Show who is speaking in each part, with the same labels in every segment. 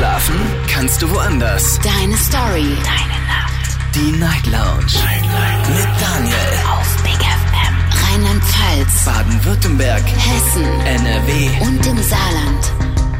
Speaker 1: Schlafen kannst du woanders.
Speaker 2: Deine Story. Deine Nacht.
Speaker 1: Die Night Lounge. Mit Daniel.
Speaker 2: Auf Big FM. Rheinland-Pfalz.
Speaker 1: Baden-Württemberg.
Speaker 2: Hessen.
Speaker 1: NRW.
Speaker 2: Und im Saarland.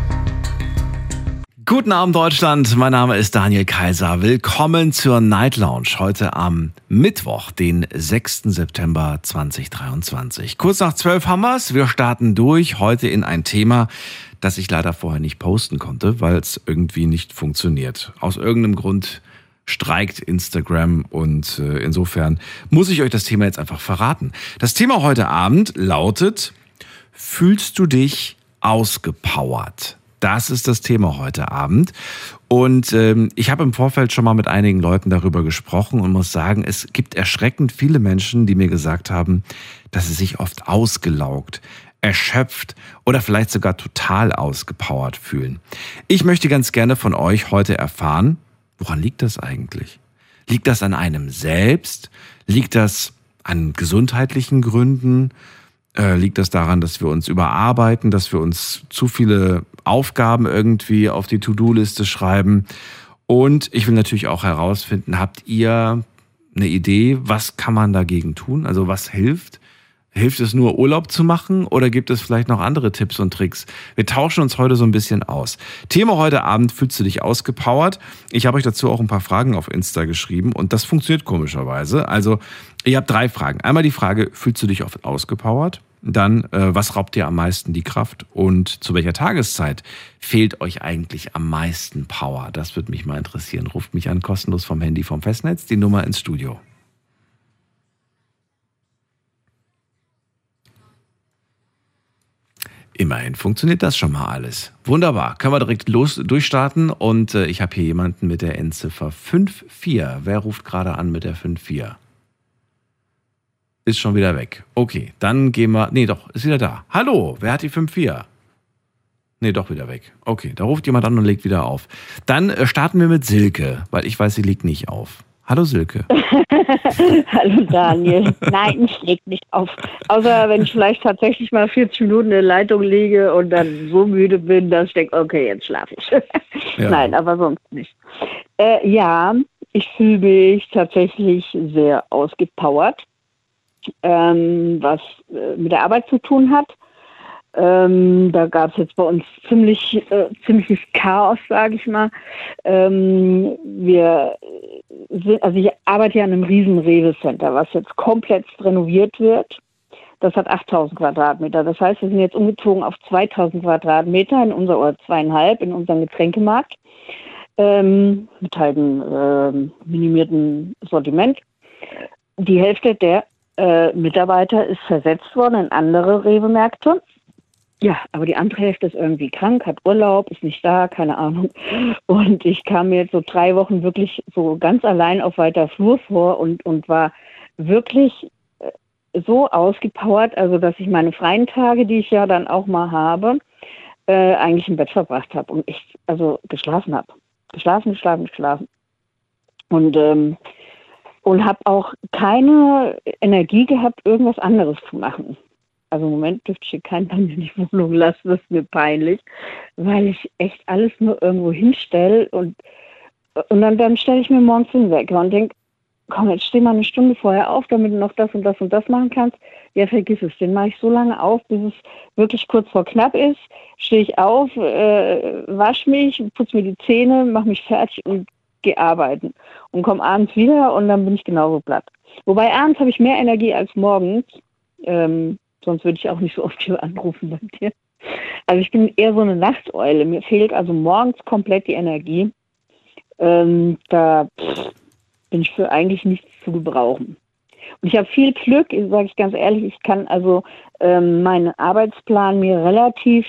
Speaker 3: Guten Abend, Deutschland. Mein Name ist Daniel Kaiser. Willkommen zur Night Lounge. Heute am Mittwoch, den 6. September 2023. Kurz nach 12 haben wir's. Wir starten durch. Heute in ein Thema, das ich leider vorher nicht posten konnte, weil es irgendwie nicht funktioniert. Aus irgendeinem Grund streikt Instagram und insofern muss ich euch das Thema jetzt einfach verraten. Das Thema heute Abend lautet: Fühlst du dich ausgepowert? Das ist das Thema heute Abend. Und ich habe im Vorfeld schon mal mit einigen Leuten darüber gesprochen und muss sagen, es gibt erschreckend viele Menschen, die mir gesagt haben, dass sie sich oft ausgelaugt, erschöpft oder vielleicht sogar total ausgepowert fühlen. Ich möchte ganz gerne von euch heute erfahren, woran liegt das eigentlich? Liegt das an einem selbst? Liegt das an gesundheitlichen Gründen? Liegt das daran, dass wir uns überarbeiten, dass wir uns zu viele Aufgaben irgendwie auf die To-Do-Liste schreiben? Und ich will natürlich auch herausfinden, habt ihr eine Idee, was kann man dagegen tun? Also was hilft? Hilft es nur, Urlaub zu machen oder gibt es vielleicht noch andere Tipps und Tricks? Wir tauschen uns heute so ein bisschen aus. Thema heute Abend: Fühlst du dich ausgepowert? Ich habe euch dazu auch ein paar Fragen auf Insta geschrieben und das funktioniert komischerweise. Also ihr habt 3 Fragen. Einmal die Frage: Fühlst du dich oft ausgepowert? Dann, was raubt dir am meisten die Kraft? Und zu welcher Tageszeit fehlt euch eigentlich am meisten Power? Das würde mich mal interessieren. Ruft mich an, kostenlos vom Handy vom Festnetz, die Nummer ins Studio. Immerhin funktioniert das schon mal alles. Wunderbar, können wir direkt durchstarten. Und ich habe hier jemanden mit der Endziffer 54. Wer ruft gerade an mit der 54? Ist schon wieder weg. Okay, dann gehen wir... Nee, doch, ist wieder da. Hallo, wer hat die 54? Nee, doch wieder weg. Okay, da ruft jemand an und legt wieder auf. Dann starten wir mit Silke, weil ich weiß, sie legt nicht auf. Hallo Silke.
Speaker 4: Hallo Daniel. Nein, ich leg nicht auf. Außer wenn ich vielleicht tatsächlich mal 40 Minuten in der Leitung liege und dann so müde bin, dass ich denke, okay, jetzt schlafe ich. Ja. Nein, aber sonst nicht. Ja, ich fühle mich tatsächlich sehr ausgepowert, was mit der Arbeit zu tun hat. Da gab es jetzt bei uns ziemliches Chaos, sage ich mal. Ich arbeite ja an einem riesen Rewe-Center, was jetzt komplett renoviert wird. Das hat 8.000 Quadratmeter. Das heißt, wir sind jetzt umgezogen auf 2.000 Quadratmeter oder 2,5 in unserem Getränkemarkt. Mit halt einem minimierten Sortiment. Die Hälfte der Mitarbeiter ist versetzt worden in andere Rewe-Märkte. Ja, aber die andere Hälfte ist irgendwie krank, hat Urlaub, ist nicht da, keine Ahnung. Und ich kam mir jetzt so 3 Wochen wirklich so ganz allein auf weiter Flur vor und war wirklich so ausgepowert, also dass ich meine freien Tage, die ich ja dann auch mal habe, eigentlich im Bett verbracht habe und ich geschlafen habe. Geschlafen. Und habe auch keine Energie gehabt, irgendwas anderes zu machen. Also im Moment dürfte ich hier keinen Mann in die Wohnung lassen, das ist mir peinlich, weil ich echt alles nur irgendwo hinstelle und dann stelle ich mir morgens den Wecker und denke, komm, jetzt steh mal eine Stunde vorher auf, damit du noch das und das und das machen kannst. Ja, vergiss es, den mache ich so lange auf, bis es wirklich kurz vor knapp ist, stehe ich auf, wasche mich, putze mir die Zähne, mache mich fertig und gehe arbeiten und komme abends wieder und dann bin ich genauso platt. Wobei abends habe ich mehr Energie als morgens, sonst würde ich auch nicht so oft hier anrufen bei dir. Also ich bin eher so eine Nachteule. Mir fehlt also morgens komplett die Energie. Da bin ich für eigentlich nichts zu gebrauchen. Und ich habe viel Glück, sage ich ganz ehrlich, ich kann also meinen Arbeitsplan mir relativ,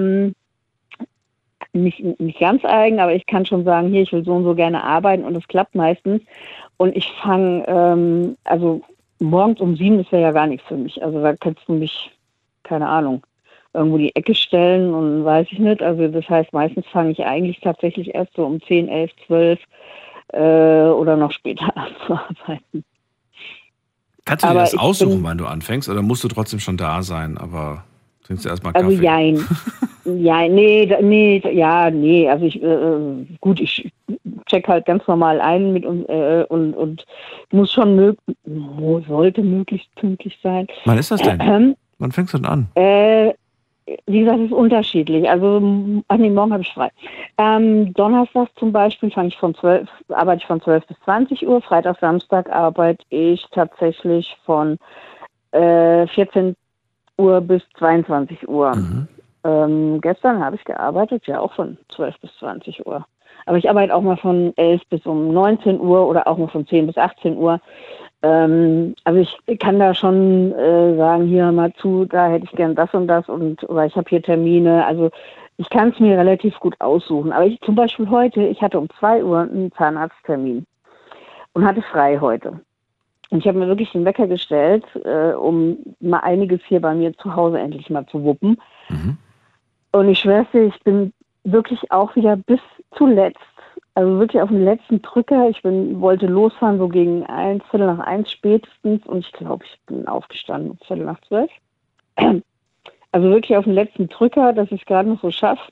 Speaker 4: nicht ganz eigen, aber ich kann schon sagen, hier, ich will so und so gerne arbeiten und das klappt meistens. Und ich fange, morgens um 7, das wäre ja gar nichts für mich. Also da könntest du mich, keine Ahnung, irgendwo die Ecke stellen und weiß ich nicht. Also das heißt, meistens fange ich eigentlich tatsächlich erst so um 10, 11, 12 oder noch später an zu arbeiten.
Speaker 3: Kannst du dir das aussuchen, wann du anfängst, oder musst du trotzdem schon da sein, aber Trinkst du erstmal
Speaker 4: Also
Speaker 3: Kaffee?
Speaker 4: jein. Ja, nee. Also ich check halt ganz normal ein und muss schon sollte möglichst pünktlich sein.
Speaker 3: Wann ist das denn? Wann fängst du denn an?
Speaker 4: Wie gesagt, es ist unterschiedlich. Also, morgen habe ich frei. Donnerstag zum Beispiel arbeite ich von 12 bis 20 Uhr. Freitag, Samstag arbeite ich tatsächlich von 14 Uhr bis 22 Uhr. Gestern habe ich gearbeitet, ja auch von 12 bis 20 Uhr. Aber ich arbeite auch mal von 11 bis um 19 Uhr oder auch mal von 10 bis 18 Uhr. Also ich kann da schon sagen, hier mal zu, da hätte ich gern das und das oder ich habe hier Termine. Also ich kann es mir relativ gut aussuchen. Aber zum Beispiel heute, ich hatte um 2 Uhr einen Zahnarzttermin und hatte frei heute. Und ich habe mir wirklich den Wecker gestellt, um mal einiges hier bei mir zu Hause endlich mal zu wuppen. Und ich schwör's dir, ich bin wirklich auch wieder bis zuletzt, also wirklich auf den letzten Drücker. Wollte losfahren, so gegen 1:15 spätestens. Und ich glaube, ich bin aufgestanden um 11:45. Also wirklich auf den letzten Drücker, dass ich es gerade noch so schaffe.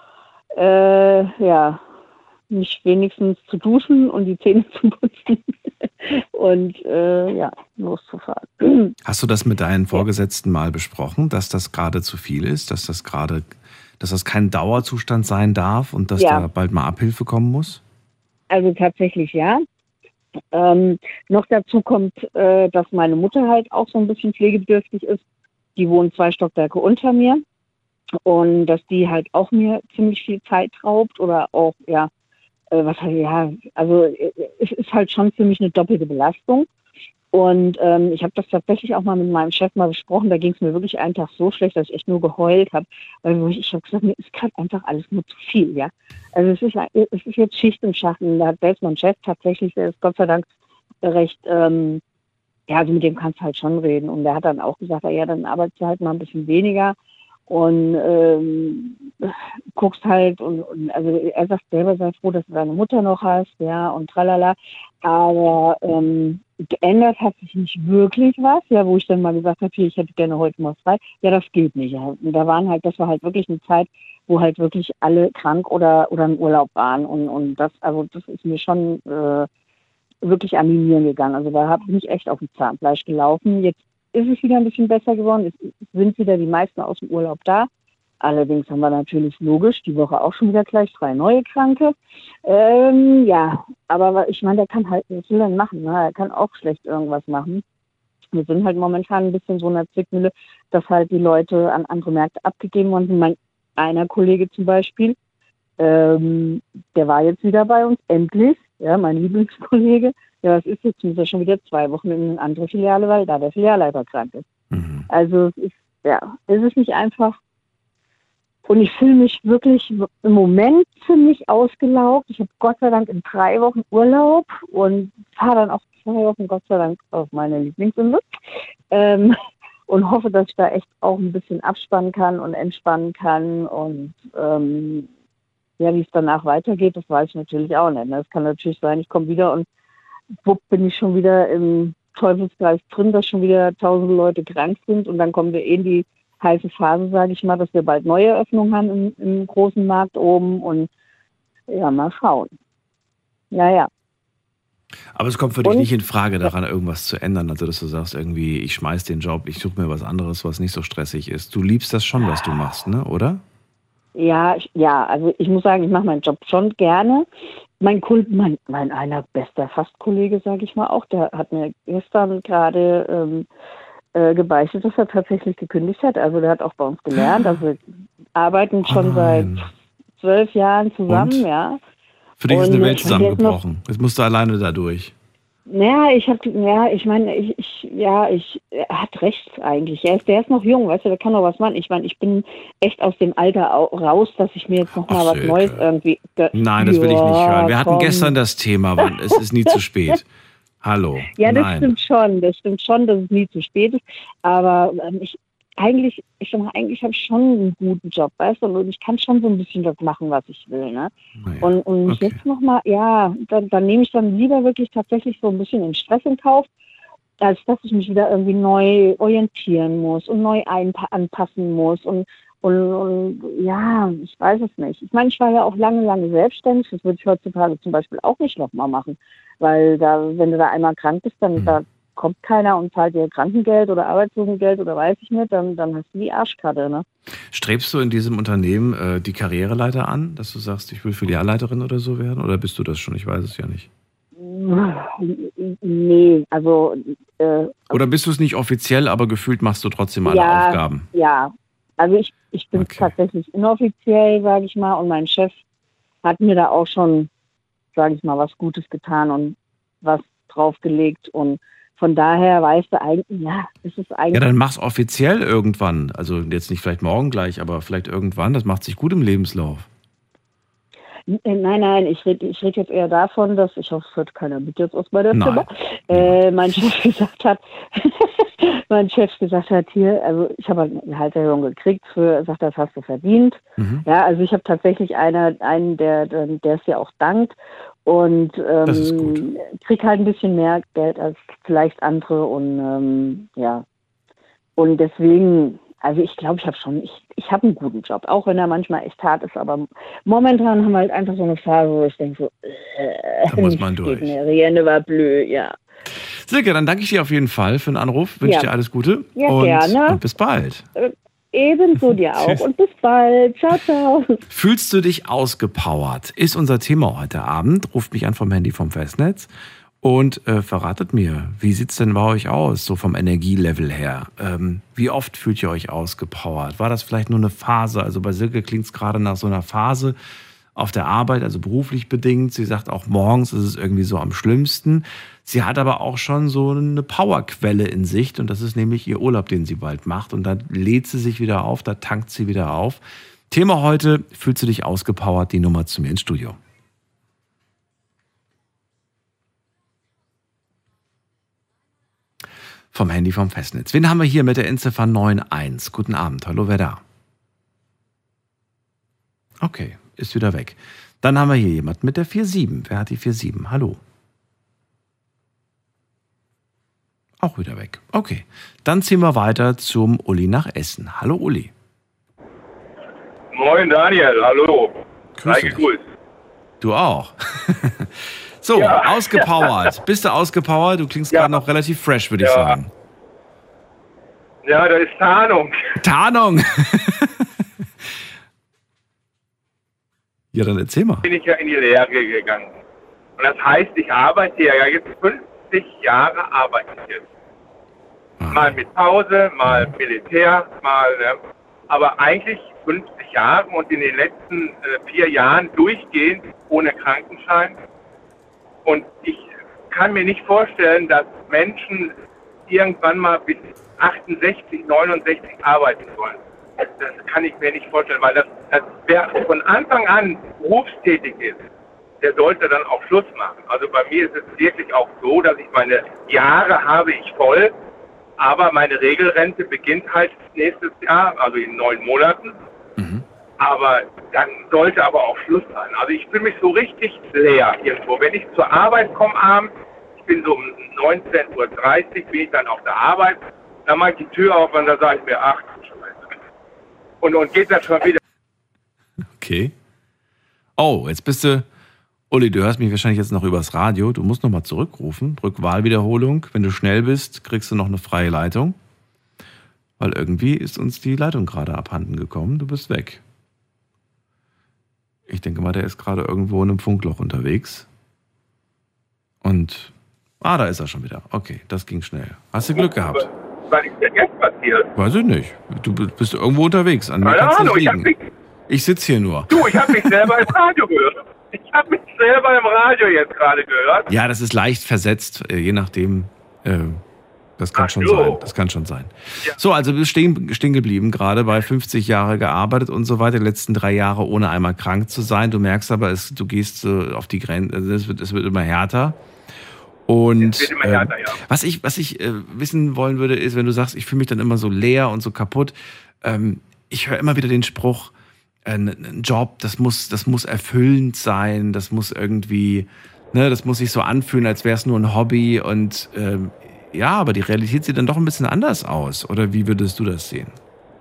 Speaker 4: Mich wenigstens zu duschen und die Zähne zu putzen und loszufahren.
Speaker 3: Hast du das mit deinen Vorgesetzten mal besprochen, dass das gerade zu viel ist, dass das kein Dauerzustand sein darf und dass da bald mal Abhilfe kommen muss?
Speaker 4: Also tatsächlich ja. Noch dazu kommt, dass meine Mutter halt auch so ein bisschen pflegebedürftig ist. Die wohnt 2 Stockwerke unter mir und dass die halt auch mir ziemlich viel Zeit raubt oder auch, also es ist halt schon für mich eine doppelte Belastung. Und ich habe das tatsächlich auch mal mit meinem Chef mal besprochen. Da ging es mir wirklich einen Tag so schlecht, dass ich echt nur geheult habe. Weil ich habe gesagt, mir ist gerade einfach alles nur zu viel, ja. Also es ist jetzt Schicht im Schatten. Da hat selbst mein Chef tatsächlich, der ist Gott sei Dank recht, also mit dem kannst du halt schon reden. Und der hat dann auch gesagt, ja, dann arbeitest du halt mal ein bisschen weniger und guckst halt und also er sagt selber, sei froh, dass du deine Mutter noch hast, ja, und tralala. Aber geändert hat sich nicht wirklich was, ja, wo ich dann mal gesagt habe, hier, ich hätte gerne heute mal frei. Ja, das geht nicht. Ja. Und das war halt wirklich eine Zeit, wo halt wirklich alle krank oder im Urlaub waren. Und das ist mir schon wirklich an die Nieren gegangen. Also da bin ich echt auf dem Zahnfleisch gelaufen. Jetzt ist es wieder ein bisschen besser geworden. Es sind wieder die meisten aus dem Urlaub da. Allerdings haben wir natürlich logisch die Woche auch schon wieder gleich 3 neue Kranke. Aber ich meine, der kann halt, was will er denn machen? Ne? Er kann auch schlecht irgendwas machen. Wir sind halt momentan ein bisschen so in der Zwickmühle, dass halt die Leute an andere Märkte abgegeben worden sind. Einer Kollege zum Beispiel, der war jetzt wieder bei uns, endlich, ja, mein Lieblingskollege. Ja, was ist jetzt? Muss er schon wieder 2 Wochen in eine andere Filiale, weil da der Filialleiter krank ist. Also es ist nicht einfach. Und ich fühle mich wirklich im Moment ziemlich ausgelaugt. Ich habe Gott sei Dank in 3 Wochen Urlaub und fahre dann auch 2 Wochen Gott sei Dank auf meine Lieblingsinsel. Und hoffe, dass ich da echt auch ein bisschen abspannen kann und entspannen kann. Und wie es danach weitergeht, das weiß ich natürlich auch nicht. Es kann natürlich sein, ich komme wieder und wupp, bin ich schon wieder im Teufelskreis drin, dass schon wieder tausende Leute krank sind und dann kommen wir in die heiße Phase, sage ich mal, dass wir bald neue Öffnungen haben im großen Markt oben und ja, mal schauen. Ja.
Speaker 3: Aber es kommt für dich nicht in Frage, daran irgendwas zu ändern, also dass du sagst irgendwie, ich schmeiß den Job, ich suche mir was anderes, was nicht so stressig ist. Du liebst das schon, was du machst, ne, oder?
Speaker 4: Ja, also ich muss sagen, ich mache meinen Job schon gerne. Mein einer bester Fastkollege, sage ich mal auch, der hat mir gestern gerade gebeichtet, dass er tatsächlich gekündigt hat. Also der hat auch bei uns gelernt. Also wir arbeiten schon seit 12 Jahren zusammen,
Speaker 3: und?
Speaker 4: Ja.
Speaker 3: Für dich ist eine Welt zusammengebrochen. Jetzt musst du alleine da durch.
Speaker 4: Er hat recht eigentlich. Der ist noch jung, weißt du, der kann noch was machen. Ich meine, ich bin echt aus dem Alter raus, dass ich mir jetzt noch mal was Neues irgendwie...
Speaker 3: Nein, das will ich nicht hören. Wir hatten gestern das Thema, es ist nie zu spät. Hallo.
Speaker 4: Ja, das stimmt schon. Das stimmt schon, dass es nie zu spät ist. Aber eigentlich habe ich schon einen guten Job, weißt du, und ich kann schon so ein bisschen das machen, was ich will, ne? Naja, und okay. Jetzt nochmal, dann nehme ich dann lieber wirklich tatsächlich so ein bisschen den Stress in Kauf als dass ich mich wieder irgendwie neu orientieren muss und neu anpassen muss und ja, ich weiß es nicht. Ich meine, ich war ja auch lange selbstständig. Das würde ich heutzutage zum Beispiel auch nicht nochmal machen. Weil wenn du da einmal krank bist, dann da kommt keiner und zahlt dir Krankengeld oder Arbeitslosengeld oder weiß ich nicht, dann hast du die Arschkarte, ne?
Speaker 3: Strebst du in diesem Unternehmen die Karriereleiter an, dass du sagst, ich will Filialleiterin oder so werden? Oder bist du das schon? Ich weiß es ja nicht.
Speaker 4: Nee, also...
Speaker 3: oder bist du es nicht offiziell, aber gefühlt machst du trotzdem alle Aufgaben?
Speaker 4: Ja, also ich bin tatsächlich inoffiziell, sage ich mal, und mein Chef hat mir da auch schon, sage ich mal, was Gutes getan und was draufgelegt und von daher weißt du eigentlich, es ist eigentlich... Ja,
Speaker 3: dann mach's offiziell irgendwann, also jetzt nicht vielleicht morgen gleich, aber vielleicht irgendwann, das macht sich gut im Lebenslauf.
Speaker 4: Nein, ich rede jetzt eher davon, dass, ich hoffe, es hört keiner mit jetzt aus meiner Firma, mein Chef gesagt hat, hier, also ich habe eine Gehaltserhöhung gekriegt, sagt, das hast du verdient. Mhm. Ja, also ich habe tatsächlich einen, der es ja auch dankt und krieg halt ein bisschen mehr Geld als vielleicht andere und und deswegen... Also ich glaube, ich habe einen guten Job, auch wenn er manchmal echt hart ist, aber momentan haben wir halt einfach so eine Phase, wo ich denke so,
Speaker 3: da muss man durch.
Speaker 4: Rienne war blöd, ja.
Speaker 3: Silke, dann danke ich dir auf jeden Fall für den Anruf, wünsche dir alles Gute
Speaker 4: gerne.
Speaker 3: Und bis bald.
Speaker 4: Ebenso dir auch und bis bald. Ciao, ciao.
Speaker 3: Fühlst du dich ausgepowert? Ist unser Thema heute Abend. Ruft mich an vom Handy vom Festnetz. Und verratet mir, wie sieht es denn bei euch aus, so vom Energielevel her? Wie oft fühlt ihr euch ausgepowert? War das vielleicht nur eine Phase? Also bei Silke klingt es gerade nach so einer Phase auf der Arbeit, also beruflich bedingt. Sie sagt, auch morgens ist es irgendwie so am schlimmsten. Sie hat aber auch schon so eine Powerquelle in Sicht und das ist nämlich ihr Urlaub, den sie bald macht. Und dann lädt sie sich wieder auf, da tankt sie wieder auf. Thema heute, fühlst du dich ausgepowert? Die Nummer zu mir ins Studio. Vom Handy vom Festnetz. Wen haben wir hier mit der Endziffer 91? Guten Abend. Hallo, wer da? Okay, ist wieder weg. Dann haben wir hier jemand mit der 47. Wer hat die 47? Hallo. Auch wieder weg. Okay, dann ziehen wir weiter zum Uli nach Essen. Hallo, Uli.
Speaker 5: Moin, Daniel. Hallo.
Speaker 3: Grüß dich. Du auch. So, ausgepowert. Bist du ausgepowert? Du klingst gerade noch relativ fresh, würde ich sagen.
Speaker 5: Ja, das ist Tarnung.
Speaker 3: Tarnung? Ja, dann erzähl mal.
Speaker 5: Bin ich ja in die Lehre gegangen. Und das heißt, ich arbeite ja jetzt 50 Jahre arbeite ich jetzt. Mal mit Pause, mal Militär, mal, aber eigentlich 50 Jahre und in den letzten 4 Jahren durchgehend ohne Krankenschein. Und ich kann mir nicht vorstellen, dass Menschen irgendwann mal bis 68, 69 arbeiten sollen. Das kann ich mir nicht vorstellen, weil das wer von Anfang an berufstätig ist, der sollte dann auch Schluss machen. Also bei mir ist es wirklich auch so, dass ich meine Jahre habe ich voll, aber meine Regelrente beginnt halt nächstes Jahr, also in 9 Monaten. Mhm. Aber dann sollte aber auch Schluss sein. Also ich fühle mich so richtig leer irgendwo. Wenn ich zur Arbeit komme abends, ich bin so um 19:30 Uhr, bin ich dann auf der Arbeit, dann mache ich die Tür auf und dann sage ich mir, ach, und geht dann schon wieder.
Speaker 3: Okay. Oh, jetzt bist du, Uli, du hörst mich wahrscheinlich jetzt noch übers Radio. Du musst nochmal zurückrufen, drück Wahlwiederholung. Wenn du schnell bist, kriegst du noch eine freie Leitung. Weil irgendwie ist uns die Leitung gerade abhanden gekommen. Du bist weg. Ich denke mal, der ist gerade irgendwo in einem Funkloch unterwegs. Und, da ist er schon wieder. Okay, das ging schnell. Hast du Glück gehabt?
Speaker 5: Was ist denn jetzt passiert?
Speaker 3: Weiß ich nicht. Du bist irgendwo unterwegs. An mir kannst du nicht liegen. Ich sitze hier nur.
Speaker 5: Du, ich habe mich selber im Radio gehört. Ich habe mich selber im Radio jetzt gerade gehört.
Speaker 3: Ja, das ist leicht versetzt, je nachdem. Das kann schon sein. Das kann schon sein. Ja. So, also du bist stehen geblieben, gerade bei 50 Jahre gearbeitet und so weiter, die letzten 3 Jahre ohne einmal krank zu sein. Du merkst aber, du gehst auf die Grenze, also es wird immer härter. Und es wird immer härter, ja. Was ich wissen wollen würde, ist, wenn du sagst, ich fühle mich dann immer so leer und so kaputt. Ich höre immer wieder den Spruch, ein Job, das muss erfüllend sein, das muss irgendwie, das muss sich so anfühlen, als wäre es nur ein Hobby und ja, aber die Realität sieht dann doch ein bisschen anders aus. Oder wie würdest du das sehen?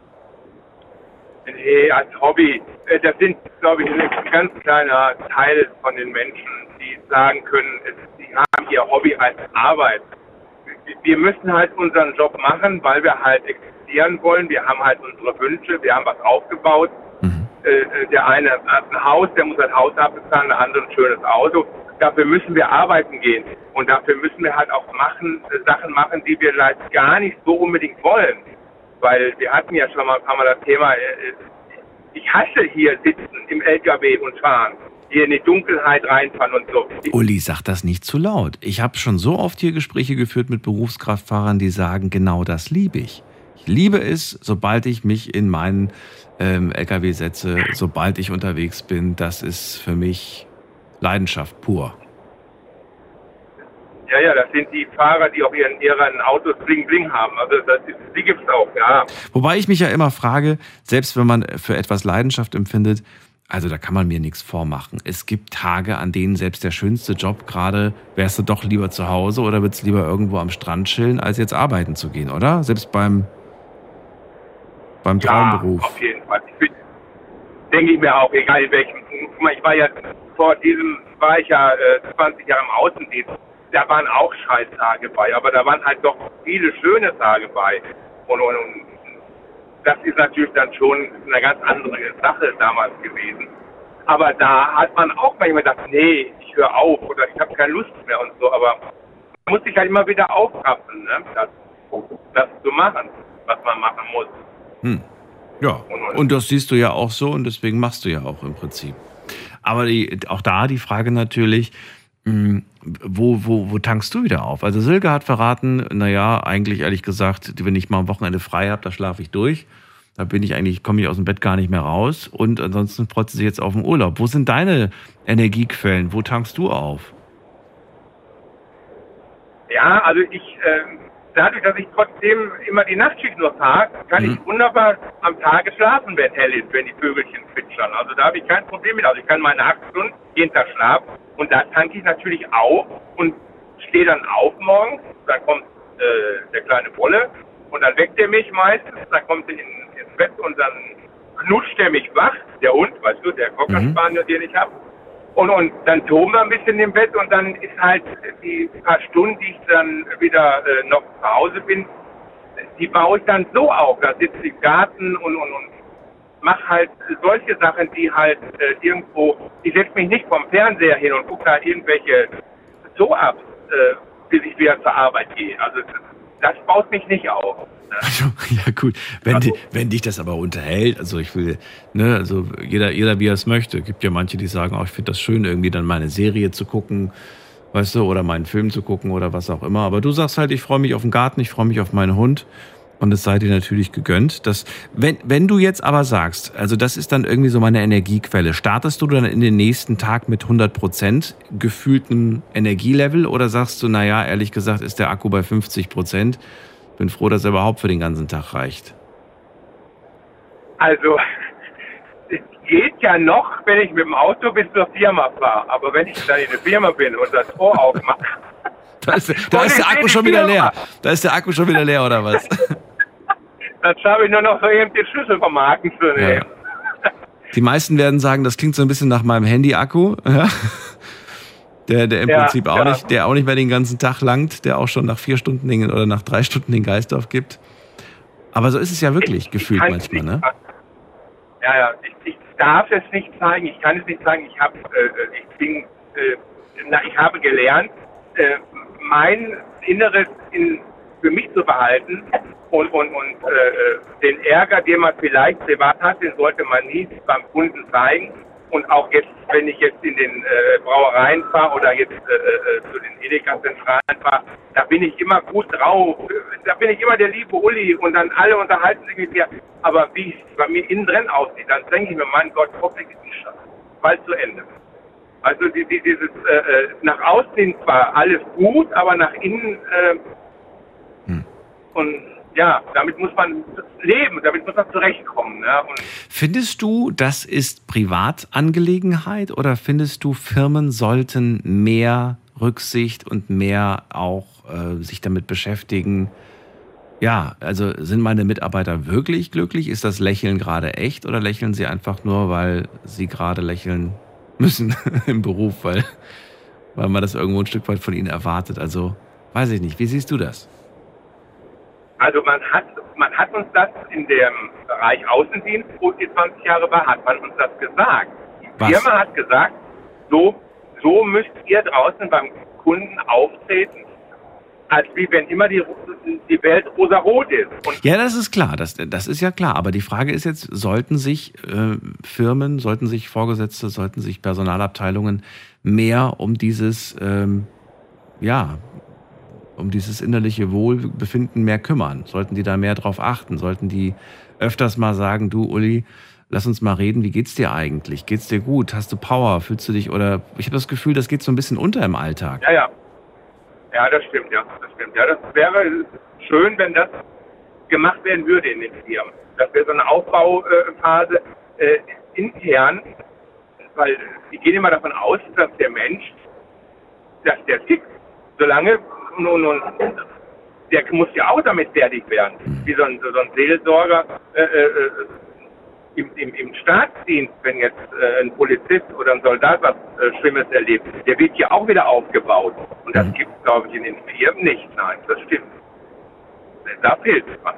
Speaker 5: Nee, als Hobby, das sind, glaube ich, ein ganz kleiner Teil von den Menschen, die sagen können, sie haben ihr Hobby als Arbeit. Wir müssen halt unseren Job machen, weil wir halt existieren wollen. Wir haben halt unsere Wünsche, wir haben was aufgebaut. Der eine hat ein Haus, der muss sein Haus abbezahlen, der andere ein schönes Auto. Dafür müssen wir arbeiten gehen. Und dafür müssen wir halt auch Sachen machen, die wir vielleicht gar nicht so unbedingt wollen. Weil wir hatten ja schon mal ein paar Mal das Thema, ich hasse hier sitzen im LKW und fahren. Hier in die Dunkelheit reinfahren und so.
Speaker 3: Uli, sag das nicht zu laut. Ich habe schon so oft hier Gespräche geführt mit Berufskraftfahrern, die sagen, genau das liebe ich. Ich liebe es, sobald ich mich in meinen LKW setze, sobald ich unterwegs bin. Das ist für mich Leidenschaft pur.
Speaker 5: Ja, das sind die Fahrer, die auch ihren Autos Bling Bling haben. Also die gibt's auch, ja.
Speaker 3: Wobei ich mich ja immer frage, selbst wenn man für etwas Leidenschaft empfindet, also da kann man mir nichts vormachen. Es gibt Tage, an denen selbst der schönste Job gerade, wärst du doch lieber zu Hause oder würdest lieber irgendwo am Strand chillen, als jetzt arbeiten zu gehen, oder? Selbst beim Traumberuf.
Speaker 5: Ja, auf jeden Fall. Denke ich mir auch, egal in welchem. Ich war ja vor diesem, war ich ja 20 Jahre im Außendienst. Da waren auch Scheißtage bei, aber da waren halt doch viele schöne Tage bei. Und das ist natürlich dann schon eine ganz andere Sache damals gewesen. Aber da hat man auch manchmal gedacht, nee, ich höre auf oder ich habe keine Lust mehr und so. Aber man muss sich halt immer wieder aufraffen, ne? Das zu machen, was man machen muss.
Speaker 3: Ja, und das siehst du ja auch so und deswegen machst du ja auch im Prinzip. Aber auch da die Frage natürlich, wo tankst du wieder auf? Also Silke hat verraten, naja, eigentlich ehrlich gesagt, wenn ich mal am Wochenende frei habe, da schlafe ich durch. Da komme ich aus dem Bett gar nicht mehr raus. Und ansonsten freut sie sich jetzt auf den Urlaub. Wo sind deine Energiequellen? Wo tankst du auf?
Speaker 5: Ja, also dadurch, dass ich trotzdem immer die Nachtschicht nur fahre, kann ich wunderbar am Tage schlafen, wenn hell ist, wenn die Vögelchen zwitschern. Also da habe ich kein Problem mit. Also ich kann meine 8 Stunden jeden Tag schlafen und da tanke ich natürlich auf und stehe dann auf morgens. Dann kommt der kleine Bolle und dann weckt er mich meistens. Dann kommt er ins Bett und dann knutscht er mich wach. Der Hund, weißt du, der Cocker Spaniel, den ich habe. Und dann toben wir ein bisschen im Bett und dann ist halt die paar Stunden, die ich dann wieder noch zu Hause bin, die baue ich dann so auf. Da sitze ich im Garten und mache halt solche Sachen, die halt irgendwo, ich setze mich nicht vom Fernseher hin und gucke halt irgendwelche Zoo-Ups, bis ich wieder zur Arbeit gehe. Also das baut mich nicht auf.
Speaker 3: Also, ja gut, wenn dich das aber unterhält, also ich will, also jeder wie er es möchte. Es gibt ja manche, die sagen, ich finde das schön, irgendwie dann meine Serie zu gucken, weißt du, oder meinen Film zu gucken oder was auch immer. Aber du sagst halt, ich freue mich auf den Garten, ich freue mich auf meinen Hund und es sei dir natürlich gegönnt. Dass, wenn du jetzt aber sagst, also das ist dann irgendwie so meine Energiequelle, startest du dann in den nächsten Tag mit 100% gefühltem Energielevel oder sagst du, naja, ehrlich gesagt ist der Akku bei 50%? Bin froh, dass er überhaupt für den ganzen Tag reicht.
Speaker 5: Also, es geht ja noch, wenn ich mit dem Auto bis zur Firma fahre. Aber wenn ich dann in der Firma bin und das Tor aufmache...
Speaker 3: Da ist der Akku schon wieder leer. Da ist der Akku schon wieder leer, oder was?
Speaker 5: Dann schaffe ich nur noch so eben den Schlüssel vom Haken zu nehmen.
Speaker 3: Ja. Die meisten werden sagen, das klingt so ein bisschen nach meinem Handy-Akku. Ja. Der im Prinzip auch nicht, der auch nicht mehr den ganzen Tag langt, der auch schon nach 4 Stunden oder nach 3 Stunden den Geist aufgibt. Aber so ist es ja wirklich gefühlt manchmal, ne?
Speaker 5: Ja, ich darf es nicht zeigen, ich kann es nicht zeigen. Ich habe gelernt, mein Inneres für mich zu behalten und den Ärger, den man vielleicht privat hat, den sollte man nie beim Kunden zeigen. Und auch jetzt, wenn ich jetzt in den Brauereien fahre oder jetzt zu den Edeka-Zentralen fahre, da bin ich immer gut drauf. Da bin ich immer der liebe Uli und dann alle unterhalten sich mit mir. Aber wie es bei mir innen drin aussieht, dann denke ich mir, mein Gott, hoffentlich ist die Stadt bald zu Ende. Also dieses nach außen hin zwar alles gut, aber nach innen und ja, damit muss man leben, damit muss man zurechtkommen. Ne? Und
Speaker 3: findest du, das ist Privatangelegenheit oder findest du, Firmen sollten mehr Rücksicht und mehr auch sich damit beschäftigen, ja, also sind meine Mitarbeiter wirklich glücklich? Ist das Lächeln gerade echt oder lächeln sie einfach nur, weil sie gerade lächeln müssen im Beruf, weil man das irgendwo ein Stück weit von ihnen erwartet? Also, weiß ich nicht. Wie siehst du das?
Speaker 5: Also man hat uns das in dem Bereich Außendienst, wo ich 20 Jahre war, hat man uns das gesagt. Die Firma hat gesagt, so müsst ihr draußen beim Kunden auftreten, als wie wenn immer die Welt rosarot ist. Und
Speaker 3: ja, das ist klar, das ist ja klar. Aber die Frage ist jetzt, sollten sich Firmen, sollten sich Vorgesetzte, sollten sich Personalabteilungen mehr um dieses, um dieses innerliche Wohlbefinden mehr kümmern? Sollten die da mehr drauf achten? Sollten die öfters mal sagen, du Uli, lass uns mal reden, wie geht's dir eigentlich? Geht's dir gut? Hast du Power? Fühlst du dich, oder ich habe das Gefühl, das geht so ein bisschen unter im Alltag.
Speaker 5: Ja, das stimmt, ja. Das wäre schön, wenn das gemacht werden würde in den Firmen. Das wäre so eine Aufbauphase intern, weil die gehen immer davon aus, dass der Mensch, dass der tickt, solange nun der muss ja auch damit fertig werden. Wie so ein Seelsorger im Staatsdienst, wenn jetzt ein Polizist oder ein Soldat was Schlimmes erlebt, der wird ja auch wieder aufgebaut. Und das gibt es, glaube ich, in den Firmen nicht. Nein, das stimmt. Da fehlt was.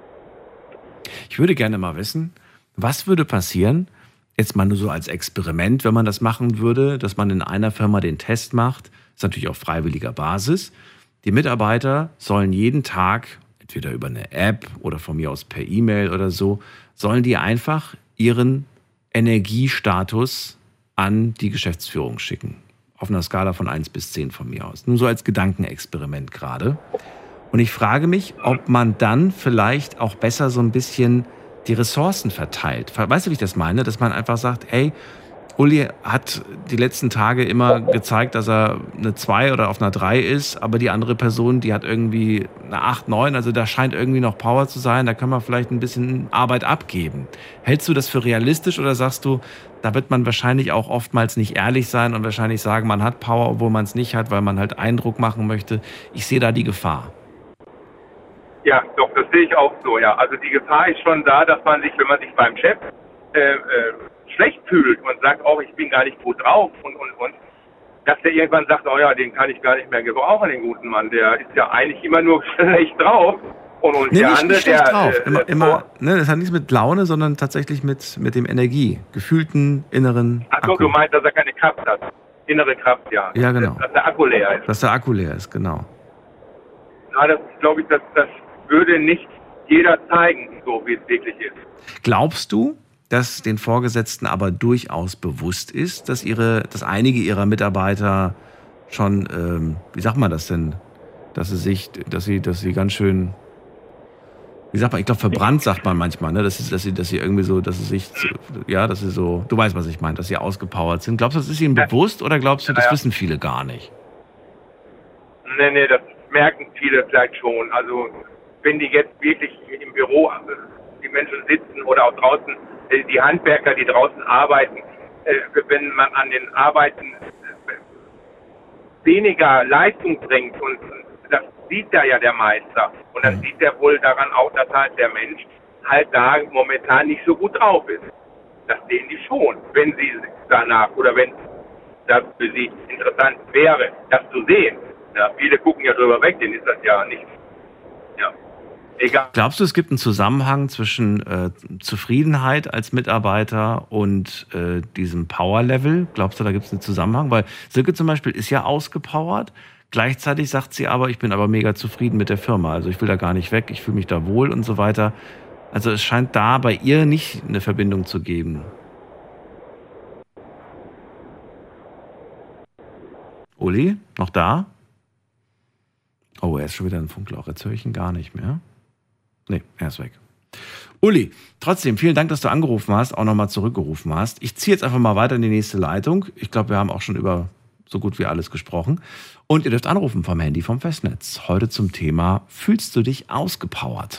Speaker 3: Ich würde gerne mal wissen, was würde passieren, jetzt mal nur so als Experiment, wenn man das machen würde, dass man in einer Firma den Test macht, ist natürlich auf freiwilliger Basis. Die Mitarbeiter sollen jeden Tag, entweder über eine App oder von mir aus per E-Mail oder so, sollen die einfach ihren Energiestatus an die Geschäftsführung schicken. Auf einer Skala von 1 bis 10 von mir aus. Nur so als Gedankenexperiment gerade. Und ich frage mich, ob man dann vielleicht auch besser so ein bisschen die Ressourcen verteilt. Weißt du, wie ich das meine? Dass man einfach sagt, hey, Uli hat die letzten Tage immer gezeigt, dass er eine 2 oder auf einer 3 ist, aber die andere Person, die hat irgendwie eine 8, 9, also da scheint irgendwie noch Power zu sein, da kann man vielleicht ein bisschen Arbeit abgeben. Hältst du das für realistisch oder sagst du, da wird man wahrscheinlich auch oftmals nicht ehrlich sein und wahrscheinlich sagen, man hat Power, obwohl man es nicht hat, weil man halt Eindruck machen möchte? Ich sehe da die Gefahr.
Speaker 5: Ja, doch, das sehe ich auch so, ja. Also die Gefahr ist schon da, dass man sich, wenn man sich beim Chef schlecht fühlt und sagt, oh, ich bin gar nicht gut drauf und, dass der irgendwann sagt, oh ja, den kann ich gar nicht mehr gebrauchen, den guten Mann, der ist ja eigentlich immer nur schlecht drauf. Und
Speaker 3: nee,
Speaker 5: der
Speaker 3: nicht
Speaker 5: andere,
Speaker 3: schlecht
Speaker 5: der
Speaker 3: drauf. Das hat nichts mit Laune, sondern tatsächlich mit dem gefühlten inneren
Speaker 5: Akku.
Speaker 3: Akku.
Speaker 5: Du meinst, dass er keine Kraft hat. Innere Kraft, ja.
Speaker 3: Ja, genau.
Speaker 5: Dass der Akku leer ist.
Speaker 3: Dass der Akku leer ist, genau.
Speaker 5: Na, das glaube ich, das würde nicht jeder zeigen, so wie es wirklich ist.
Speaker 3: Glaubst du, dass den Vorgesetzten aber durchaus bewusst ist, dass einige ihrer Mitarbeiter schon, wie sagt man das denn, dass sie ganz schön, wie sagt man, ich glaube verbrannt sagt man manchmal, ne, dass sie irgendwie so, dass sie sich, ja, dass sie so, du weißt, was ich meine, dass sie ausgepowert sind. Glaubst du, das ist ihnen bewusst oder glaubst du, das wissen viele gar nicht?
Speaker 5: Nee, das merken viele vielleicht schon. Also wenn die jetzt wirklich im Büro die Menschen sitzen oder auch draußen, die Handwerker, die draußen arbeiten, wenn man an den Arbeiten weniger Leistung bringt, und das sieht ja der Meister, und das sieht er wohl daran auch, dass halt der Mensch halt da momentan nicht so gut drauf ist. Das sehen die schon, wenn sie danach, oder wenn das für sie interessant wäre, das zu sehen. Ja, viele gucken ja drüber weg, denen ist das ja nicht. Ja. Egal.
Speaker 3: Glaubst du, es gibt einen Zusammenhang zwischen Zufriedenheit als Mitarbeiter und diesem Power-Level? Glaubst du, da gibt es einen Zusammenhang? Weil Silke zum Beispiel ist ja ausgepowert. Gleichzeitig sagt sie aber, ich bin aber mega zufrieden mit der Firma. Also ich will da gar nicht weg, ich fühle mich da wohl und so weiter. Also es scheint da bei ihr nicht eine Verbindung zu geben. Uli, noch da? Oh, er ist schon wieder ein Funkloch. Jetzt höre ich ihn gar nicht mehr. Nee, er ist weg. Uli, trotzdem, vielen Dank, dass du angerufen hast, auch nochmal zurückgerufen hast. Ich ziehe jetzt einfach mal weiter in die nächste Leitung. Ich glaube, wir haben auch schon über so gut wie alles gesprochen. Und ihr dürft anrufen vom Handy, vom Festnetz. Heute zum Thema, fühlst du dich ausgepowert?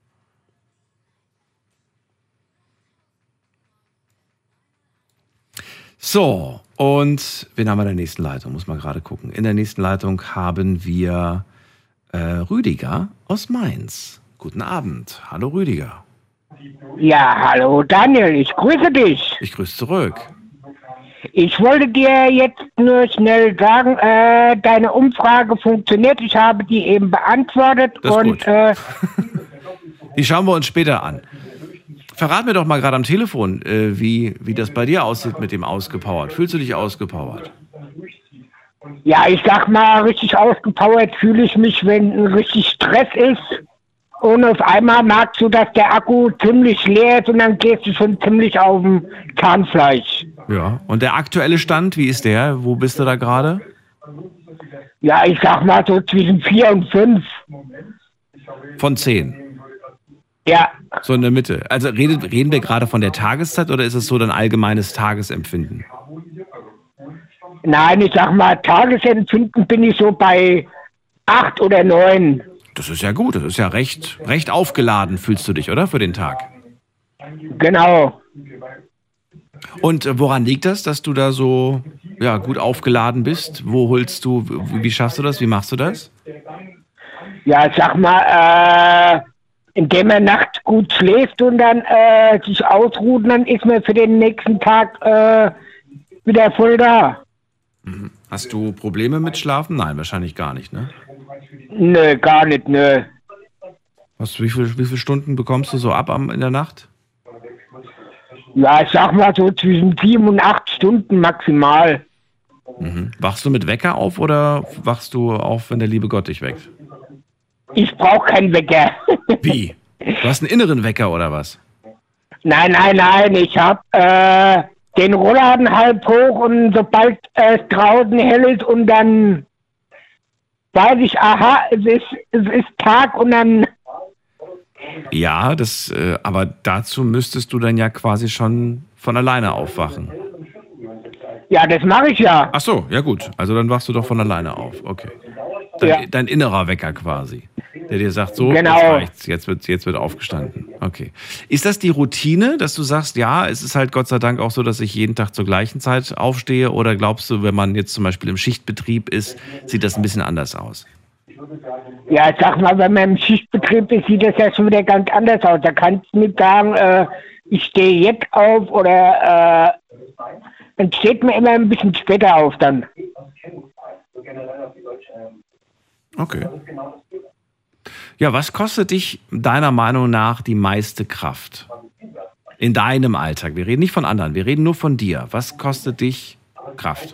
Speaker 3: So, und wen haben wir in der nächsten Leitung? Muss man gerade gucken. In der nächsten Leitung haben wir Rüdiger aus Mainz. Guten Abend. Hallo Rüdiger.
Speaker 6: Ja, hallo Daniel, ich grüße dich.
Speaker 3: Ich grüße zurück.
Speaker 6: Ich wollte dir jetzt nur schnell sagen, deine Umfrage funktioniert. Ich habe die eben beantwortet.
Speaker 3: Das ist
Speaker 6: und
Speaker 3: gut. Die schauen wir uns später an. Verrat mir doch mal gerade am Telefon, wie das bei dir aussieht mit dem ausgepowert. Fühlst du dich ausgepowert?
Speaker 6: ja, ich sag mal, richtig ausgepowert fühle ich mich, wenn richtig Stress ist. Und auf einmal merkst du, dass der Akku ziemlich leer ist und dann gehst du schon ziemlich auf dem Zahnfleisch.
Speaker 3: Ja. Und der aktuelle Stand, wie ist der? Wo bist du da gerade?
Speaker 6: Ja, ich sag mal so zwischen 4 und 5.
Speaker 3: Von 10.
Speaker 6: Ja,
Speaker 3: So in der Mitte. Also reden wir gerade von der Tageszeit oder ist es so ein allgemeines Tagesempfinden?
Speaker 6: nein, ich sag mal, Tagesempfinden bin ich so bei 8 oder 9.
Speaker 3: Das ist ja gut. Das ist ja recht aufgeladen, fühlst du dich, oder? Für den Tag.
Speaker 6: Genau.
Speaker 3: Und woran liegt das, dass du da so gut aufgeladen bist? Wo holst du, wie schaffst du das? Wie machst du das?
Speaker 6: Ja, ich sag mal, indem man nachts gut schläft und dann sich ausruht, dann ist man für den nächsten Tag wieder voll da.
Speaker 3: Hast du Probleme mit Schlafen? Nein, wahrscheinlich gar nicht, ne?
Speaker 6: Nö, gar nicht, nö.
Speaker 3: Wie viele Stunden bekommst du so ab in der Nacht?
Speaker 6: Ja, ich sag mal so zwischen 7 und 8 Stunden maximal.
Speaker 3: Wachst du mit Wecker auf oder wachst du auf, wenn der liebe Gott dich weckt?
Speaker 6: Ich brauche keinen Wecker.
Speaker 3: Wie? Du hast einen inneren Wecker oder was?
Speaker 6: Nein, ich hab den Rollladen halb hoch und sobald es draußen hell ist und dann weiß ich, aha, es ist Tag und dann...
Speaker 3: Ja, aber dazu müsstest du dann ja quasi schon von alleine aufwachen.
Speaker 6: Ja, das mache ich ja.
Speaker 3: Ach so, ja gut. Also dann wachst du doch von alleine auf. Okay. Dein innerer Wecker quasi, der dir sagt, so,
Speaker 6: Genau.
Speaker 3: jetzt reicht's, jetzt wird aufgestanden. Okay. Ist das die Routine, dass du sagst, ja, es ist halt Gott sei Dank auch so, dass ich jeden Tag zur gleichen Zeit aufstehe? Oder glaubst du, wenn man jetzt zum Beispiel im Schichtbetrieb ist, sieht das ein bisschen anders aus?
Speaker 6: Ja, ich sag mal, wenn man im Schichtbetrieb ist, sieht das ja schon wieder ganz anders aus. Da kannst du nicht sagen, ich stehe jetzt auf oder dann steht man immer ein bisschen später auf dann.
Speaker 3: Okay. Ja, was kostet dich deiner Meinung nach die meiste Kraft? In deinem Alltag. Wir reden nicht von anderen, wir reden nur von dir. Was kostet dich Kraft?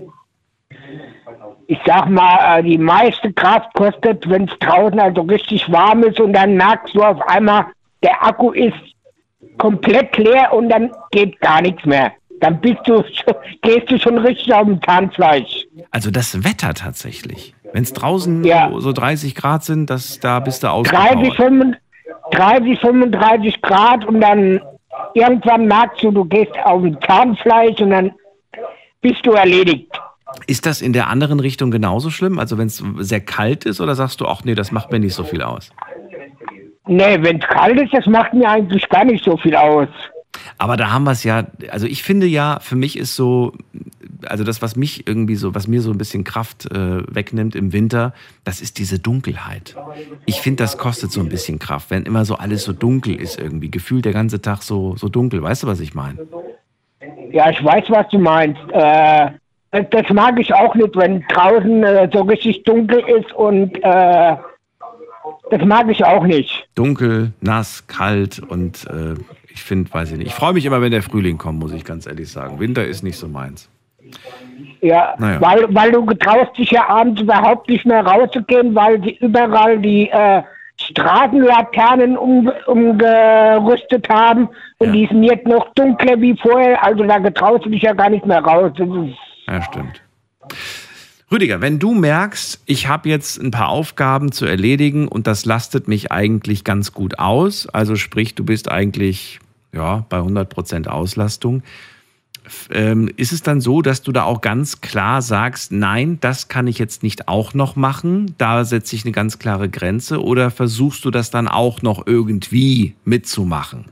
Speaker 6: Ich sag mal, die meiste Kraft kostet, wenn es draußen also richtig warm ist und dann merkst du auf einmal, der Akku ist komplett leer und dann geht gar nichts mehr. Dann gehst du schon richtig auf dem Zahnfleisch.
Speaker 3: Also das Wetter tatsächlich. Wenn es draußen so 30 Grad sind, da bist du ausgepowert.
Speaker 6: 30, 35 Grad und dann irgendwann merkst du gehst auf dem Zahnfleisch und dann bist du erledigt.
Speaker 3: Ist das in der anderen Richtung genauso schlimm? Also wenn es sehr kalt ist oder sagst du, ach nee, das macht mir nicht so viel aus?
Speaker 6: Nee, wenn es kalt ist, das macht mir eigentlich gar nicht so viel aus.
Speaker 3: Aber da haben wir es ja, also ich finde ja, für mich ist so, also das, was mir so ein bisschen Kraft wegnimmt im Winter, das ist diese Dunkelheit. Ich finde, das kostet so ein bisschen Kraft, wenn immer so alles so dunkel ist irgendwie, gefühlt der ganze Tag so dunkel. Weißt du, was ich meine?
Speaker 6: Ja, ich weiß, was du meinst. Das mag ich auch nicht, wenn draußen so richtig dunkel ist und das mag ich auch nicht.
Speaker 3: Dunkel, nass, kalt und ich finde, weiß ich nicht. Ich freue mich immer, wenn der Frühling kommt, muss ich ganz ehrlich sagen. Winter ist nicht so meins.
Speaker 6: Ja,
Speaker 3: naja.
Speaker 6: weil du getraust dich ja abends überhaupt nicht mehr rauszugehen, weil sie überall die Straßenlaternen umgerüstet haben und die sind jetzt noch dunkler wie vorher. Also da getraust du dich ja gar nicht mehr raus.
Speaker 3: Ja, stimmt. Rüdiger, wenn du merkst, ich habe jetzt ein paar Aufgaben zu erledigen und das lastet mich eigentlich ganz gut aus, also sprich, du bist eigentlich bei 100% Auslastung, ist es dann so, dass du da auch ganz klar sagst, nein, das kann ich jetzt nicht auch noch machen, da setze ich eine ganz klare Grenze, oder versuchst du das dann auch noch irgendwie mitzumachen?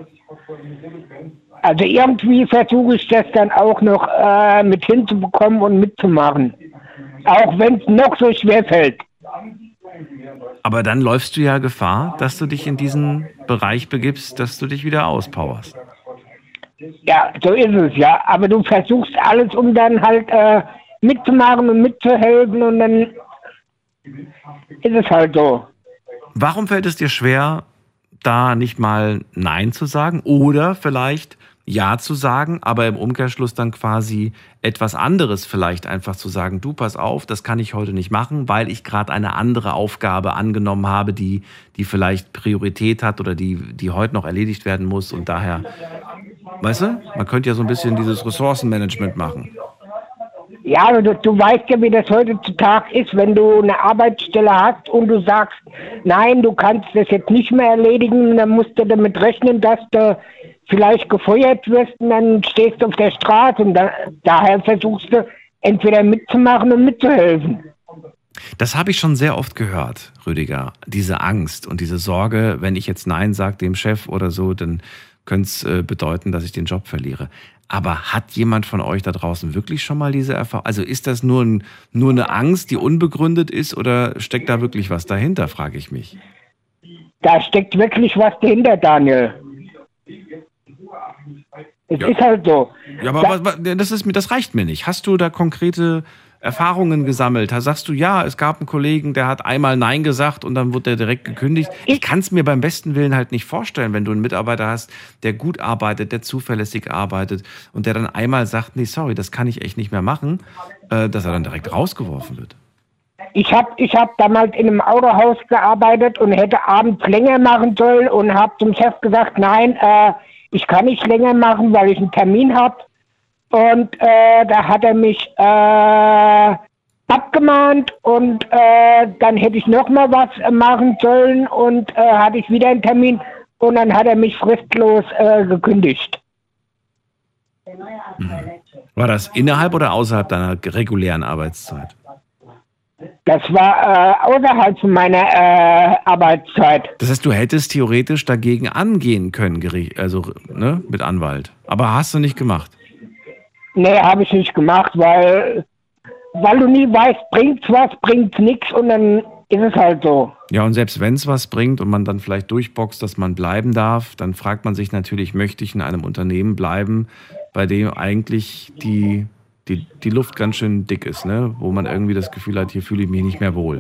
Speaker 6: Also irgendwie versuche ich das dann auch noch mit hinzubekommen und mitzumachen. Auch wenn es noch so schwer fällt.
Speaker 3: Aber dann läufst du ja Gefahr, dass du dich in diesen Bereich begibst, dass du dich wieder auspowerst.
Speaker 6: Ja, so ist es, ja. Aber du versuchst alles, um dann halt mitzumachen und mitzuhelfen und dann ist es halt so.
Speaker 3: Warum fällt es dir schwer, da nicht mal Nein zu sagen oder vielleicht Ja zu sagen, aber im Umkehrschluss dann quasi etwas anderes vielleicht einfach zu sagen, du, pass auf, das kann ich heute nicht machen, weil ich gerade eine andere Aufgabe angenommen habe, die vielleicht Priorität hat oder die heute noch erledigt werden muss und daher, weißt du, man könnte ja so ein bisschen dieses Ressourcenmanagement machen.
Speaker 6: Ja, du weißt ja, wie das heutzutage ist, wenn du eine Arbeitsstelle hast und du sagst, nein, du kannst das jetzt nicht mehr erledigen, dann musst du damit rechnen, dass du vielleicht gefeuert wirst und dann stehst du auf der Straße und daher versuchst du entweder mitzumachen und mitzuhelfen.
Speaker 3: Das habe ich schon sehr oft gehört, Rüdiger, diese Angst und diese Sorge, wenn ich jetzt Nein sage dem Chef oder so, dann könnte es bedeuten, dass ich den Job verliere. Aber hat jemand von euch da draußen wirklich schon mal diese Erfahrung? Also ist das nur eine Angst, die unbegründet ist oder steckt da wirklich was dahinter, frage ich mich.
Speaker 6: Da steckt wirklich was dahinter, Daniel. Es ist halt so.
Speaker 3: Ja, aber das reicht mir nicht. Hast du da konkrete Erfahrungen gesammelt? Sagst du, ja, es gab einen Kollegen, der hat einmal Nein gesagt und dann wurde er direkt gekündigt. Ich kann es mir beim besten Willen halt nicht vorstellen, wenn du einen Mitarbeiter hast, der gut arbeitet, der zuverlässig arbeitet und der dann einmal sagt, nee, sorry, das kann ich echt nicht mehr machen, dass er dann direkt rausgeworfen wird.
Speaker 6: Ich hab damals in einem Autohaus gearbeitet und hätte abends länger machen sollen und habe zum Chef gesagt, nein, ich kann nicht länger machen, weil ich einen Termin habe. Und da hat er mich abgemahnt und dann hätte ich noch mal was machen sollen und hatte ich wieder einen Termin und dann hat er mich fristlos gekündigt.
Speaker 3: War das innerhalb oder außerhalb deiner regulären Arbeitszeit?
Speaker 6: Das war außerhalb von meiner Arbeitszeit.
Speaker 3: Das heißt, du hättest theoretisch dagegen angehen können, mit Anwalt. Aber hast du nicht gemacht?
Speaker 6: Nee, habe ich nicht gemacht, weil du nie weißt, bringt's was, bringt's nichts und dann ist es halt so.
Speaker 3: Ja, und selbst wenn es was bringt und man dann vielleicht durchboxt, dass man bleiben darf, dann fragt man sich natürlich, möchte ich in einem Unternehmen bleiben, bei dem eigentlich die Luft ganz schön dick ist, ne? Wo man irgendwie das Gefühl hat, hier fühle ich mich nicht mehr wohl.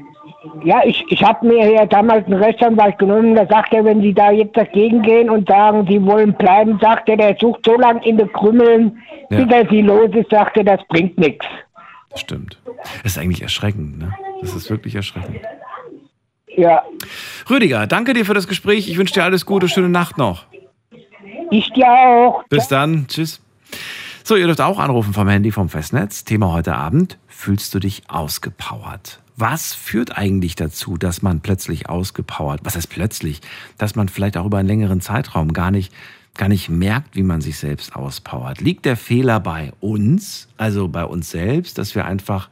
Speaker 6: Ja, ich habe mir ja damals einen Rechtsanwalt genommen, da sagt er, wenn Sie da jetzt dagegen gehen und sagen, Sie wollen bleiben, sagt er, der sucht so lange in den Krümmeln, bis er Sie los ist, sagt er, das bringt nichts.
Speaker 3: Das stimmt. Das ist eigentlich erschreckend, ne? Das ist wirklich erschreckend.
Speaker 6: Ja.
Speaker 3: Rüdiger, danke dir für das Gespräch. Ich wünsche dir alles Gute, schöne Nacht noch.
Speaker 6: Ich dir auch.
Speaker 3: Bis dann, tschüss. So, ihr dürft auch anrufen vom Handy, vom Festnetz. Thema heute Abend, fühlst du dich ausgepowert? Was führt eigentlich dazu, dass man plötzlich ausgepowert, was heißt plötzlich, dass man vielleicht auch über einen längeren Zeitraum gar nicht merkt, wie man sich selbst auspowert? Liegt der Fehler bei uns, also bei uns selbst, dass wir einfach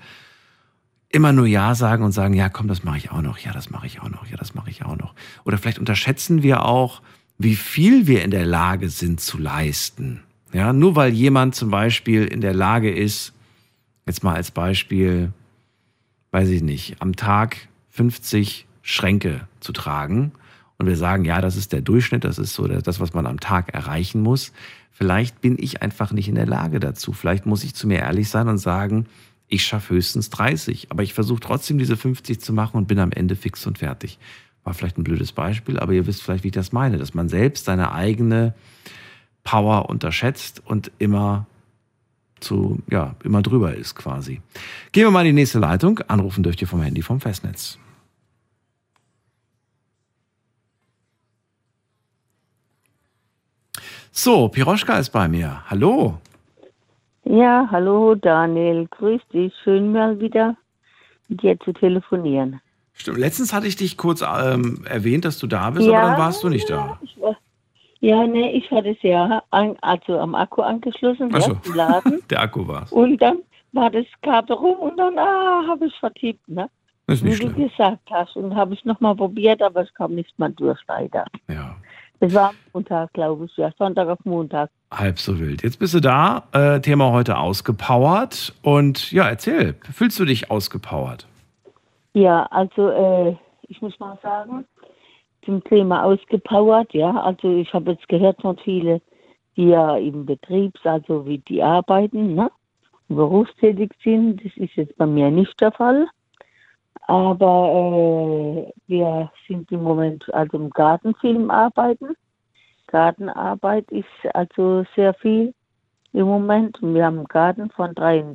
Speaker 3: immer nur Ja sagen und sagen, ja komm, das mache ich auch noch, ja das mache ich auch noch, ja das mache ich auch noch. Oder vielleicht unterschätzen wir auch, wie viel wir in der Lage sind zu leisten. Ja, nur weil jemand zum Beispiel in der Lage ist, jetzt mal als Beispiel, weiß ich nicht, am Tag 50 Schränke zu tragen und wir sagen, ja, das ist der Durchschnitt, das ist so das, was man am Tag erreichen muss. Vielleicht bin ich einfach nicht in der Lage dazu. Vielleicht muss ich zu mir ehrlich sein und sagen, ich schaffe höchstens 30, aber ich versuche trotzdem diese 50 zu machen und bin am Ende fix und fertig. War vielleicht ein blödes Beispiel, aber ihr wisst vielleicht, wie ich das meine, dass man selbst seine eigene Power unterschätzt und immer drüber ist quasi. Gehen wir mal in die nächste Leitung. Anrufen dürft ihr vom Handy vom Festnetz. So, Piroschka ist bei mir. Hallo.
Speaker 7: Ja, hallo Daniel. Grüß dich. Schön mal wieder mit dir zu telefonieren.
Speaker 3: Stimmt. Letztens hatte ich dich kurz erwähnt, dass du da bist, aber dann warst du nicht da.
Speaker 7: Ich hatte es ja am Akku angeschlossen,
Speaker 3: Ach so.
Speaker 7: im Laden.
Speaker 3: Der Akku war's.
Speaker 7: Und dann war das Kabel rum und dann habe ich vertippt, ne?
Speaker 3: Das ist nicht
Speaker 7: wie
Speaker 3: schlimm.
Speaker 7: du gesagt hast. Und habe ich nochmal probiert, aber es kam nicht mal durch, leider.
Speaker 3: Ja.
Speaker 7: Das war am Montag, glaube ich, ja, Sonntag auf Montag.
Speaker 3: Halb so wild. Jetzt bist du da, Thema heute ausgepowert. Und ja, erzähl, fühlst du dich ausgepowert?
Speaker 7: Ja, also ich muss mal sagen, zum Thema ausgepowert, ja, also ich habe jetzt gehört von vielen, die ja im Betrieb, also wie die arbeiten, ne, berufstätig sind. Das ist jetzt bei mir nicht der Fall. Aber wir sind im Moment also im Gartenfilm arbeiten. Gartenarbeit ist also sehr viel im Moment. Und wir haben einen Garten von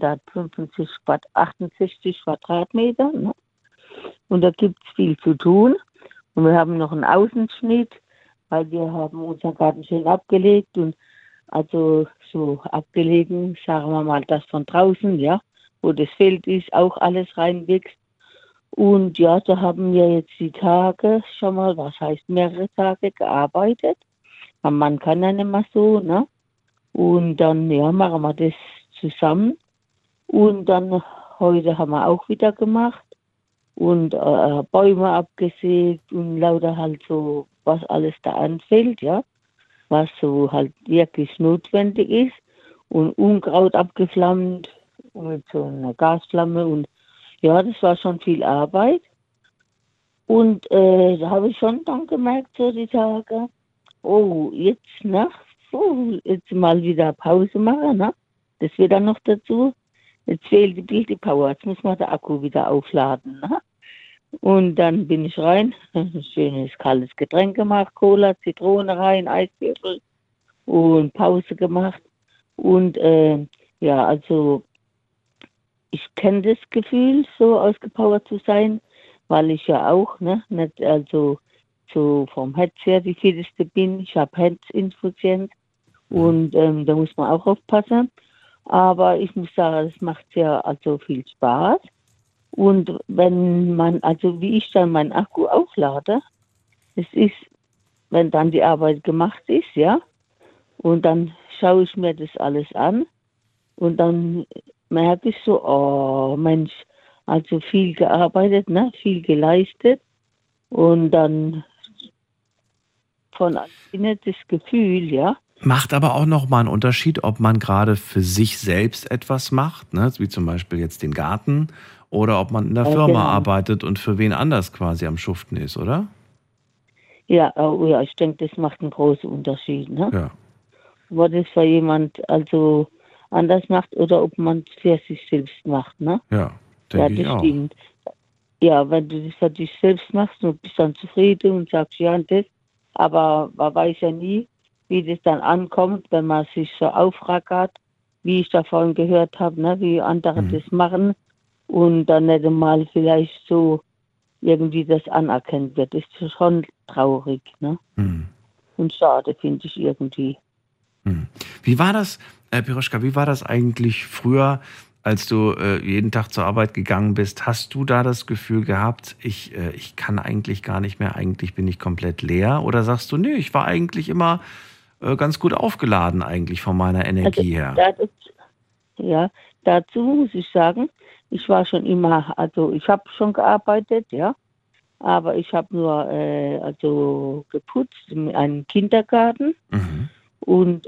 Speaker 7: 368 Quadratmetern. Ne? Und da gibt es viel zu tun. Und wir haben noch einen Außenschnitt, weil wir haben unseren Garten schön abgelegt und also so abgelegen, sagen wir mal, das von draußen, ja, wo das Feld ist, auch alles reinwächst. Und ja, da haben wir jetzt die Tage schon mal, was heißt mehrere Tage gearbeitet. Man kann ja nicht mehr so, ne? Und dann, ja, machen wir das zusammen. Und dann heute haben wir auch wieder gemacht. Und Bäume abgesägt und lauter halt so, was alles da anfällt, ja. Was so halt wirklich notwendig ist. Und Unkraut abgeflammt mit so einer Gasflamme. Und ja, das war schon viel Arbeit. Und da habe ich schon dann gemerkt, so die Tage, oh, jetzt, ne? Jetzt mal wieder Pause machen, ne? Das wird dann noch dazu. Jetzt fehlt ein bisschen die Power. Jetzt muss man den Akku wieder aufladen, ne? Und dann bin ich rein, ein schönes kaltes Getränk gemacht, Cola, Zitrone rein, Eiswürfel und Pause gemacht. Und ja, also ich kenne das Gefühl, so ausgepowert zu sein, weil ich ja auch, ne, nicht also so vom Herz her die fitteste bin. Ich habe Herzinsuffizienz und da muss man auch aufpassen. Aber ich muss sagen, es macht ja also viel Spaß. Und wenn man, also wie ich dann meinen Akku auflade, es ist, wenn dann die Arbeit gemacht ist, ja, und dann schaue ich mir das alles an und dann merke ich so, oh Mensch, also viel gearbeitet, ne, viel geleistet und dann von innen das Gefühl, ja.
Speaker 3: Macht aber auch nochmal einen Unterschied, ob man gerade für sich selbst etwas macht, ne, wie zum Beispiel jetzt den Garten, oder ob man in der Firma
Speaker 7: genau
Speaker 3: arbeitet und für wen anders quasi am Schuften ist, oder?
Speaker 7: Ja, oh ja, ich denke, das macht einen großen Unterschied, ne?
Speaker 3: Ja.
Speaker 7: Ob das für jemand also anders macht oder ob man es für sich selbst macht, ne?
Speaker 3: Ja,
Speaker 7: Ja,
Speaker 3: denke ich
Speaker 7: das
Speaker 3: auch.
Speaker 7: stimmt. Ja, wenn du das für dich selbst machst und bist dann zufrieden und sagst, ja, und das, aber man weiß ja nie, wie das dann ankommt, wenn man sich so aufrackert, wie ich da vorhin gehört habe, ne, wie andere das machen und dann nicht einmal vielleicht so irgendwie das anerkannt wird. Das ist schon traurig, ne?
Speaker 3: Hm.
Speaker 7: Und schade, finde ich irgendwie.
Speaker 3: Hm. Wie war das, Piroschka, wie war das eigentlich früher, als du jeden Tag zur Arbeit gegangen bist? Hast du da das Gefühl gehabt, ich kann eigentlich gar nicht mehr, eigentlich bin ich komplett leer? Oder sagst du, nee, ich war eigentlich immer ganz gut aufgeladen eigentlich von meiner Energie her?
Speaker 7: Ja, dazu muss ich sagen, ich war schon immer, also ich habe schon gearbeitet, ja, aber ich habe nur also geputzt in einem Kindergarten und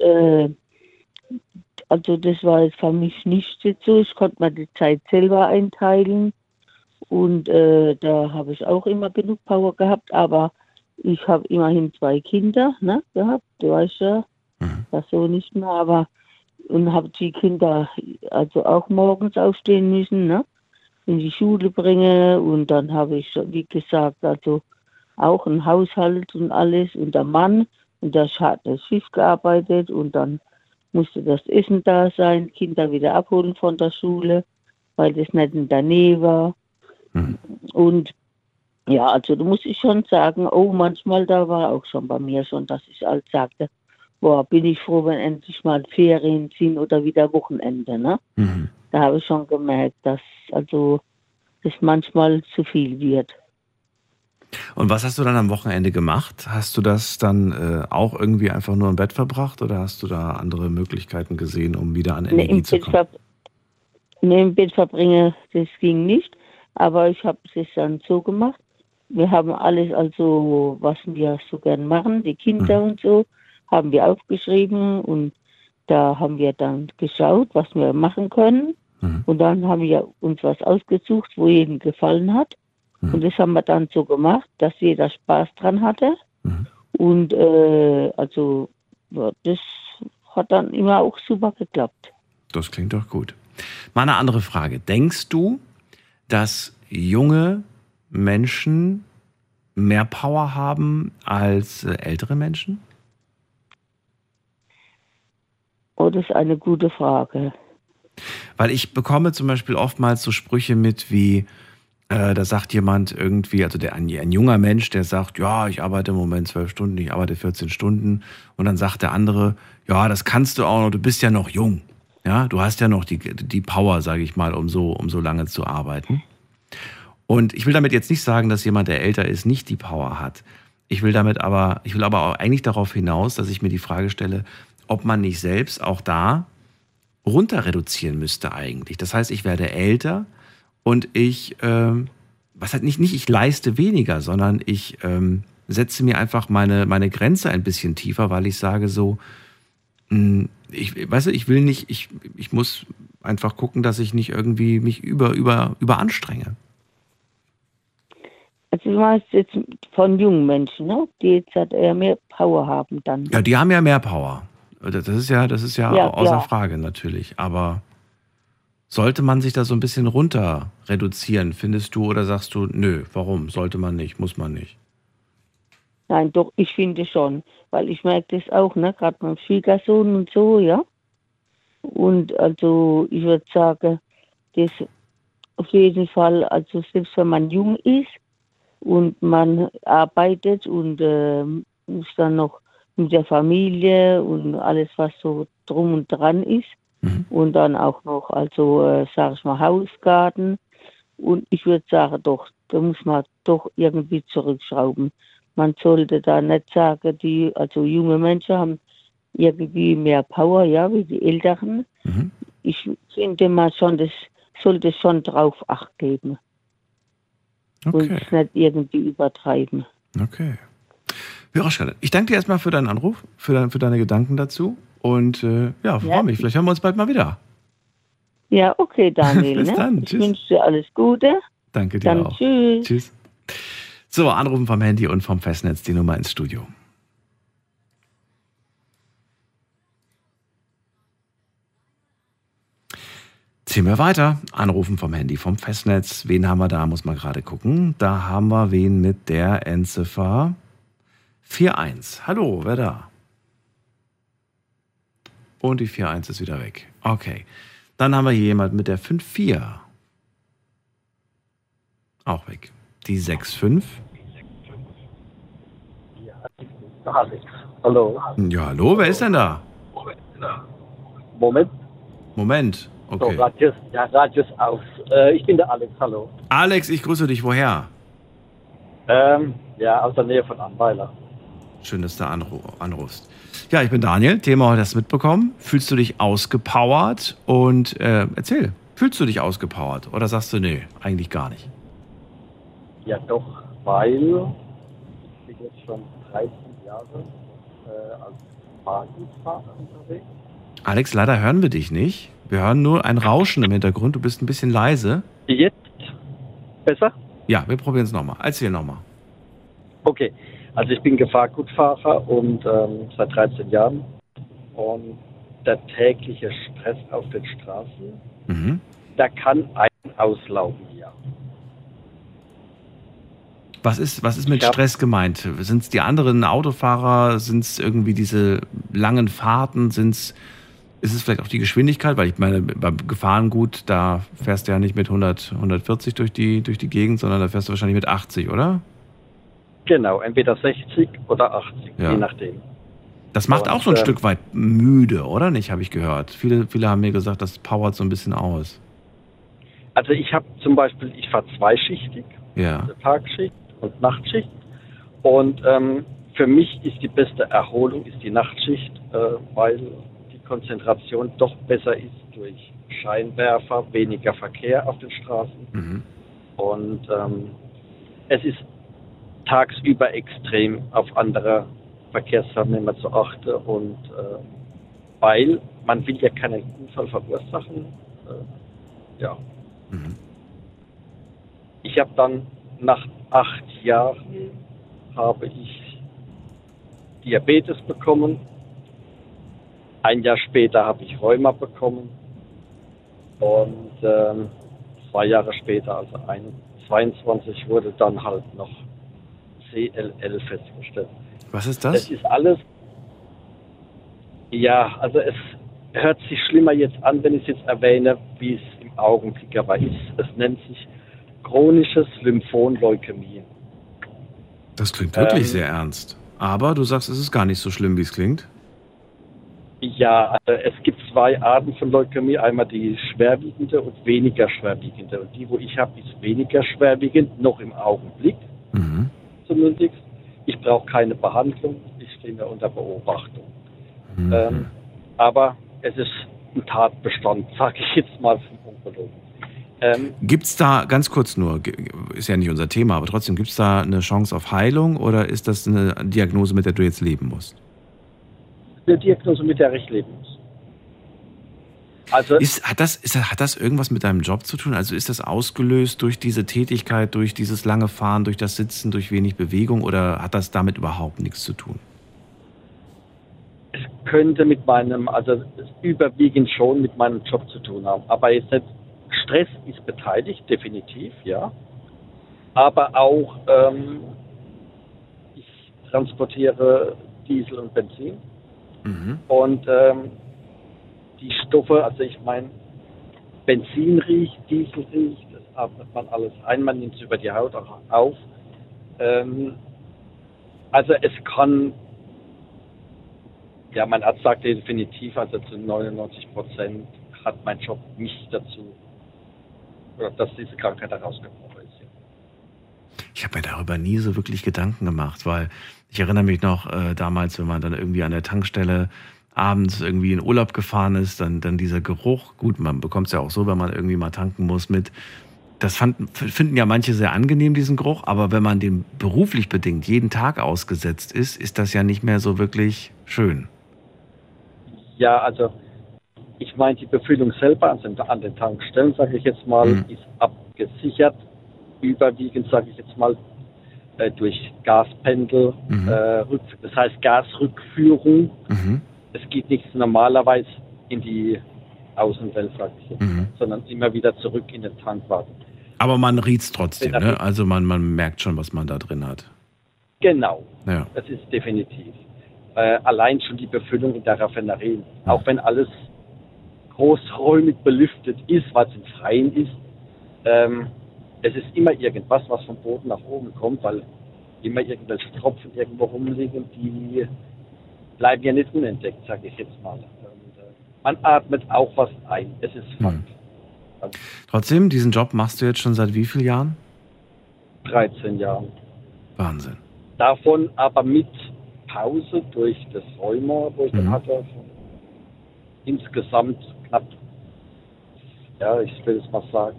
Speaker 7: also das war jetzt für mich nicht so. Ich konnte mir die Zeit selber einteilen und da habe ich auch immer genug Power gehabt, aber ich habe immerhin 2 Kinder, ne, gehabt, du weißt ja, das so nicht mehr, aber und habe die Kinder also auch morgens aufstehen müssen, ne, in die Schule bringen und dann habe ich, wie gesagt, also auch ein Haushalt und alles und der Mann und der hat das Schiff gearbeitet und dann musste das Essen da sein, Kinder wieder abholen von der Schule, weil das nicht in der Nähe war. Und ja, also da muss ich schon sagen, oh, manchmal da war auch schon bei mir schon, dass ich halt sagte, boah, bin ich froh, wenn endlich mal Ferien sind oder wieder Wochenende, ne? Da habe ich schon gemerkt, dass also das manchmal zu viel wird.
Speaker 3: Und was hast du dann am Wochenende gemacht? Hast du das dann auch irgendwie einfach nur im Bett verbracht oder hast du da andere Möglichkeiten gesehen, um wieder an Energie zu kommen?
Speaker 7: Im Bett verbringen, das ging nicht, aber ich habe es dann so gemacht. Wir haben alles, also was wir so gern machen, die Kinder und so, haben wir aufgeschrieben und da haben wir dann geschaut, was wir machen können. Und dann haben wir uns was ausgesucht, wo jedem gefallen hat. Und das haben wir dann so gemacht, dass jeder Spaß dran hatte. Und also ja, das hat dann immer auch super geklappt.
Speaker 3: Das klingt doch gut. Mal eine andere Frage. Denkst du, dass junge Menschen mehr Power haben als ältere Menschen?
Speaker 7: Oh, das ist eine gute Frage.
Speaker 3: Weil ich bekomme zum Beispiel oftmals so Sprüche mit wie, da sagt jemand irgendwie, also ein junger Mensch, der sagt, ja, ich arbeite im Moment 12 Stunden, ich arbeite 14 Stunden. Und dann sagt der andere, ja, das kannst du auch noch, du bist ja noch jung. Ja, du hast ja noch die Power, sage ich mal, um so lange zu arbeiten. Und ich will damit jetzt nicht sagen, dass jemand, der älter ist, nicht die Power hat. Ich will aber auch eigentlich darauf hinaus, dass ich mir die Frage stelle, ob man nicht selbst auch da runter reduzieren müsste eigentlich. Das heißt, ich werde älter und ich leiste weniger, sondern ich setze mir einfach meine Grenze ein bisschen tiefer, weil ich sage so, ich muss einfach gucken, dass ich nicht irgendwie mich überanstrenge.
Speaker 7: Also du meinst jetzt von jungen Menschen, ne? Die jetzt halt eher mehr Power haben dann.
Speaker 3: Ja, die haben ja mehr Power. Das ist ja außer Frage natürlich. Aber sollte man sich da so ein bisschen runter reduzieren, findest du, oder sagst du, nö, warum? Sollte man nicht, muss man nicht?
Speaker 7: Nein, doch, ich finde schon. Weil ich merke das auch, ne? Gerade beim Schwiegersohn und so, ja. Und also ich würde sagen, das auf jeden Fall, also selbst wenn man jung ist und man arbeitet und muss dann noch mit der Familie und alles, was so drum und dran ist. Und dann auch noch, also sage ich mal, Hausgarten. Und ich würde sagen, doch, da muss man doch irgendwie zurückschrauben. Man sollte da nicht sagen, also junge Menschen haben irgendwie mehr Power, ja, wie die Älteren. Ich finde mal schon, das sollte schon drauf Acht geben.
Speaker 3: Okay.
Speaker 7: Und es nicht irgendwie übertreiben.
Speaker 3: Okay. Piroschka, ich danke dir erstmal für deinen Anruf, für deine Gedanken dazu. Und freue mich. Vielleicht hören wir uns bald mal wieder.
Speaker 7: Ja, okay, Daniel.
Speaker 3: Bis dann.
Speaker 7: Ich wünsche dir alles Gute.
Speaker 3: Danke dir
Speaker 7: dann
Speaker 3: auch.
Speaker 7: Tschüss.
Speaker 3: Tschüss. So, anrufen vom Handy und vom Festnetz, die Nummer ins Studio. Ziehen wir weiter. Anrufen vom Handy, vom Festnetz. Wen haben wir da? Muss man gerade gucken. Da haben wir wen mit der Endziffer 41. Hallo, wer da? Und die 41 ist wieder weg. Okay. Dann haben wir hier jemand mit der 54. Auch weg. Die 65.
Speaker 8: Alex. Hallo.
Speaker 3: Ja, hallo, wer ist denn da? Moment. Okay.
Speaker 8: So, Radius aus. Ich bin der Alex, hallo.
Speaker 3: Alex, ich grüße dich. Woher?
Speaker 8: Aus der Nähe von Annweiler.
Speaker 3: Schön, dass du anrufst. Ja, ich bin Daniel. Thema heute hast du mitbekommen. Fühlst du dich ausgepowert? Und erzähl, fühlst du dich ausgepowert? Oder sagst du, nee, eigentlich gar nicht?
Speaker 8: Ja, doch, weil ich bin jetzt schon 13 Jahre als Fahrradfahrer unterwegs.
Speaker 3: Alex, leider hören wir dich nicht. Wir hören nur ein Rauschen im Hintergrund. Du bist ein bisschen leise.
Speaker 8: Jetzt? Besser?
Speaker 3: Ja, wir probieren es nochmal. Erzähl nochmal.
Speaker 8: Okay, also ich bin Gefahrgutfahrer und seit 13 Jahren. Und der tägliche Stress auf den Straßen, der kann einen auslaugen, ja.
Speaker 3: Was ist mit Stress gemeint? Sind es die anderen Autofahrer? Sind es irgendwie diese langen Fahrten? Ist es vielleicht auch die Geschwindigkeit? Weil ich meine, beim Gefahrengut, da fährst du ja nicht mit 140 durch die Gegend, sondern da fährst du wahrscheinlich mit 80, oder?
Speaker 8: Genau, entweder 60 oder 80,
Speaker 3: ja.
Speaker 8: Je nachdem.
Speaker 3: Das macht auch so ein Stück weit müde, oder nicht, habe ich gehört. Viele haben mir gesagt, das powert so ein bisschen aus.
Speaker 8: Also ich habe zum Beispiel, ich fahre zweischichtig, Tagschicht und Nachtschicht. Und für mich ist die beste Erholung ist die Nachtschicht, weil die Konzentration doch besser ist durch Scheinwerfer, weniger Verkehr auf den Straßen. Und es ist tagsüber extrem auf andere Verkehrsteilnehmer zu achten und weil man will ja keinen Unfall verursachen. Ich habe dann nach 8 Jahren habe ich Diabetes bekommen. 1 Jahr später habe ich Rheuma bekommen. Und 2 Jahre später, also 22, wurde dann halt noch CLL festgestellt.
Speaker 3: Was ist das?
Speaker 8: Das ist alles, ja, also es hört sich schlimmer jetzt an, wenn ich es jetzt erwähne, wie es im Augenblick aber ist. Es nennt sich chronisches Lymphomleukämie.
Speaker 3: Das klingt wirklich sehr ernst. Aber du sagst, es ist gar nicht so schlimm, wie es klingt.
Speaker 8: Ja, also es gibt 2 Arten von Leukämie. Einmal die schwerwiegende und weniger schwerwiegende. Und die, wo ich habe, ist weniger schwerwiegend, noch im Augenblick. Zumindest. Ich brauche keine Behandlung. Ich stehe mir unter Beobachtung. Aber es ist ein Tatbestand, sage ich jetzt mal vom Onkologen.
Speaker 3: Gibt es da, ganz kurz nur, ist ja nicht unser Thema, aber trotzdem, gibt es da eine Chance auf Heilung oder ist das eine Diagnose, mit der du jetzt leben musst?
Speaker 8: Eine Diagnose, mit der ich leben muss. Also
Speaker 3: hat das irgendwas mit deinem Job zu tun? Also ist das ausgelöst durch diese Tätigkeit, durch dieses lange Fahren, durch das Sitzen, durch wenig Bewegung oder hat das damit überhaupt nichts zu tun?
Speaker 8: Es könnte mit meinem, also überwiegend schon mit meinem Job zu tun haben. Aber jetzt nicht, Stress ist beteiligt, definitiv, ja. Aber auch, ich transportiere Diesel und Benzin. Und die Stoffe, also ich meine, Benzin riecht, Diesel riecht, das atmet man alles ein, man nimmt es über die Haut auch auf. Also es kann, ja, mein Arzt sagt definitiv, also zu 99% hat mein Job mich dazu, oder dass diese Krankheit herausgebrochen ist. Ja.
Speaker 3: Ich habe mir darüber nie so wirklich Gedanken gemacht, weil ich erinnere mich noch damals, wenn man dann irgendwie an der Tankstelle abends irgendwie in Urlaub gefahren ist, dann dieser Geruch, gut, man bekommt es ja auch so, wenn man irgendwie mal tanken muss mit, das finden ja manche sehr angenehm, diesen Geruch, aber wenn man dem beruflich bedingt jeden Tag ausgesetzt ist, ist das ja nicht mehr so wirklich schön.
Speaker 8: Ja, also ich meine, die Befüllung selber an den Tankstellen, sage ich jetzt mal, ist abgesichert, überwiegend, sage ich jetzt mal, durch Gaspendel, das heißt Gasrückführung. Es geht nicht normalerweise in die Außenwelt, sage ich jetzt, sondern immer wieder zurück in den Tankwagen.
Speaker 3: Aber man riecht's trotzdem, ne? Also man merkt schon, was man da drin hat.
Speaker 8: Genau,
Speaker 3: ja.
Speaker 8: Das ist definitiv. Allein schon die Befüllung in der Raffinerie, auch wenn alles großräumig belüftet ist, was im Freien ist, es ist immer irgendwas, was vom Boden nach oben kommt, weil immer irgendwelche Tropfen irgendwo rumliegen, die bleiben ja nicht unentdeckt, sage ich jetzt mal. Und, man atmet auch was ein, es ist Fakt.
Speaker 3: Trotzdem, diesen Job machst du jetzt schon seit wie vielen Jahren?
Speaker 8: 13 Jahren.
Speaker 3: Wahnsinn.
Speaker 8: Davon aber mit Pause durch das Rheuma, wo ich dann hatte, insgesamt knapp, ja, ich will es mal sagen,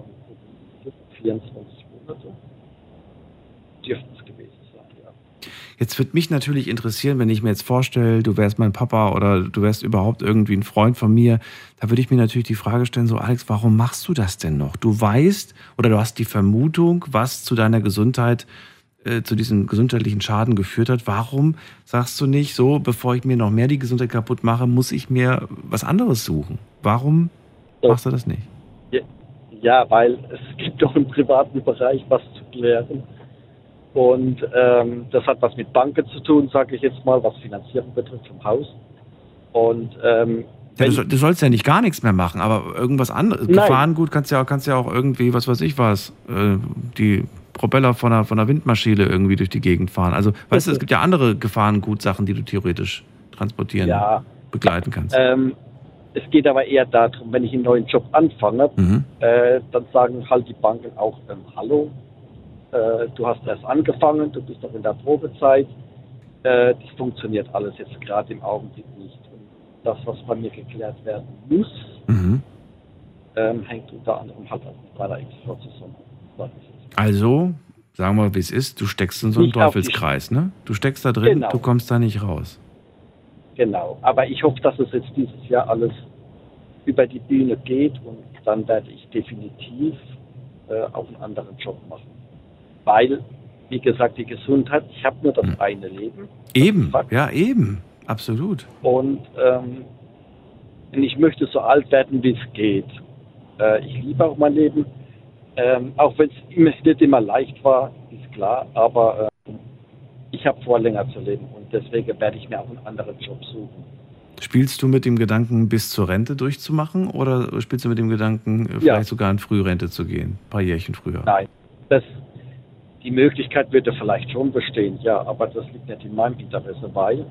Speaker 8: 24 Monate dürften es gewesen sein, ja.
Speaker 3: Jetzt würde mich natürlich interessieren, wenn ich mir jetzt vorstelle, du wärst mein Papa oder du wärst überhaupt irgendwie ein Freund von mir, da würde ich mir natürlich die Frage stellen, so Alex, warum machst du das denn noch? Du weißt oder du hast die Vermutung, was zu deiner Gesundheit, zu diesem gesundheitlichen Schaden geführt hat. Warum sagst du nicht so, bevor ich mir noch mehr die Gesundheit kaputt mache, muss ich mir was anderes suchen? Warum machst du das nicht?
Speaker 8: Ja, weil es gibt doch im privaten Bereich was zu klären. Und das hat was mit Banken zu tun, sage ich jetzt mal, was Finanzierung betrifft vom Haus. Und
Speaker 3: du sollst ja nicht gar nichts mehr machen, aber irgendwas anderes. Gefahrengut kannst ja auch irgendwie, was weiß ich was, die Propeller von einer Windmaschine irgendwie durch die Gegend fahren. Also, weißt du, es gibt ja andere Gefahrengutsachen, die du theoretisch transportieren, begleiten kannst.
Speaker 8: Es geht aber eher darum, wenn ich einen neuen Job anfange, dann sagen halt die Banken auch, hallo, du hast erst angefangen, du bist doch in der Probezeit. Das funktioniert alles jetzt gerade im Augenblick nicht. Und das, was bei mir geklärt werden muss, hängt unter anderem halt auch mit meiner Ex-Frau zusammen.
Speaker 3: Also, sagen wir, wie es ist, du steckst in so einem Teufelskreis, ne? Du steckst da drin, du kommst da nicht raus.
Speaker 8: Genau, aber ich hoffe, dass es jetzt dieses Jahr alles über die Bühne geht und dann werde ich definitiv auch einen anderen Job machen. Weil, wie gesagt, die Gesundheit, ich habe nur das eine Leben.
Speaker 3: Eben, ja, eben, absolut.
Speaker 8: Und ich möchte so alt werden, wie es geht. Ich liebe auch mein Leben, auch wenn es nicht immer leicht war, ist klar, aber ich habe vor, länger zu leben und deswegen werde ich mir auch einen anderen Job suchen.
Speaker 3: Spielst du mit dem Gedanken, bis zur Rente durchzumachen oder spielst du mit dem Gedanken, vielleicht sogar in Frührente zu gehen, ein paar Jährchen früher?
Speaker 8: Nein, die Möglichkeit würde vielleicht schon bestehen, ja, aber das liegt nicht in meinem Interesse, weil?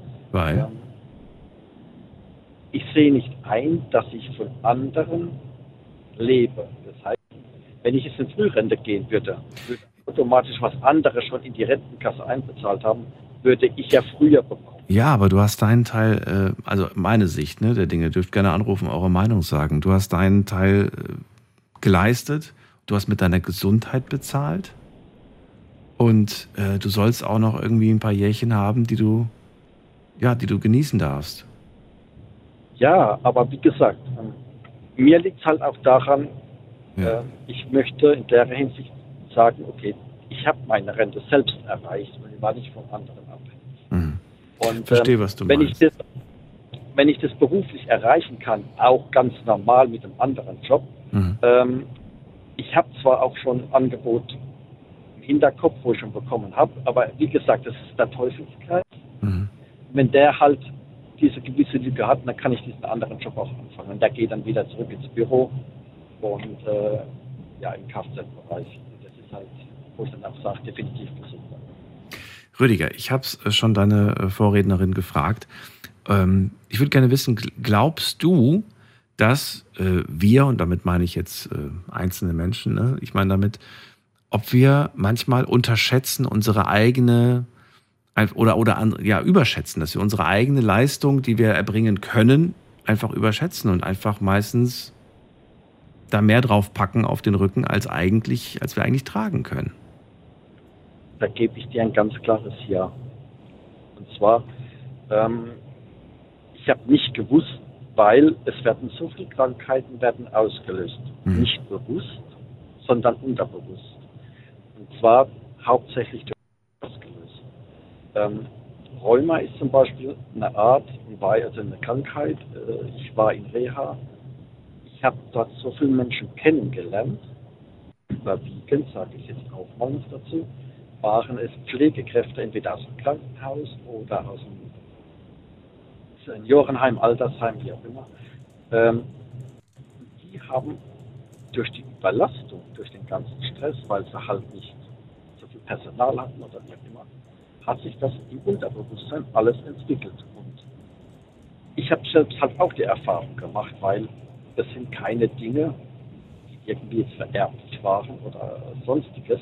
Speaker 8: Ich sehe nicht ein, dass ich von anderen lebe. Das heißt, wenn ich jetzt in Frührente gehen würde automatisch was anderes schon in die Rentenkasse einbezahlt haben, würde ich ja früher bekommen.
Speaker 3: Ja, aber du hast deinen Teil, also meine Sicht der Dinge, dürft gerne anrufen, eure Meinung sagen. Du hast deinen Teil geleistet, du hast mit deiner Gesundheit bezahlt und du sollst auch noch irgendwie ein paar Jährchen haben, die du genießen darfst.
Speaker 8: Ja, aber wie gesagt, mir liegt es halt auch daran, ich möchte in der Hinsicht sagen, okay, ich habe meine Rente selbst erreicht und ich war nicht von anderen abhängig.
Speaker 3: Mhm.
Speaker 8: Und
Speaker 3: verstehe, was du meinst.
Speaker 8: Wenn ich das beruflich erreichen kann, auch ganz normal mit einem anderen Job, ich habe zwar auch schon ein Angebot im Hinterkopf, wo ich schon bekommen habe, aber wie gesagt, das ist der Teufelskreis. Mhm. Wenn der halt diese gewisse Lücke hat, dann kann ich diesen anderen Job auch anfangen. Und der geht dann wieder zurück ins Büro und im Kfz-Bereich. Das ist halt, wo ich dann auch sage, definitiv gesund.
Speaker 3: Rüdiger, ich habe es schon deine Vorrednerin gefragt. Ich würde gerne wissen, glaubst du, dass wir, und damit meine ich jetzt einzelne Menschen, ich meine damit, ob wir manchmal unterschätzen unsere eigene überschätzen, dass wir unsere eigene Leistung, die wir erbringen können, einfach überschätzen und einfach meistens da mehr drauf packen auf den Rücken, als wir eigentlich tragen können.
Speaker 8: Da gebe ich dir ein ganz klares Ja. Und zwar, ich habe nicht gewusst, weil es werden so viele Krankheiten ausgelöst. Nicht bewusst, sondern unterbewusst. Und zwar hauptsächlich durch ausgelöst. Rheuma ist zum Beispiel eine Art, also eine Krankheit. Ich war in Reha. Ich habe dort so viele Menschen kennengelernt. Überwiegend, sage ich jetzt auch mal noch dazu, waren es Pflegekräfte, entweder aus dem Krankenhaus oder aus dem Seniorenheim, Altersheim, wie auch immer. Die haben durch die Überlastung, durch den ganzen Stress, weil sie halt nicht so viel Personal hatten oder wie auch immer, hat sich das im Unterbewusstsein alles entwickelt. Und ich habe selbst halt auch die Erfahrung gemacht, weil das sind keine Dinge, die irgendwie jetzt vererblich waren oder sonstiges.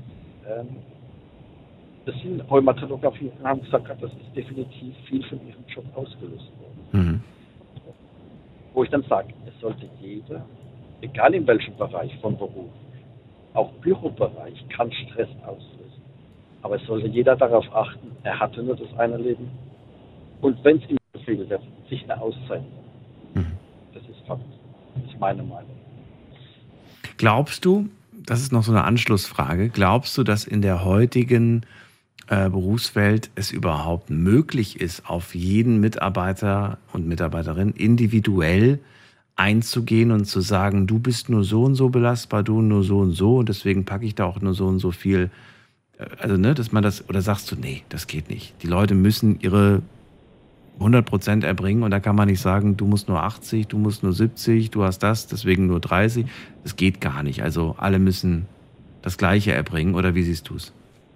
Speaker 8: Das sind Rheumatologen haben gesagt, das ist definitiv viel von ihrem Job ausgelöst worden. Mhm. Wo ich dann sage, es sollte jeder, egal in welchem Bereich vom Beruf, auch Bürobereich, kann Stress auslösen. Aber es sollte jeder darauf achten, er hatte nur das eine Leben. Und wenn es ihm zu viel wird, sich eine Auszeit nehmen. Mhm. Das ist Fakt. Das ist meine Meinung.
Speaker 3: Glaubst du, das ist noch so eine Anschlussfrage, glaubst du, dass in der heutigen Berufswelt es überhaupt möglich ist, auf jeden Mitarbeiter und Mitarbeiterin individuell einzugehen und zu sagen, du bist nur so und so belastbar, du nur so und deswegen packe ich da auch nur so und so viel. Also, dass man das, oder sagst du, nee, das geht nicht. Die Leute müssen ihre 100% erbringen und da kann man nicht sagen, du musst nur 80, du musst nur 70, du hast das, deswegen nur 30. Das geht gar nicht. Also alle müssen das Gleiche erbringen, oder wie siehst du es?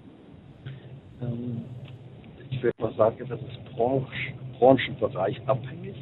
Speaker 8: Ich würde mal sagen, das ist branchenbereich abhängig.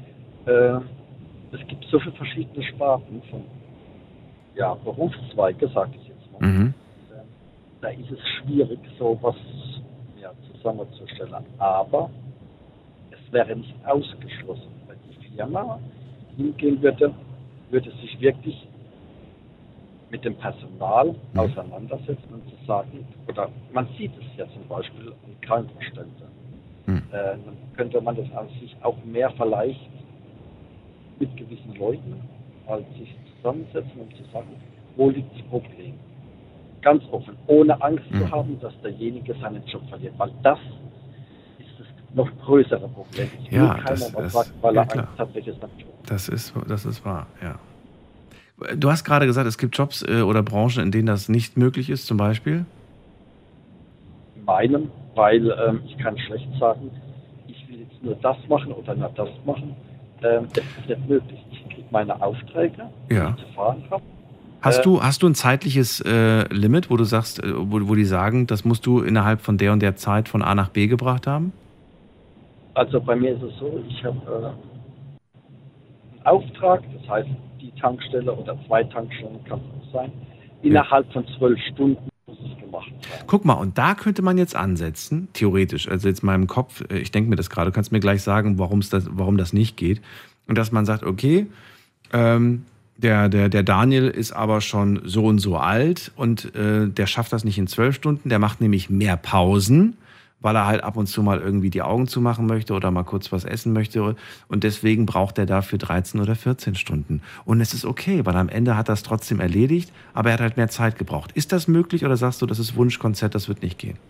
Speaker 8: Es gibt so viele verschiedene Sparten von Berufszweige, sage ich jetzt mal. Mhm. Da ist es schwierig, sowas zusammenzustellen. Aber es wäre nicht ausgeschlossen, weil die Firma hingehen würde sich wirklich mit dem Personal auseinandersetzen und zu sagen, oder man sieht es ja zum Beispiel an Krankenständen, dann könnte man das an sich auch mehr vielleicht mit gewissen Leuten sich zusammensetzen und zu sagen, wo liegt das Problem? ganz offen, ohne Angst zu haben, dass derjenige seinen Job verliert, weil das ist das noch größere Problem. Ich will keiner was sagen, weil er Angst hat, welches sein Job. Das ist wahr, ja.
Speaker 3: Du hast gerade gesagt, es gibt Jobs oder Branchen, in denen das nicht möglich ist, zum Beispiel?
Speaker 8: In meinem, weil ich kann schlecht sagen, ich will jetzt nur das machen oder nur das machen. Das ist nicht möglich. Ich kriege meine Aufträge, die ich zu fahren habe.
Speaker 3: Hast du ein zeitliches Limit, wo du sagst, wo die sagen, das musst du innerhalb von der und der Zeit von A nach B gebracht haben?
Speaker 8: Also bei mir ist es so, ich habe einen Auftrag, das heißt die Tankstelle oder 2 Tankstellen kann es sein, innerhalb von 12 Stunden muss es gemacht werden.
Speaker 3: Guck mal, und da könnte man jetzt ansetzen, theoretisch, also jetzt in meinem Kopf, ich denke mir das gerade, du kannst mir gleich sagen, warum das nicht geht. Und dass man sagt, okay, der Daniel ist aber schon so und so alt und der schafft das nicht in 12 Stunden, der macht nämlich mehr Pausen, weil er halt ab und zu mal irgendwie die Augen zumachen möchte oder mal kurz was essen möchte und deswegen braucht er dafür 13 oder 14 Stunden. Und es ist okay, weil am Ende hat er es trotzdem erledigt, aber er hat halt mehr Zeit gebraucht. Ist das möglich oder sagst du, das ist Wunschkonzert, das wird nicht gehen?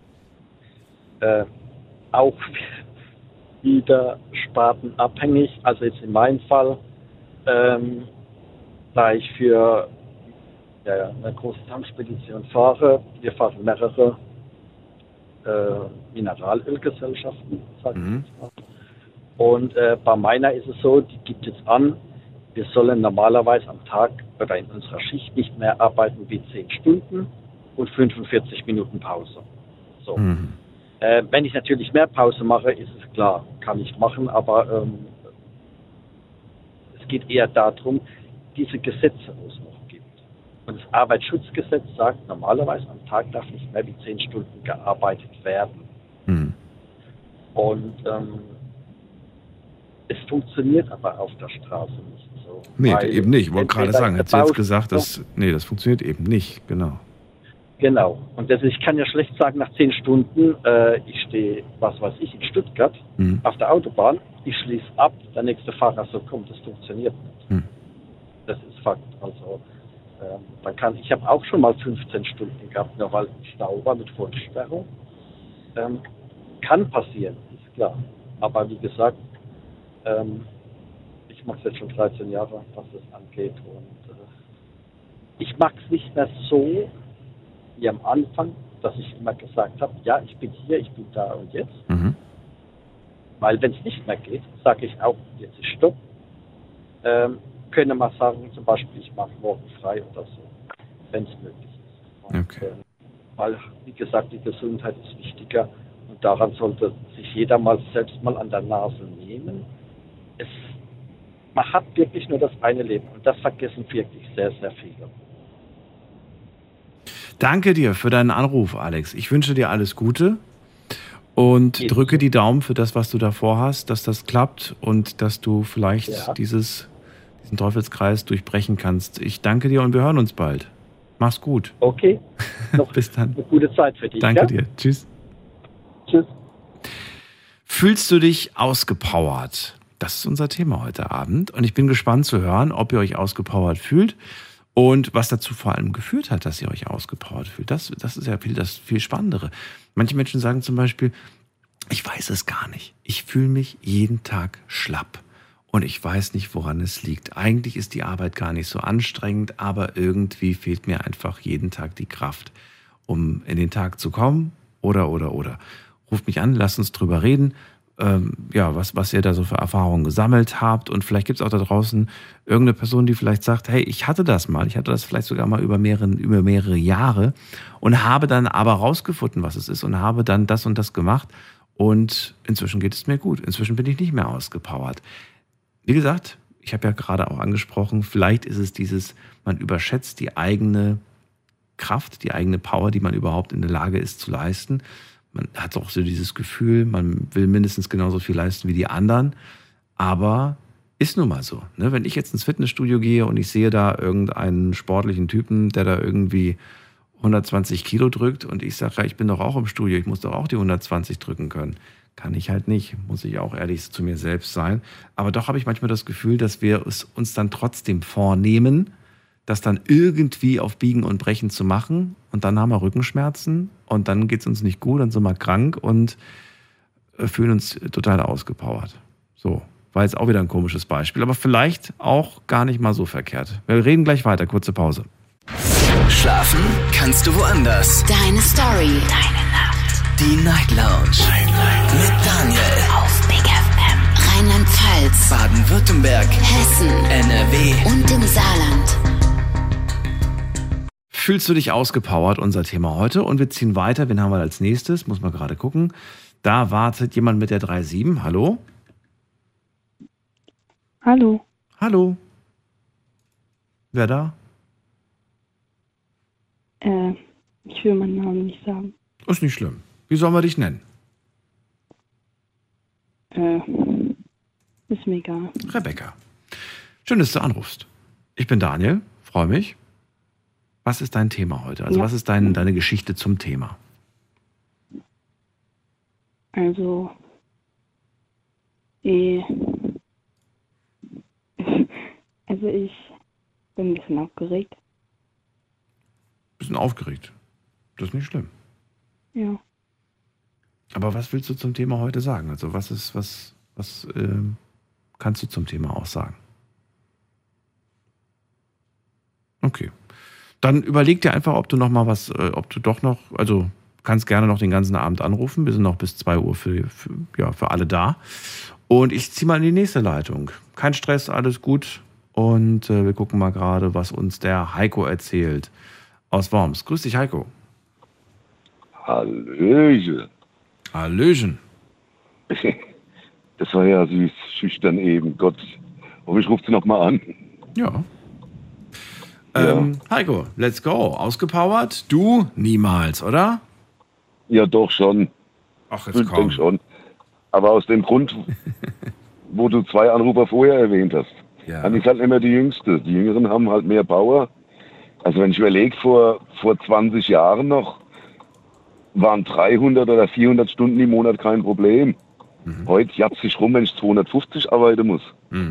Speaker 8: Auch wieder spartenabhängig, also jetzt in meinem Fall, da ich für eine große Tankspedition fahre, wir fahren mehrere Mineralölgesellschaften, sage ich jetzt mal. Und bei meiner ist es so, die gibt jetzt an, wir sollen normalerweise am Tag oder in unserer Schicht nicht mehr arbeiten wie 10 Stunden und 45 Minuten Pause. So. Wenn ich natürlich mehr Pause mache, ist es klar, kann ich machen, aber es geht eher darum, diese Gesetze, wo es noch gibt. Und das Arbeitsschutzgesetz sagt, normalerweise am Tag darf nicht mehr wie 10 Stunden gearbeitet werden. Und es funktioniert aber auf der Straße nicht so.
Speaker 3: Nee, eben nicht. Ich wollte gerade sagen, hättest du jetzt gesagt, das funktioniert eben nicht, genau.
Speaker 8: Genau. Und ich kann ja schlecht sagen, nach 10 Stunden, ich stehe, was weiß ich, in Stuttgart auf der Autobahn, ich schließe ab, der nächste Fahrer so kommt, das funktioniert nicht. Das ist Fakt. Also ich habe auch schon mal 15 Stunden gehabt, nur weil ein Stau war mit Vollsperrung. Kann passieren, ist klar. Aber wie gesagt, ich mache es jetzt schon 13 Jahre, was das angeht. Und ich mag es nicht mehr so wie am Anfang, dass ich immer gesagt habe, ja, ich bin hier, ich bin da und jetzt. Weil wenn es nicht mehr geht, sage ich auch, jetzt ist Stopp. Können wir sagen, zum Beispiel, ich mache morgen frei oder so, wenn es möglich ist. Und,
Speaker 3: okay.
Speaker 8: Weil, wie gesagt, die Gesundheit ist wichtiger und daran sollte sich jeder mal selbst mal an der Nase nehmen. Man hat wirklich nur das eine Leben und das vergessen wirklich sehr, sehr viele.
Speaker 3: Danke dir für deinen Anruf, Alex. Ich wünsche dir alles Gute und drücke die Daumen für das, was du davor hast, dass das klappt und dass du vielleicht diesen Teufelskreis durchbrechen kannst. Ich danke dir und wir hören uns bald. Mach's gut.
Speaker 8: Okay. Noch
Speaker 3: bis dann.
Speaker 8: Eine gute Zeit für dich.
Speaker 3: Danke dir. Tschüss.
Speaker 8: Tschüss.
Speaker 3: Fühlst du dich ausgepowert? Das ist unser Thema heute Abend und ich bin gespannt zu hören, ob ihr euch ausgepowert fühlt und was dazu vor allem geführt hat, dass ihr euch ausgepowert fühlt. Das ist ja das viel Spannendere. Manche Menschen sagen zum Beispiel, ich weiß es gar nicht. Ich fühle mich jeden Tag schlapp. Und ich weiß nicht, woran es liegt. Eigentlich ist die Arbeit gar nicht so anstrengend, aber irgendwie fehlt mir einfach jeden Tag die Kraft, um in den Tag zu kommen. Oder. Ruft mich an, lasst uns drüber reden, was ihr da so für Erfahrungen gesammelt habt. Und vielleicht gibt es auch da draußen irgendeine Person, die vielleicht sagt, hey, ich hatte das vielleicht sogar mal über mehrere Jahre und habe dann aber rausgefunden, was es ist und habe dann das und das gemacht. Und inzwischen geht es mir gut. Inzwischen bin ich nicht mehr ausgepowert. Wie gesagt, ich habe ja gerade auch angesprochen, vielleicht ist es dieses, man überschätzt die eigene Kraft, die eigene Power, die man überhaupt in der Lage ist zu leisten. Man hat auch so dieses Gefühl, man will mindestens genauso viel leisten wie die anderen. Aber ist nun mal so. Ne? Wenn ich jetzt ins Fitnessstudio gehe und ich sehe da irgendeinen sportlichen Typen, der da irgendwie 120 Kilo drückt und ich sage, ja, ich bin doch auch im Studio, ich muss doch auch die 120 drücken können. Kann ich halt nicht, muss ich auch ehrlich zu mir selbst sein. Aber doch habe ich manchmal das Gefühl, dass wir es uns dann trotzdem vornehmen, das dann irgendwie auf Biegen und Brechen zu machen und dann haben wir Rückenschmerzen und dann geht es uns nicht gut, dann sind wir krank und fühlen uns total ausgepowert. So, war jetzt auch wieder ein komisches Beispiel, aber vielleicht auch gar nicht mal so verkehrt. Wir reden gleich weiter, kurze Pause.
Speaker 1: Schlafen kannst du woanders.
Speaker 2: Deine Story. Deine Nacht.
Speaker 1: Die Night Lounge. Mit Daniel.
Speaker 2: Auf Big FM. Rheinland-Pfalz.
Speaker 1: Baden-Württemberg.
Speaker 2: Hessen.
Speaker 1: NRW.
Speaker 2: Und im Saarland.
Speaker 3: Fühlst du dich ausgepowert, unser Thema heute. Und wir ziehen weiter. Wen haben wir als nächstes? Muss man gerade gucken. Da wartet jemand mit der 37. Hallo?
Speaker 9: Hallo.
Speaker 3: Hallo. Wer da?
Speaker 9: Ich will meinen Namen nicht sagen.
Speaker 3: Ist nicht schlimm. Wie sollen wir dich nennen?
Speaker 9: Ist mir egal.
Speaker 3: Rebecca. Schön, dass du anrufst. Ich bin Daniel, freue mich. Was ist dein Thema heute? Also was ist deine Geschichte zum Thema?
Speaker 9: Also, ich bin ein bisschen aufgeregt.
Speaker 3: Bisschen aufgeregt. Das ist nicht schlimm.
Speaker 9: Ja.
Speaker 3: Aber was willst du zum Thema heute sagen? Also was kannst du zum Thema auch sagen? Okay. Dann überleg dir einfach, ob du noch mal also kannst gerne noch den ganzen Abend anrufen. Wir sind noch bis 2 Uhr für alle da. Und ich ziehe mal in die nächste Leitung. Kein Stress, alles gut. Und wir gucken mal gerade, was uns der Heiko erzählt aus Worms. Grüß dich, Heiko.
Speaker 10: Hallöchen.
Speaker 3: Hallöchen.
Speaker 10: Das war ja süß, schüchtern eben. Gott, ich rufe sie noch mal an.
Speaker 3: Ja. Heiko, let's go. Ausgepowert? Du? Niemals, oder?
Speaker 10: Ja, doch schon.
Speaker 3: Ach, jetzt komm.
Speaker 10: Schon. Aber aus dem Grund, wo du 2 Anrufer vorher erwähnt hast.
Speaker 3: Ja.
Speaker 10: Dann ist halt immer die Jüngste. Die Jüngeren haben halt mehr Power. Also wenn ich überlege, vor 20 Jahren noch, waren 300 oder 400 Stunden im Monat kein Problem. Heute jappt sich rum, wenn ich 250 arbeiten muss.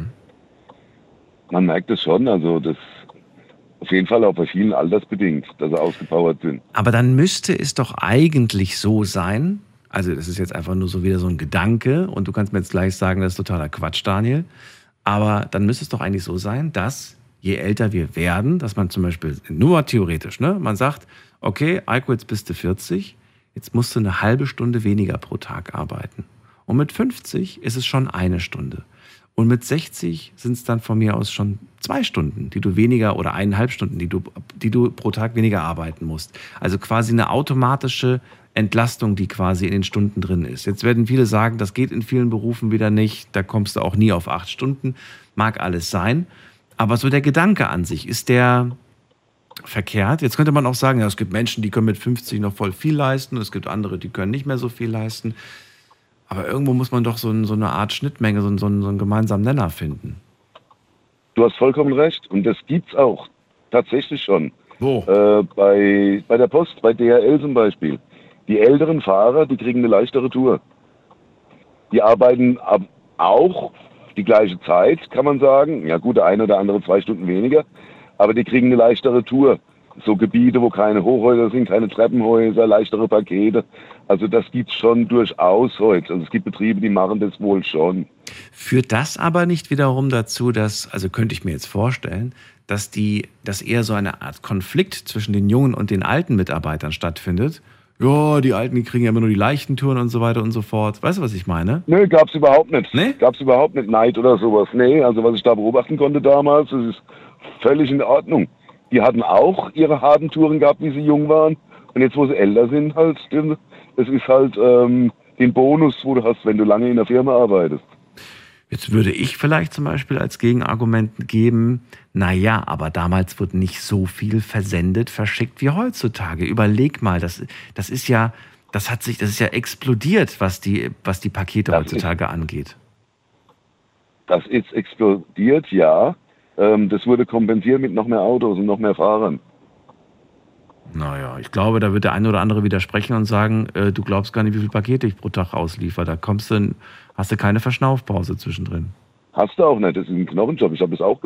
Speaker 10: Man merkt es schon, also das auf jeden Fall auch bei vielen altersbedingt, dass sie ausgepowert sind.
Speaker 3: Aber dann müsste es doch eigentlich so sein, also das ist jetzt einfach nur so wieder so ein Gedanke und du kannst mir jetzt gleich sagen, das ist totaler Quatsch, Daniel, aber dann müsste es doch eigentlich so sein, dass je älter wir werden, dass man zum Beispiel, nur mal theoretisch, ne, man sagt, okay, Eiko, jetzt bist du 40, jetzt musst du eine halbe Stunde weniger pro Tag arbeiten. Und mit 50 ist es schon 1 Stunde. Und mit 60 sind es dann von mir aus schon 2 Stunden, die du weniger oder 1,5 Stunden, die du pro Tag weniger arbeiten musst. Also quasi eine automatische Entlastung, die quasi in den Stunden drin ist. Jetzt werden viele sagen, das geht in vielen Berufen wieder nicht, da kommst du auch nie auf 8 Stunden. Mag alles sein. Aber so der Gedanke an sich, ist der verkehrt? Jetzt könnte man auch sagen, ja, es gibt Menschen, die können mit 50 noch voll viel leisten, es gibt andere, die können nicht mehr so viel leisten. Aber irgendwo muss man doch so eine Art Schnittmenge, so einen gemeinsamen Nenner finden.
Speaker 10: Du hast vollkommen recht. Und das gibt's auch tatsächlich schon.
Speaker 3: Wo?
Speaker 10: Bei der Post, bei DHL zum Beispiel. Die älteren Fahrer, die kriegen eine leichtere Tour. Die arbeiten auch die gleiche Zeit, kann man sagen. Ja gut, der eine oder andere 2 Stunden weniger. Aber die kriegen eine leichtere Tour. So Gebiete, wo keine Hochhäuser sind, keine Treppenhäuser, leichtere Pakete. Also das gibt's schon durchaus heute. Also es gibt Betriebe, die machen das wohl schon.
Speaker 3: Führt das aber nicht wiederum dazu, dass, also könnte ich mir jetzt vorstellen, dass eher so eine Art Konflikt zwischen den jungen und den alten Mitarbeitern stattfindet? Ja, die Alten, die kriegen ja immer nur die leichten Touren und so weiter und so fort. Weißt du, was ich meine?
Speaker 10: Nö, gab's überhaupt nicht.
Speaker 3: Nee?
Speaker 10: Gab's überhaupt nicht Neid oder sowas. Nee, also was ich da beobachten konnte damals, das ist völlig in Ordnung. Die hatten auch ihre harten Touren gehabt, wie sie jung waren. Und jetzt, wo sie älter sind, halt, das ist halt den Bonus, wo du hast, wenn du lange in der Firma arbeitest.
Speaker 3: Jetzt würde ich vielleicht zum Beispiel als Gegenargument geben, naja, aber damals wurde nicht so viel versendet, verschickt wie heutzutage. Überleg mal, das ist ja explodiert, was die Pakete heutzutage angeht.
Speaker 10: Das ist explodiert, ja. Das wurde kompensiert mit noch mehr Autos und noch mehr Fahrern.
Speaker 3: Naja, ich glaube, da wird der eine oder andere widersprechen und sagen, du glaubst gar nicht, wie viele Pakete ich pro Tag ausliefer. Da hast du keine Verschnaufpause zwischendrin.
Speaker 10: Hast du auch nicht, das ist ein Knochenjob, ich habe das auch gemacht.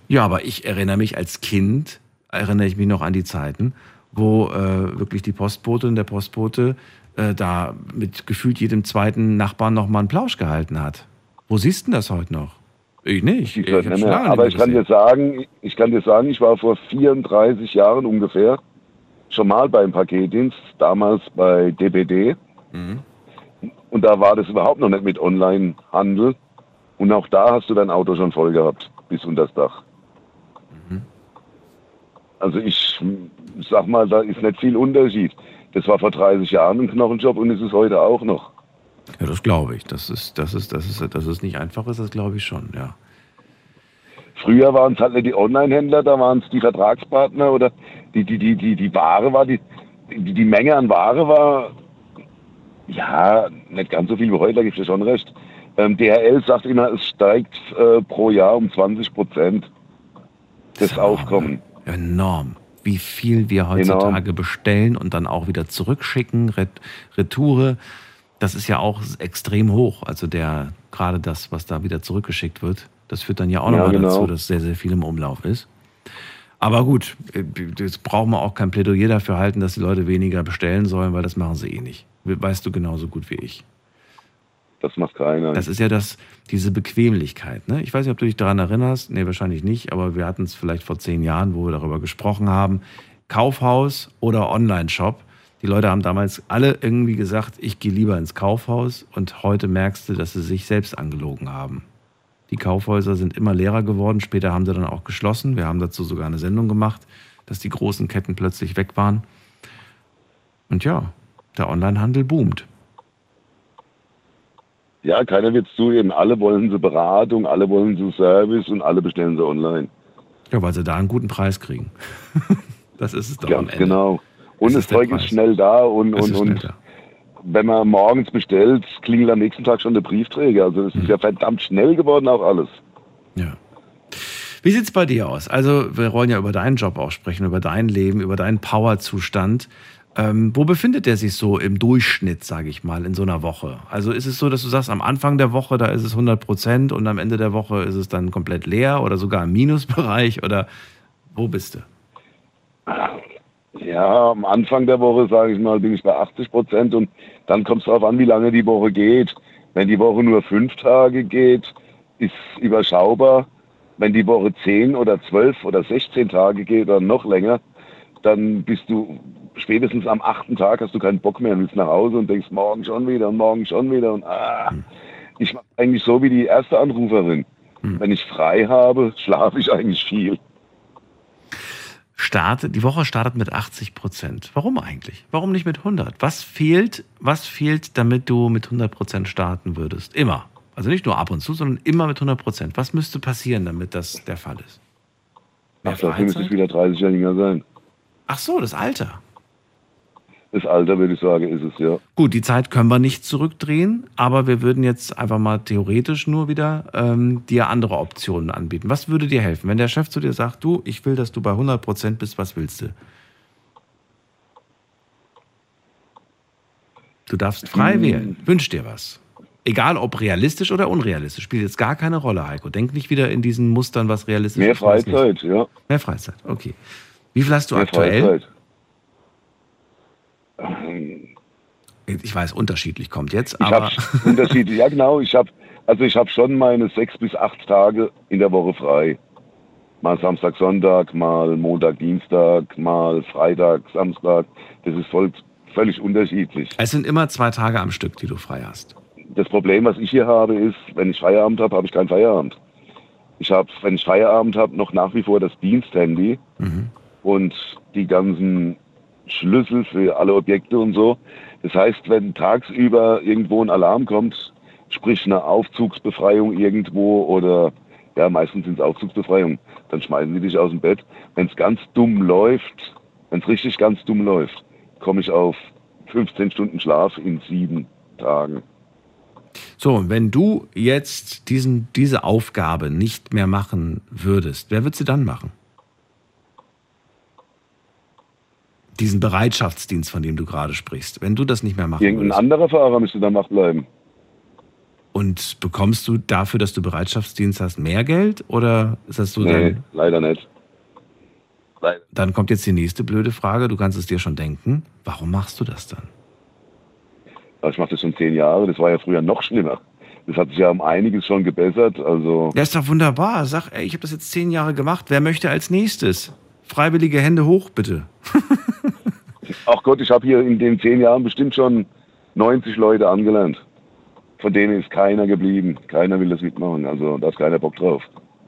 Speaker 3: Ja, aber ich erinnere mich als Kind, noch an die Zeiten, wo wirklich die Postbotin, der Postbote da mit gefühlt jedem zweiten Nachbarn noch mal einen Plausch gehalten hat. Wo siehst du denn das heute noch? Ich nicht.
Speaker 10: Aber ich kann dir sagen, ich war vor 34 Jahren ungefähr schon mal beim Paketdienst, damals bei DPD. Mhm. Und da war das überhaupt noch nicht mit Online-Handel. Und auch da hast du dein Auto schon voll gehabt, bis unter das Dach. Mhm. Also ich sag mal, da ist nicht viel Unterschied. Das war vor 30 Jahren ein Knochenjob und ist es heute auch noch.
Speaker 3: Ja, das glaube ich. Dass es nicht einfach ist, das glaube ich schon, ja.
Speaker 10: Früher waren es halt nicht die Online-Händler, da waren es die Vertragspartner oder die Ware war, die Menge an Ware war, ja, nicht ganz so viel wie heute, da gibt es ja schon recht. DHL sagt immer, es steigt pro Jahr um 20% das Aufkommen.
Speaker 3: Enorm. Wie viel wir heutzutage bestellen und dann auch wieder zurückschicken, Retoure, das ist ja auch extrem hoch. Also gerade das, was da wieder zurückgeschickt wird, das führt dann ja auch nochmal dazu, dass sehr, sehr viel im Umlauf ist. Aber gut, jetzt brauchen wir auch kein Plädoyer dafür halten, dass die Leute weniger bestellen sollen, weil das machen sie eh nicht. Weißt du genauso gut wie ich.
Speaker 10: Das macht keiner.
Speaker 3: Das ist ja diese Bequemlichkeit. Ne? Ich weiß nicht, ob du dich daran erinnerst. Nee, wahrscheinlich nicht. Aber wir hatten es vielleicht vor 10 Jahren, wo wir darüber gesprochen haben. Kaufhaus oder Online-Shop. Die Leute haben damals alle irgendwie gesagt, ich gehe lieber ins Kaufhaus. Und heute merkst du, dass sie sich selbst angelogen haben. Die Kaufhäuser sind immer leerer geworden. Später haben sie dann auch geschlossen. Wir haben dazu sogar eine Sendung gemacht, dass die großen Ketten plötzlich weg waren. Und ja, der Onlinehandel boomt.
Speaker 10: Ja, keiner wird es zugeben. Alle wollen sie Beratung, alle wollen sie Service und alle bestellen sie online.
Speaker 3: Ja, weil sie da einen guten Preis kriegen. Das ist es doch am Ende.
Speaker 10: Genau. Und das Zeug ist schnell da und wenn man morgens bestellt, klingelt am nächsten Tag schon der Briefträger. Also es ist ja verdammt schnell geworden auch alles.
Speaker 3: Ja. Wie sieht es bei dir aus? Also wir wollen ja über deinen Job auch sprechen, über dein Leben, über deinen Powerzustand. Wo befindet der sich so im Durchschnitt, sage ich mal, in so einer Woche? Also ist es so, dass du sagst, am Anfang der Woche, da ist es 100% und am Ende der Woche ist es dann komplett leer oder sogar im Minusbereich oder wo bist du?
Speaker 10: Ja, am Anfang der Woche, sage ich mal, bin ich bei 80% und dann kommt es darauf an, wie lange die Woche geht. Wenn die Woche nur 5 Tage geht, ist überschaubar. Wenn die Woche 10 oder 12 oder 16 Tage geht oder noch länger, dann bist du spätestens am 8. Tag hast du keinen Bock mehr und willst nach Hause und denkst, morgen schon wieder und morgen schon wieder. Und ich mache eigentlich so wie die erste Anruferin. Wenn ich frei habe, schlafe ich eigentlich viel.
Speaker 3: Die Woche startet mit 80%. Warum eigentlich? Warum nicht mit 100? Was fehlt, damit du mit 100% starten würdest? Immer. Also nicht nur ab und zu, sondern immer mit 100%. Was müsste passieren, damit das der Fall ist?
Speaker 10: Dafür müsste es wieder 30 Jahre länger sein.
Speaker 3: Ach so, das Alter.
Speaker 10: Das Alter, würde ich sagen, ist es, ja.
Speaker 3: Gut, die Zeit können wir nicht zurückdrehen, aber wir würden jetzt einfach mal theoretisch nur wieder dir andere Optionen anbieten. Was würde dir helfen, wenn der Chef zu dir sagt, du, ich will, dass du bei 100% bist, was willst du? Du darfst frei wählen. Wünsch dir was. Egal, ob realistisch oder unrealistisch. Spielt jetzt gar keine Rolle, Heiko. Denk nicht wieder in diesen Mustern, was realistisch ist.
Speaker 10: Mehr Freizeit, ja.
Speaker 3: Mehr Freizeit, okay. Wie viel hast du aktuell?
Speaker 10: Freizeit.
Speaker 3: Ich weiß, unterschiedlich kommt jetzt,
Speaker 10: aber... Unterschiedlich, ja genau. Ich habe schon meine 6 bis 8 Tage in der Woche frei. Mal Samstag, Sonntag, mal Montag, Dienstag, mal Freitag, Samstag. Das ist völlig unterschiedlich.
Speaker 3: Es sind immer 2 Tage am Stück, die du frei hast.
Speaker 10: Das Problem, was ich hier habe, ist, wenn ich Feierabend habe, habe ich keinen Feierabend. Ich habe, wenn ich Feierabend habe, noch nach wie vor das Diensthandy und die ganzen Schlüssel für alle Objekte und so. Das heißt, wenn tagsüber irgendwo ein Alarm kommt, sprich eine Aufzugsbefreiung irgendwo oder, ja, meistens sind es Aufzugsbefreiungen, dann schmeißen sie dich aus dem Bett. Wenn es ganz dumm läuft, wenn es richtig ganz dumm läuft, komme ich auf 15 Stunden Schlaf in 7 Tagen.
Speaker 3: So, und wenn du jetzt diese Aufgabe nicht mehr machen würdest, wer wird sie dann machen? Diesen Bereitschaftsdienst, von dem du gerade sprichst, wenn du das nicht mehr machen
Speaker 10: würdest. Irgendein anderer Fahrer müsste dann wach bleiben.
Speaker 3: Und bekommst du dafür, dass du Bereitschaftsdienst hast, mehr Geld? Oder ist das so?
Speaker 10: Nee, leider nicht.
Speaker 3: Dann kommt jetzt die nächste blöde Frage. Du kannst es dir schon denken. Warum machst du das dann?
Speaker 10: Ich mache das schon 10 Jahre. Das war ja früher noch schlimmer. Das hat sich ja um einiges schon gebessert. Also
Speaker 3: Ja, ist doch wunderbar. Sag, ey, ich habe das jetzt 10 Jahre gemacht. Wer möchte als nächstes? Freiwillige Hände hoch, bitte.
Speaker 10: Ach Gott, ich habe hier in den 10 Jahren bestimmt schon 90 Leute angelernt. Von denen ist keiner geblieben. Keiner will das mitmachen. Also da ist keiner Bock drauf.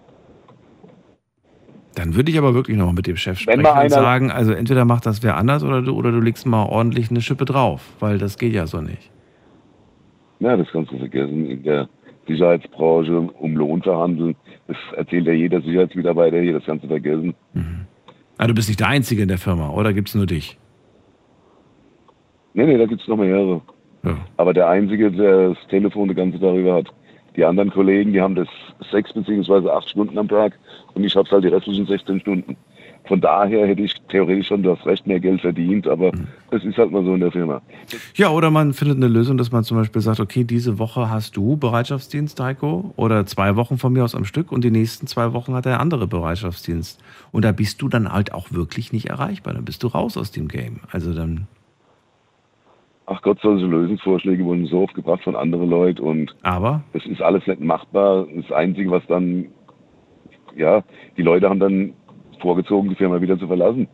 Speaker 3: Dann würde ich aber wirklich noch mit dem Chef sprechen und sagen, also entweder macht das wer anders oder du legst mal ordentlich eine Schippe drauf, weil das geht ja so nicht.
Speaker 10: Ja, das kannst du vergessen. In der Sicherheitsbranche um Lohn verhandeln, das erzählt ja jeder Sicherheitsmitarbeiter hier, das kannst du vergessen.
Speaker 3: Mhm. Ah, du bist nicht der Einzige in der Firma, oder gibt es nur dich?
Speaker 10: Nee, da gibt es noch mehrere.
Speaker 3: Ja.
Speaker 10: Aber der Einzige, der das Telefon die ganze Zeit darüber hat. Die anderen Kollegen, die haben das 6 bzw. 8 Stunden am Tag und ich habe es halt die restlichen 16 Stunden. Von daher hätte ich theoretisch schon das Recht mehr Geld verdient, aber es ist halt mal so in der Firma.
Speaker 3: Ja, oder man findet eine Lösung, dass man zum Beispiel sagt, okay, diese Woche hast du Bereitschaftsdienst, Heiko, oder 2 Wochen von mir aus am Stück und die nächsten 2 Wochen hat der andere Bereitschaftsdienst. Und da bist du dann halt auch wirklich nicht erreichbar, dann bist du raus aus dem Game. Also dann...
Speaker 10: Ach Gott, solche Lösungsvorschläge wurden so oft gebracht von anderen Leuten und es ist alles nicht machbar. Das Einzige, was dann, ja, die Leute haben dann vorgezogen, die Firma wieder zu verlassen.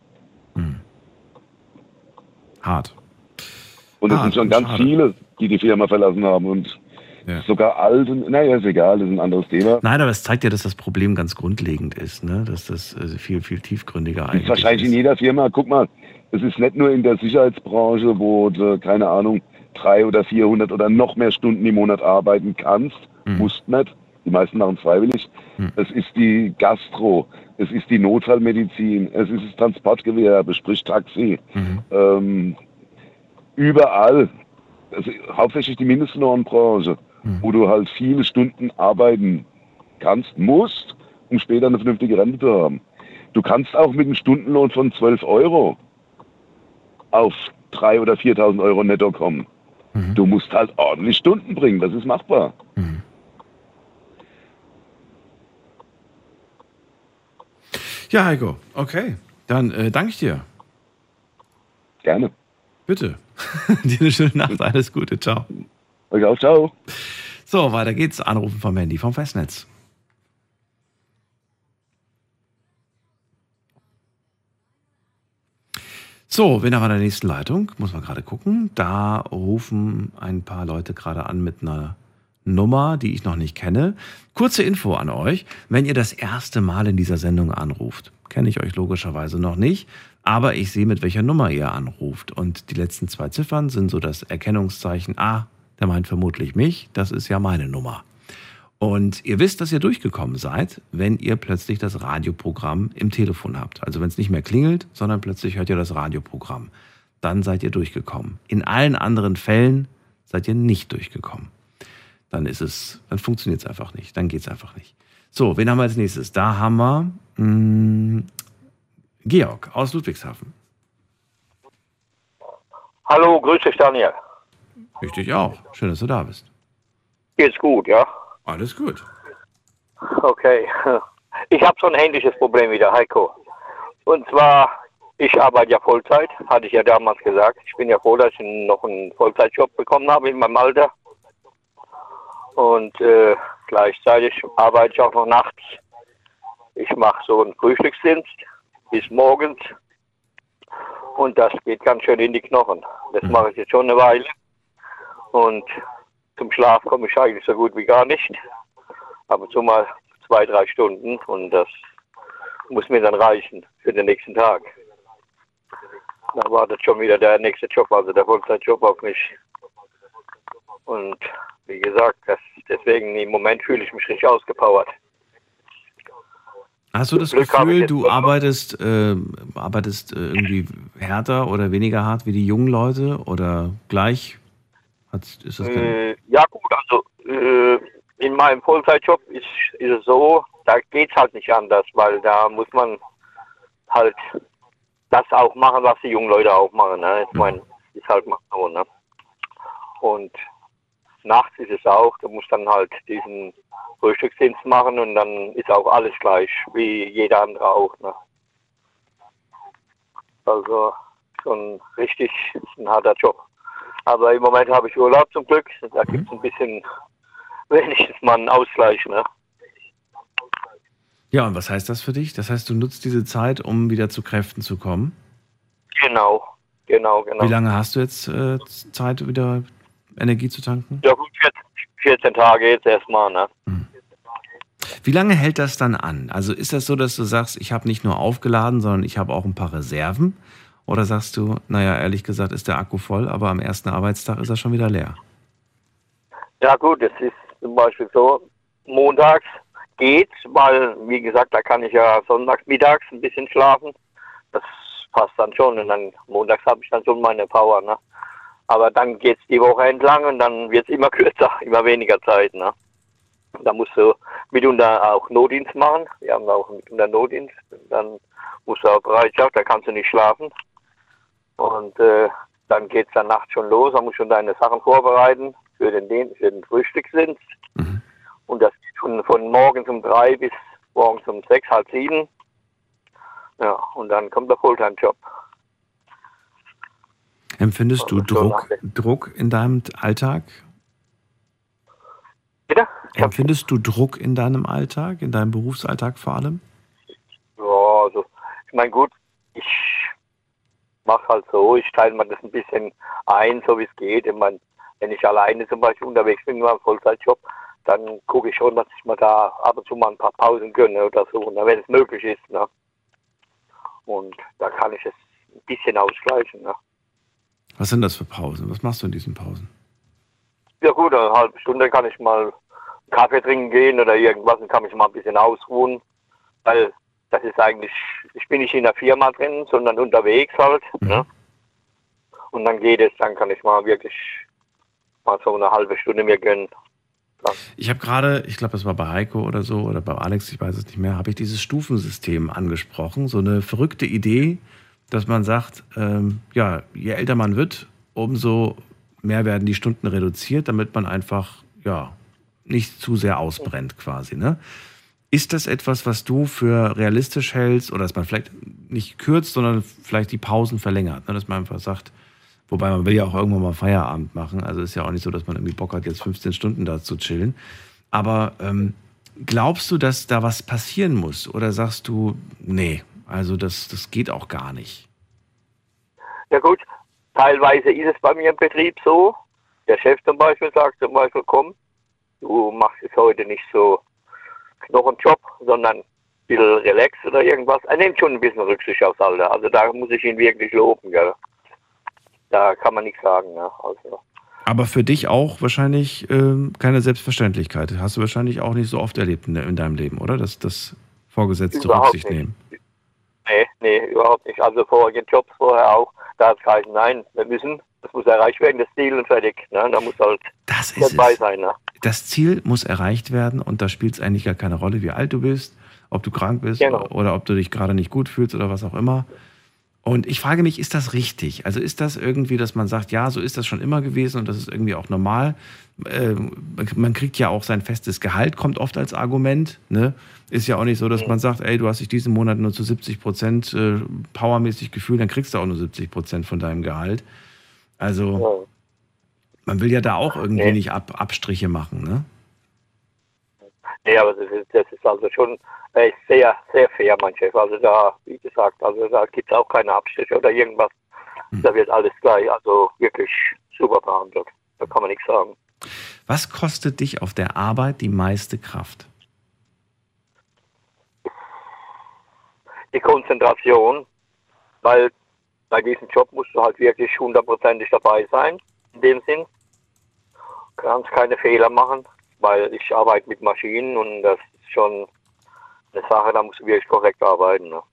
Speaker 3: Hart.
Speaker 10: Und es sind schon ganz viele, die die Firma verlassen haben und sogar alte, naja, ist egal, das ist ein anderes Thema.
Speaker 3: Nein, aber es zeigt ja, dass das Problem ganz grundlegend ist, ne? Dass das viel, viel tiefgründiger eigentlich ist.
Speaker 10: Wahrscheinlich in jeder Firma, guck mal, es ist nicht nur in der Sicherheitsbranche, wo du, keine Ahnung, 300 oder 400 oder noch mehr Stunden im Monat arbeiten kannst, musst nicht. Die meisten machen es freiwillig. Es ist die Gastro, es ist die Notfallmedizin, es ist das Transportgewerbe, sprich Taxi. Überall, also hauptsächlich die Mindestlohnbranche, wo du halt viele Stunden arbeiten kannst, musst, um später eine vernünftige Rente zu haben. Du kannst auch mit einem Stundenlohn von 12 Euro auf 3.000 oder 4.000 Euro netto kommen. Du musst halt ordentlich Stunden bringen, das ist machbar.
Speaker 3: Ja, Heiko, okay. Dann danke ich dir.
Speaker 10: Gerne.
Speaker 3: Bitte. Dir eine schöne Nacht, alles Gute, ciao.
Speaker 10: Euch auch, ciao.
Speaker 3: So, weiter geht's. Anrufen vom Handy, vom Festnetz. So, wen haben wir in der nächsten Leitung? Muss man gerade gucken. Da rufen ein paar Leute gerade an mit einer Nummer, die ich noch nicht kenne. Kurze Info an euch. Wenn ihr das erste Mal in dieser Sendung anruft, kenne ich euch logischerweise noch nicht, aber ich sehe, mit welcher Nummer ihr anruft. Und die letzten 2 Ziffern sind so das Erkennungszeichen, der meint vermutlich mich, das ist ja meine Nummer. Und ihr wisst, dass ihr durchgekommen seid, wenn ihr plötzlich das Radioprogramm im Telefon habt. Also wenn es nicht mehr klingelt, sondern plötzlich hört ihr das Radioprogramm. Dann seid ihr durchgekommen. In allen anderen Fällen seid ihr nicht durchgekommen. Dann funktioniert es einfach nicht. Dann geht es einfach nicht. So, wen haben wir als nächstes? Da haben wir Georg aus Ludwigshafen.
Speaker 11: Hallo, grüß dich, Daniel.
Speaker 3: Ich dich auch. Schön, dass du da bist.
Speaker 11: Geht's gut, ja?
Speaker 3: Alles gut.
Speaker 11: Okay. Ich habe so ein ähnliches Problem wie der Heiko. Und zwar, ich arbeite ja Vollzeit, hatte ich ja damals gesagt. Ich bin ja froh, dass ich noch einen Vollzeitjob bekommen habe in meinem Alter. Und gleichzeitig arbeite ich auch noch nachts. Ich mache so einen Frühstücksdienst bis morgens. Und das geht ganz schön in die Knochen. Das mache ich jetzt schon eine Weile. Und zum Schlaf komme ich eigentlich so gut wie gar nicht. Aber so mal 2-3 Stunden und das muss mir dann reichen für den nächsten Tag. Da wartet schon wieder der nächste Job, also der Vollzeitjob auf mich. Und wie gesagt, deswegen im Moment fühle ich mich richtig ausgepowert.
Speaker 3: Hast du das Gefühl, du arbeitest irgendwie härter oder weniger hart wie die jungen Leute oder gleich? Ist das
Speaker 11: ja gut, also in meinem Vollzeitjob ist es so, da geht es halt nicht anders, weil da muss man halt das auch machen, was die jungen Leute auch machen. Ne? Ich meine, ist halt mal so. Ne? Und nachts ist es auch, du musst dann halt diesen Frühstücksdienst machen und dann ist auch alles gleich, wie jeder andere auch. Ne? Also schon richtig ein harter Job. Aber im Moment habe ich Urlaub zum Glück, da gibt es ein bisschen wenigstens mal einen Ausgleich. Ne?
Speaker 3: Ja, und was heißt das für dich? Das heißt, du nutzt diese Zeit, um wieder zu Kräften zu kommen?
Speaker 11: Genau.
Speaker 3: Wie lange hast du jetzt Zeit, wieder Energie zu tanken?
Speaker 11: Ja gut, 14 Tage jetzt erstmal. Ne?
Speaker 3: Wie lange hält das dann an? Also ist das so, dass du sagst, ich habe nicht nur aufgeladen, sondern ich habe auch ein paar Reserven? Oder sagst du, naja, ehrlich gesagt ist der Akku voll, aber am ersten Arbeitstag ist er schon wieder leer?
Speaker 11: Ja gut, es ist zum Beispiel so, montags geht's, weil, wie gesagt, da kann ich ja sonntags mittags ein bisschen schlafen. Das passt dann schon und dann montags habe ich dann schon meine Power. Ne? Aber dann geht's die Woche entlang und dann wird's immer kürzer, immer weniger Zeit. Ne? Da musst du mitunter auch Notdienst machen. Wir haben auch mitunter Notdienst. Dann musst du auf Bereitschaft, da kannst du nicht schlafen. Und dann geht's dann nachts schon los. Da musst du schon deine Sachen vorbereiten für den Frühstücksdienst. Mhm. Und das geht schon von morgens um 3 bis morgens um 6, halb 7. Ja, und dann kommt der Fulltime-Job.
Speaker 3: Empfindest du Druck in deinem Alltag?
Speaker 11: Bitte?
Speaker 3: Empfindest du Druck in deinem Alltag, in deinem Berufsalltag vor allem?
Speaker 11: Ja, also, ich meine, gut, ich mache halt so, ich teile mir das ein bisschen ein, so wie es geht. Ich meine, wenn ich alleine zum Beispiel unterwegs bin, in meinem Vollzeitjob, dann gucke ich schon, dass ich mir da ab und zu mal ein paar Pausen gönne oder so, wenn es möglich ist. Ne? Und da kann ich es ein bisschen ausgleichen. Ne?
Speaker 3: Was sind das für Pausen? Was machst du in diesen Pausen?
Speaker 11: Ja gut, eine halbe Stunde kann ich mal Kaffee trinken gehen oder irgendwas und kann mich mal ein bisschen ausruhen. Weil das ist eigentlich, ich bin nicht in der Firma drin, sondern unterwegs halt. Mhm. Ne? Und dann geht es, dann kann ich mal wirklich mal so eine halbe Stunde mir gönnen. Ja.
Speaker 3: Ich habe gerade, ich glaube, das war bei Heiko oder so, oder bei Alex, ich weiß es nicht mehr, habe ich dieses Stufensystem angesprochen. So eine verrückte Idee, dass man sagt, ja, je älter man wird, umso mehr werden die Stunden reduziert, damit man einfach, ja, nicht zu sehr ausbrennt quasi, ne? Ist das etwas, was du für realistisch hältst oder dass man vielleicht nicht kürzt, sondern vielleicht die Pausen verlängert, ne? Dass man einfach sagt, wobei man will ja auch irgendwann mal Feierabend machen, also ist ja auch nicht so, dass man irgendwie Bock hat, jetzt 15 Stunden da zu chillen, aber glaubst du, dass da was passieren muss oder sagst du, nee, also das geht auch gar nicht?
Speaker 11: Ja gut, teilweise ist es bei mir im Betrieb so, der Chef zum Beispiel sagt zum Beispiel, komm, du machst jetzt heute nicht so Knochenjob, sondern ein bisschen relax oder irgendwas. Er nimmt schon ein bisschen Rücksicht aufs Alter. Also da muss ich ihn wirklich loben, gell. Da kann man nichts sagen, ne? Also.
Speaker 3: Aber für dich auch wahrscheinlich keine Selbstverständlichkeit. Hast du wahrscheinlich auch nicht so oft erlebt in deinem Leben, oder? Dass das Vorgesetzte Rücksicht nehmen.
Speaker 11: Nee, überhaupt nicht. Also vorige Jobs vorher auch, da hat es geheißen, nein, das muss erreicht werden, das Ziel und fertig. Ne? Da muss halt dabei sein. Ne?
Speaker 3: Das Ziel muss erreicht werden und da spielt es eigentlich gar keine Rolle, wie alt du bist, ob du krank bist oder ob du dich gerade nicht gut fühlst oder was auch immer. Und ich frage mich, ist das richtig? Also ist das irgendwie, dass man sagt, ja, so ist das schon immer gewesen und das ist irgendwie auch normal? Man kriegt ja auch sein festes Gehalt, kommt oft als Argument. Ne? Ist ja auch nicht so, dass man sagt, ey, du hast dich diesen Monat nur zu 70% powermäßig gefühlt, dann kriegst du auch nur 70% von deinem Gehalt. Also man will ja da auch irgendwie nicht Abstriche machen, ne?
Speaker 11: Nee, aber das ist also schon sehr, sehr fair, mein Chef. Also da, wie gesagt, also da gibt es auch keine Abstriche oder irgendwas. Da wird alles gleich, also wirklich super behandelt. Da kann man nichts sagen.
Speaker 3: Was kostet dich auf der Arbeit die meiste Kraft?
Speaker 11: Die Konzentration, weil bei diesem Job musst du halt wirklich 100%ig dabei sein, in dem Sinn. Du kannst keine Fehler machen, weil ich arbeite mit Maschinen und das ist schon eine Sache, da musst du wirklich korrekt arbeiten. Ne?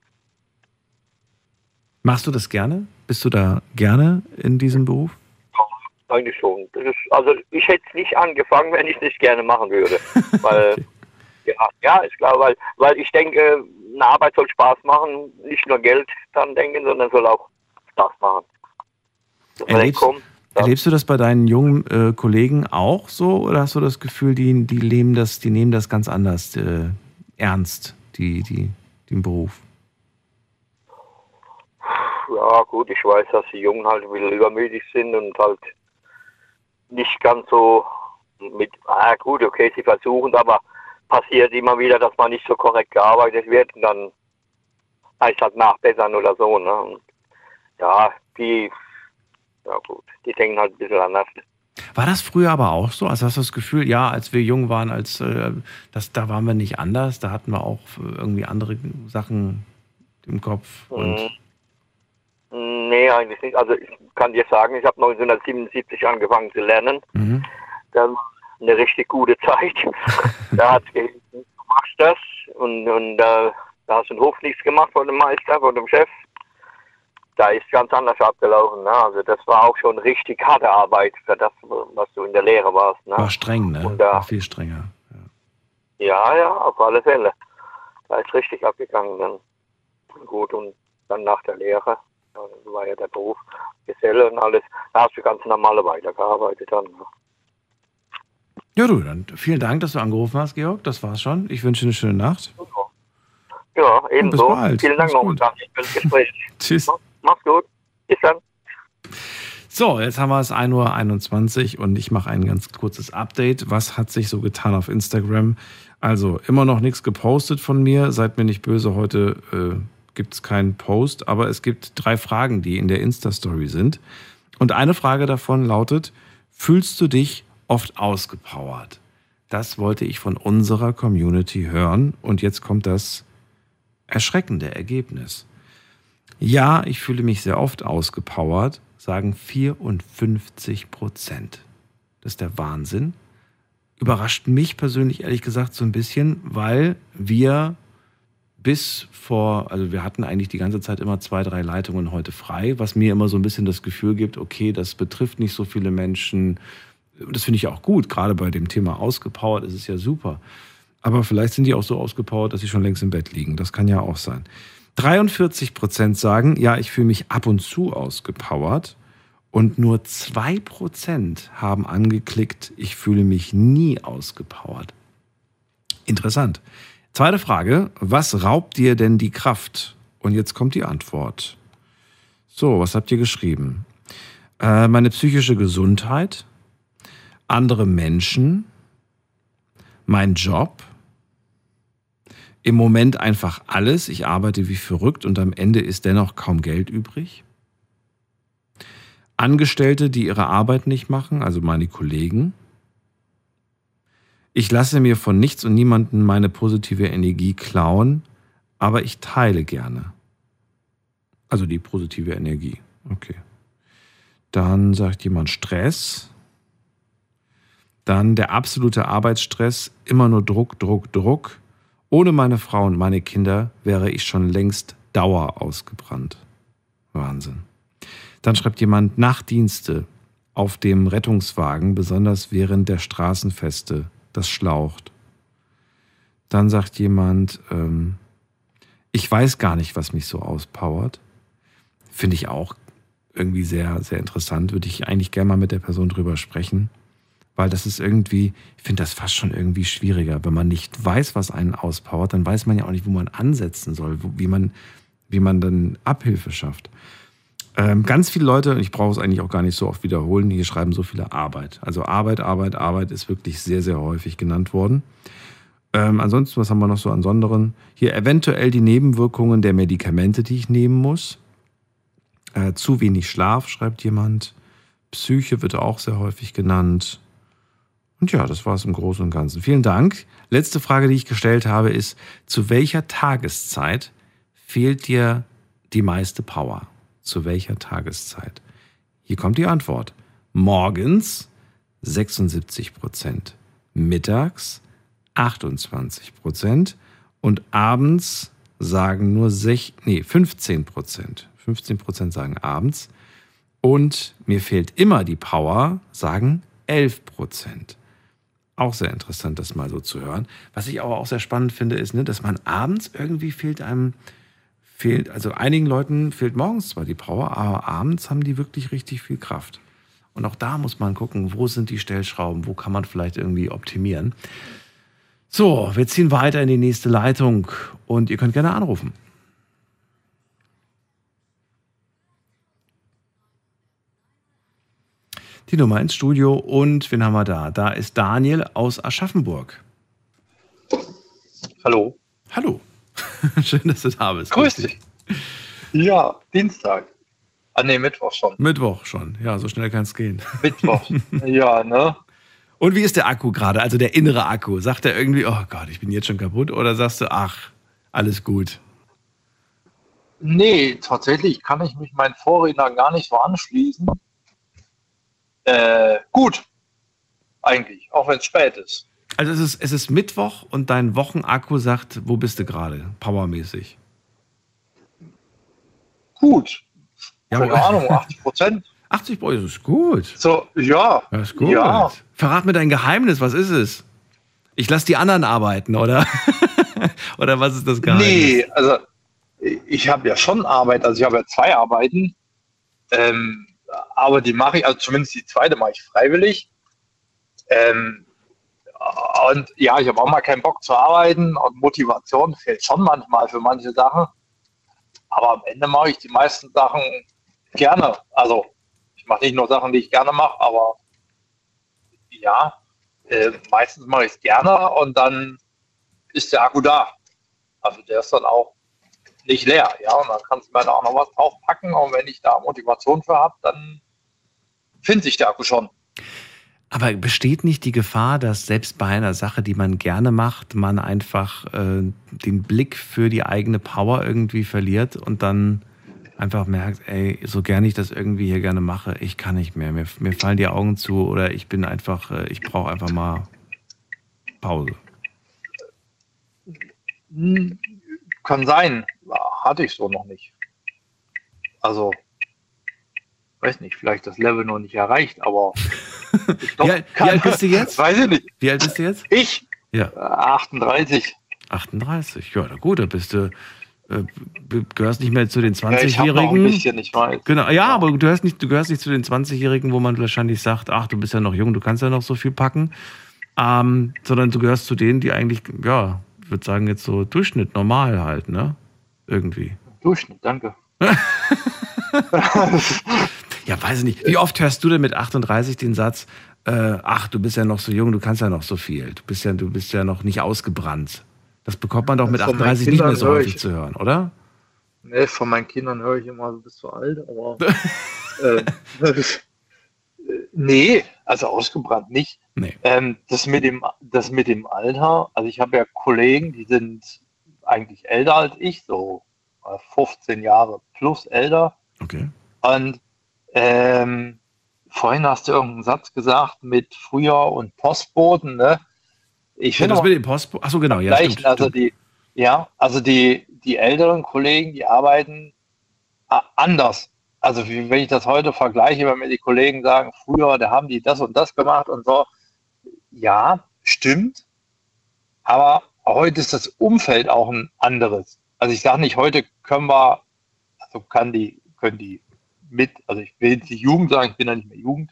Speaker 3: Machst du das gerne? Bist du da gerne in diesem Beruf?
Speaker 11: Ja, eigentlich schon. Also ich hätte es nicht angefangen, wenn ich es nicht gerne machen würde. Weil, okay. Ja, ist klar, weil ich denke, eine Arbeit soll Spaß machen, nicht nur Geld dran denken, sondern soll auch Spaß machen.
Speaker 3: Erlebst du das bei deinen jungen Kollegen auch so oder hast du das Gefühl, die nehmen das ganz anders ernst, den Beruf?
Speaker 11: Ja gut, ich weiß, dass die Jungen halt ein bisschen übermütig sind und halt nicht ganz so mit, gut, okay, sie versuchen, aber passiert immer wieder, dass man nicht so korrekt gearbeitet wird und dann heißt halt nachbessern oder so, ne? Und ja, die denken halt ein bisschen anders.
Speaker 3: War das früher aber auch so? Also hast du das Gefühl, ja, als wir jung waren, da waren wir nicht anders, da hatten wir auch irgendwie andere Sachen im Kopf und...
Speaker 11: Nee, eigentlich nicht. Also ich kann dir sagen, ich habe 1977 angefangen zu lernen. Mhm. Dann eine richtig gute Zeit. Da hat es geheißen, du machst das und da hast du einen Hofdienst gemacht von dem Meister, von dem Chef. Da ist ganz anders abgelaufen. Ne? Also das war auch schon richtig harte Arbeit für das, was du in der Lehre warst. Ne?
Speaker 3: War streng, ne?
Speaker 11: Und
Speaker 3: war viel strenger.
Speaker 11: Ja, auf alle Fälle. Da ist richtig abgegangen. Dann. Gut, und dann nach der Lehre. Das war ja der Beruf, Geselle und alles. Da hast du ganz normal weitergearbeitet dann.
Speaker 3: Ja, du, dann vielen Dank, dass du angerufen hast, Georg. Das war's schon. Ich wünsche dir eine schöne Nacht.
Speaker 11: Ja, ebenso.
Speaker 3: Bis bald.
Speaker 11: Vielen Dank noch für das Gespräch.
Speaker 3: Tschüss.
Speaker 11: Mach's gut. Bis dann.
Speaker 3: So, jetzt haben wir es 1:21 Uhr und ich mache ein ganz kurzes Update. Was hat sich so getan auf Instagram? Also, immer noch nichts gepostet von mir. Seid mir nicht böse, heute gibt es keinen Post, aber es gibt 3 Fragen, die in der Insta-Story sind. Und eine Frage davon lautet, fühlst du dich oft ausgepowert? Das wollte ich von unserer Community hören und jetzt kommt das erschreckende Ergebnis. Ja, ich fühle mich sehr oft ausgepowert, sagen 54%. Das ist der Wahnsinn. Überrascht mich persönlich ehrlich gesagt so ein bisschen, weil wir wir hatten eigentlich die ganze Zeit immer 2, 3 Leitungen heute frei, was mir immer so ein bisschen das Gefühl gibt, okay, das betrifft nicht so viele Menschen. Das finde ich auch gut, gerade bei dem Thema ausgepowert ist es ja super. Aber vielleicht sind die auch so ausgepowert, dass sie schon längst im Bett liegen. Das kann ja auch sein. 43% sagen, ja, ich fühle mich ab und zu ausgepowert. Und nur 2% haben angeklickt, ich fühle mich nie ausgepowert. Interessant. Zweite Frage, was raubt dir denn die Kraft? Und jetzt kommt die Antwort. So, was habt ihr geschrieben? Meine psychische Gesundheit, andere Menschen, mein Job, im Moment einfach alles. Ich arbeite wie verrückt und am Ende ist dennoch kaum Geld übrig. Angestellte, die ihre Arbeit nicht machen, also meine Kollegen. Ich lasse mir von nichts und niemandem meine positive Energie klauen, aber ich teile gerne. Also die positive Energie. Okay. Dann sagt jemand Stress. Dann der absolute Arbeitsstress, immer nur Druck, Druck, Druck. Ohne meine Frau und meine Kinder wäre ich schon längst dauerausgebrannt. Wahnsinn. Dann schreibt jemand Nachtdienste auf dem Rettungswagen, besonders während der Straßenfeste. Das schlaucht. Dann sagt jemand, ich weiß gar nicht, was mich so auspowert. Finde ich auch irgendwie sehr, sehr interessant. Würde ich eigentlich gerne mal mit der Person drüber sprechen. Weil das ist irgendwie, ich finde das fast schon irgendwie schwieriger. Wenn man nicht weiß, was einen auspowert, dann weiß man ja auch nicht, wo man ansetzen soll, wie man dann Abhilfe schafft. Ganz viele Leute, und ich brauche es eigentlich auch gar nicht so oft wiederholen, hier schreiben so viele Arbeit. Also Arbeit ist wirklich sehr, sehr häufig genannt worden. Ansonsten, was haben wir noch so an Sonderen? Hier eventuell die Nebenwirkungen der Medikamente, die ich nehmen muss. Zu wenig Schlaf, schreibt jemand. Psyche wird auch sehr häufig genannt. Und ja, das war es im Großen und Ganzen. Vielen Dank. Letzte Frage, die ich gestellt habe, ist, zu welcher Tageszeit fehlt dir die meiste Power? Zu welcher Tageszeit? Hier kommt die Antwort. Morgens 76%, mittags 28% und abends sagen nur 15%. 15% sagen abends. Und mir fehlt immer die Power, sagen 11%. Auch sehr interessant, das mal so zu hören. Was ich aber auch sehr spannend finde, ist, dass man abends irgendwie also einigen Leuten fehlt morgens zwar die Power, aber abends haben die wirklich richtig viel Kraft. Und auch da muss man gucken, wo sind die Stellschrauben, wo kann man vielleicht irgendwie optimieren. So, wir ziehen weiter in die nächste Leitung und ihr könnt gerne anrufen. Die Nummer ins Studio und wen haben wir da? Da ist Daniel aus Aschaffenburg.
Speaker 12: Hallo.
Speaker 3: Hallo. Schön, dass du da bist.
Speaker 12: Grüß dich. Ja, Dienstag. Mittwoch schon.
Speaker 3: Mittwoch schon. Ja, so schnell kann es gehen.
Speaker 12: Mittwoch. Ja, ne?
Speaker 3: Und wie ist der Akku gerade? Also der innere Akku. Sagt er irgendwie, oh Gott, ich bin jetzt schon kaputt? Oder sagst du, ach, alles gut?
Speaker 12: Nee, tatsächlich kann ich mich meinen Vorredner gar nicht so anschließen. Gut. Eigentlich, auch wenn es spät ist.
Speaker 3: Also es ist Mittwoch und dein Wochenakku sagt, wo bist du gerade, powermäßig?
Speaker 12: Gut.
Speaker 3: Ja,
Speaker 12: keine Ahnung, 80%.
Speaker 3: 80%, das ist gut.
Speaker 12: So, ja.
Speaker 3: Das ist gut.
Speaker 12: Ja.
Speaker 3: Verrat mir dein Geheimnis, was ist es? Ich lasse die anderen arbeiten, oder? Oder was ist das Geheimnis?
Speaker 12: Nee, also ich habe ja schon Arbeit, also ich habe ja 2 Arbeiten. Aber die mache ich, also zumindest die zweite mache ich freiwillig. Und ja, ich habe auch mal keinen Bock zu arbeiten und Motivation fehlt schon manchmal für manche Sachen. Aber am Ende mache ich die meisten Sachen gerne. Also ich mache nicht nur Sachen, die ich gerne mache, aber ja, meistens mache ich es gerne und dann ist der Akku da. Also der ist dann auch nicht leer, ja, und dann kannst du mir da auch noch was draufpacken und wenn ich da Motivation für habe, dann findet sich der Akku schon.
Speaker 3: Aber besteht nicht die Gefahr, dass selbst bei einer Sache, die man gerne macht, man einfach den Blick für die eigene Power irgendwie verliert und dann einfach merkt, ey, so gerne ich das irgendwie hier gerne mache, ich kann nicht mehr, mir fallen die Augen zu oder ich bin einfach, ich brauche einfach mal Pause.
Speaker 12: Kann sein, hatte ich so noch nicht. Also, weiß nicht, vielleicht das Level noch nicht erreicht, aber
Speaker 3: wie alt bist du jetzt?
Speaker 12: Weiß ich nicht.
Speaker 3: Wie alt bist du jetzt?
Speaker 12: Ich?
Speaker 3: Ja.
Speaker 12: 38.
Speaker 3: 38, ja, na gut, da bist du, gehörst nicht mehr zu den 20-Jährigen.
Speaker 12: Ja, ich habe noch ein bisschen, ich weiß.
Speaker 3: Genau, ja, aber du gehörst nicht zu den 20-Jährigen, wo man wahrscheinlich sagt, ach, du bist ja noch jung, du kannst ja noch so viel packen, sondern du gehörst zu denen, die eigentlich, ja, ich würde sagen jetzt so Durchschnitt, normal halt, ne? Irgendwie.
Speaker 12: Durchschnitt, danke.
Speaker 3: Ja, weiß ich nicht. Wie oft hörst du denn mit 38 den Satz, ach, du bist ja noch so jung, du kannst ja noch so viel. Du bist ja noch nicht ausgebrannt. Das bekommt man doch mit 38 nicht mehr so häufig zu hören, oder?
Speaker 12: Nee, von meinen Kindern höre ich immer, du bist so alt, aber nee, also ausgebrannt nicht.
Speaker 3: Nee.
Speaker 12: Das mit dem Alter, also ich habe ja Kollegen, die sind eigentlich älter als ich, so 15 Jahre plus älter.
Speaker 3: Okay.
Speaker 12: Und vorhin hast du irgendeinen Satz gesagt mit früher und Postboten, ne? Ich finde
Speaker 3: das mit dem Postboten, achso, genau, ja, stimmt,
Speaker 12: also die älteren Kollegen, die arbeiten anders. Also wenn ich das heute vergleiche, wenn mir die Kollegen sagen, früher, da haben die das und das gemacht und so. Ja, stimmt. Aber heute ist das Umfeld auch ein anderes. Also ich sage nicht, heute können die mit, also ich will jetzt die Jugend sagen, ich bin ja nicht mehr Jugend,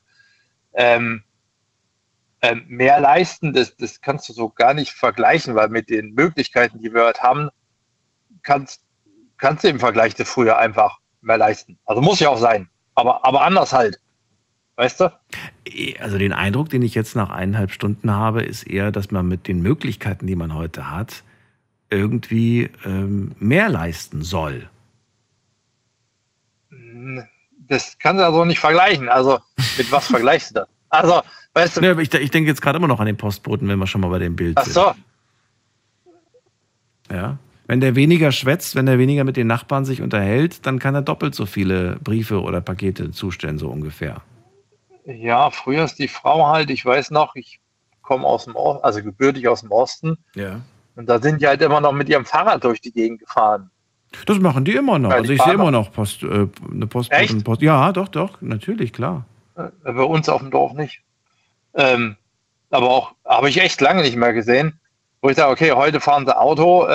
Speaker 12: mehr leisten, das kannst du so gar nicht vergleichen, weil mit den Möglichkeiten, die wir heute haben, kannst du im Vergleich zu früher einfach mehr leisten. Also muss ja auch sein, aber anders halt. Weißt du?
Speaker 3: Also den Eindruck, den ich jetzt nach 1,5 Stunden habe, ist eher, dass man mit den Möglichkeiten, die man heute hat, irgendwie mehr leisten soll.
Speaker 12: Das kannst du also nicht vergleichen. Also mit was vergleichst du das? Also, weißt du...
Speaker 3: Ja, ich denke jetzt gerade immer noch an den Postboten, wenn wir schon mal bei dem Bild sind.
Speaker 12: Ach
Speaker 3: so. Ja. Wenn der weniger schwätzt, wenn der weniger mit den Nachbarn sich unterhält, dann kann er doppelt so viele Briefe oder Pakete zustellen, so ungefähr.
Speaker 12: Ja, früher ist die Frau halt, ich weiß noch, ich komme aus dem Osten, also gebürtig aus dem Osten.
Speaker 3: Ja.
Speaker 12: Und da sind die halt immer noch mit ihrem Fahrrad durch die Gegend gefahren.
Speaker 3: Das machen die immer noch.
Speaker 12: Ja,
Speaker 3: also ich sehe immer noch eine Postbotin. Ja, doch, natürlich, klar.
Speaker 12: Bei uns auf dem Dorf nicht. Aber auch, habe ich echt lange nicht mehr gesehen, wo ich sage, okay, heute fahren sie Auto,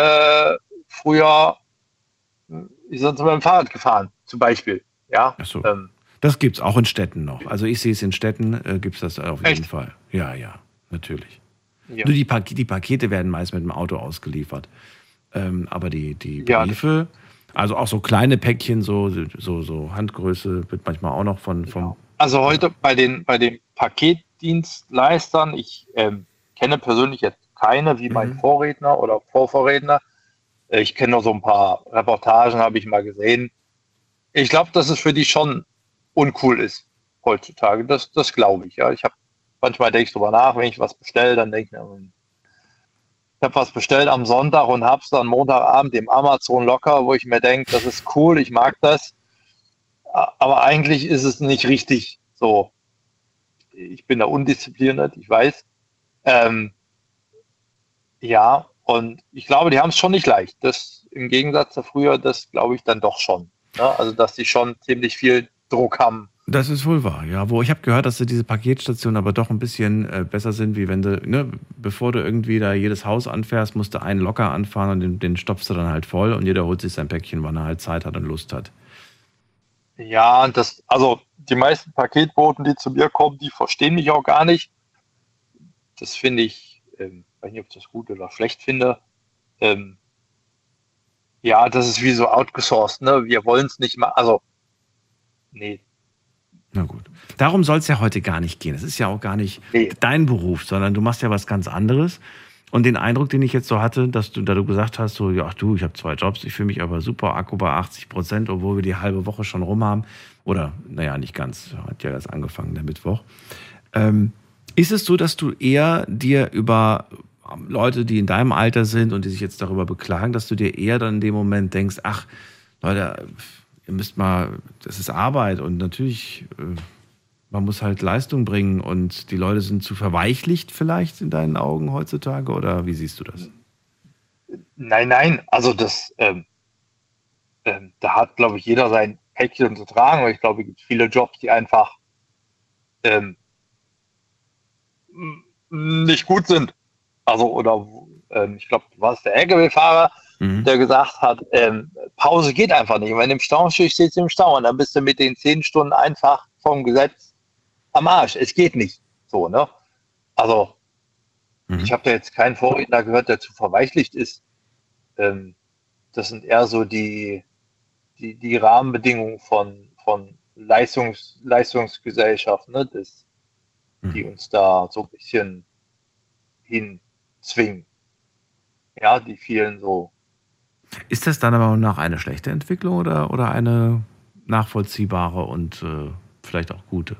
Speaker 12: früher sind sie mit dem Fahrrad gefahren, zum Beispiel. Ja.
Speaker 3: Ach so. Das gibt's auch in Städten noch. Also ich sehe es in Städten, gibt's das auf jeden Fall. Ja, natürlich.
Speaker 12: Ja.
Speaker 3: Nur die Pakete werden meist mit dem Auto ausgeliefert. Aber die Briefe, also auch so kleine Päckchen, so Handgröße, wird manchmal auch noch vom...
Speaker 12: Also heute bei den Paketdienstleistern, ich kenne persönlich jetzt keine, wie mein Vorredner oder Vorvorredner. Ich kenne nur so ein paar Reportagen, habe ich mal gesehen. Ich glaube, dass es für die schon uncool ist heutzutage. Das glaube ich. Ja. Manchmal denke ich drüber nach, wenn ich was bestelle, dann denke ich mir, ich habe was bestellt am Sonntag und habe es dann Montagabend im Amazon locker, wo ich mir denke, das ist cool, ich mag das. Aber eigentlich ist es nicht richtig so. Ich bin da undiszipliniert, ich weiß. Ja, und ich glaube, die haben es schon nicht leicht. Das im Gegensatz zu früher, das glaube ich dann doch schon. Ja, also, dass die schon ziemlich viel Druck haben.
Speaker 3: Das ist wohl wahr, ja. Ich habe gehört, dass diese Paketstationen aber doch ein bisschen besser sind, wie wenn du, bevor du irgendwie da jedes Haus anfährst, musst du einen locker anfahren und den stopfst du dann halt voll und jeder holt sich sein Päckchen, wann er halt Zeit hat und Lust hat.
Speaker 12: Ja, also die meisten Paketboten, die zu mir kommen, die verstehen mich auch gar nicht. Das finde ich, weiß nicht, ob ich das gut oder schlecht finde. Ja, das ist wie so outgesourced, ne? Wir wollen es nicht mal, also, nee.
Speaker 3: Na gut. Darum soll es ja heute gar nicht gehen. Es ist ja auch gar nicht dein Beruf, sondern du machst ja was ganz anderes. Und den Eindruck, den ich jetzt so hatte, da du gesagt hast, so, ja, ich habe 2 Jobs, ich fühle mich aber super, Akku bei 80%, obwohl wir die halbe Woche schon rum haben. Oder, naja, nicht ganz, hat ja erst angefangen, der Mittwoch. Ist es so, dass du eher dir über Leute, die in deinem Alter sind und die sich jetzt darüber beklagen, dass du dir eher dann in dem Moment denkst, ach, Leute, ihr müsst mal, das ist Arbeit und natürlich, man muss halt Leistung bringen und die Leute sind zu verweichlicht vielleicht in deinen Augen heutzutage oder wie siehst du das?
Speaker 12: Nein, also das, da hat, glaube ich, jeder sein Päckchen zu tragen, weil ich glaube, es gibt viele Jobs, die einfach nicht gut sind. Also, oder ich glaube, du warst der LKW-Fahrer, der gesagt hat, Pause geht einfach nicht. Und wenn du im Stau stehst, stehst du im Stau und dann bist du mit den 10 Stunden einfach vom Gesetz am Arsch. Es geht nicht so, ne? Also, ich habe da jetzt keinen Vorredner gehört, der zu verweichlicht ist. Das sind eher so die Rahmenbedingungen von Leistungsgesellschaft, ne? Die uns da so ein bisschen hinzwingen. Ja, die vielen so.
Speaker 3: Ist das dann aber nach eine schlechte Entwicklung oder eine nachvollziehbare und vielleicht auch gute?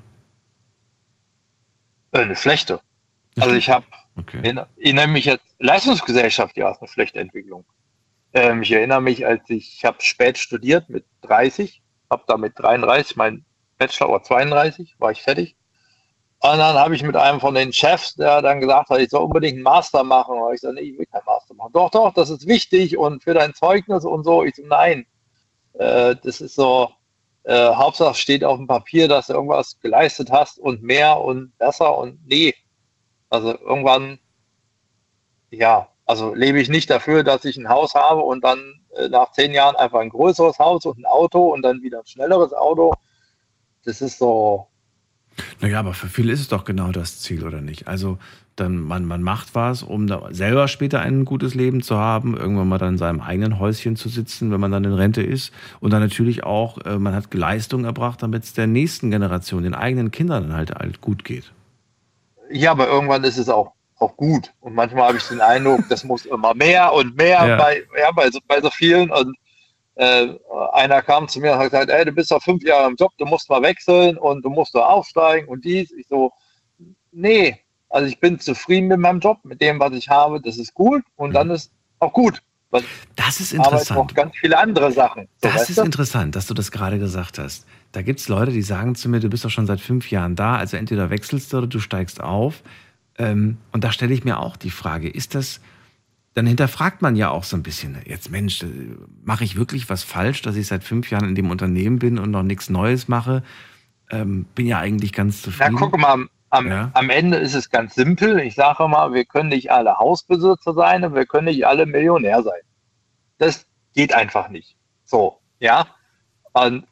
Speaker 12: Eine schlechte. Also ich habe, erinnere mich jetzt, Leistungsgesellschaft, ja, ist eine schlechte Entwicklung. Ich erinnere mich, ich habe spät studiert mit 30, habe da mit 33 mein Bachelor oder 32, war ich fertig. Und dann habe ich mit einem von den Chefs, der dann gesagt hat, ich soll unbedingt einen Master machen. Und ich so, nee, ich will keinen Master machen. Doch, das ist wichtig und für dein Zeugnis und so. Ich so, nein, das ist so, Hauptsache steht auf dem Papier, dass du irgendwas geleistet hast und mehr und besser und nee. Also irgendwann, ja, also lebe ich nicht dafür, dass ich ein Haus habe und dann nach 10 Jahren einfach ein größeres Haus und ein Auto und dann wieder ein schnelleres Auto. Das ist so.
Speaker 3: Naja, aber für viele ist es doch genau das Ziel, oder nicht? Also dann man macht was, um da selber später ein gutes Leben zu haben, irgendwann mal dann in seinem eigenen Häuschen zu sitzen, wenn man dann in Rente ist. Und dann natürlich auch, man hat Leistung erbracht, damit es der nächsten Generation, den eigenen Kindern dann halt gut geht.
Speaker 12: Ja, aber irgendwann ist es auch gut. Und manchmal habe ich den Eindruck, das muss immer mehr und mehr bei so vielen. Und einer kam zu mir und hat gesagt, ey, du bist doch 5 Jahre im Job, du musst mal wechseln und du musst doch aufsteigen und dies. Ich so, nee, also ich bin zufrieden mit meinem Job, mit dem, was ich habe, das ist gut und dann ist auch gut.
Speaker 3: Das ist interessant.
Speaker 12: Aber auch ganz viele andere Sachen. So,
Speaker 3: das ist interessant, dass du das gerade gesagt hast. Da gibt es Leute, die sagen zu mir, du bist doch schon seit 5 Jahren da, also entweder wechselst du oder du steigst auf. Und da stelle ich mir auch die Frage, ist das, dann hinterfragt man ja auch so ein bisschen, jetzt Mensch, mache ich wirklich was falsch, dass ich seit 5 Jahren in dem Unternehmen bin und noch nichts Neues mache? Bin ja eigentlich ganz zufrieden.
Speaker 12: Na, guck mal, am Ende ist es ganz simpel. Ich sage mal, wir können nicht alle Hausbesitzer sein und wir können nicht alle Millionär sein. Das geht einfach nicht. So, ja. Und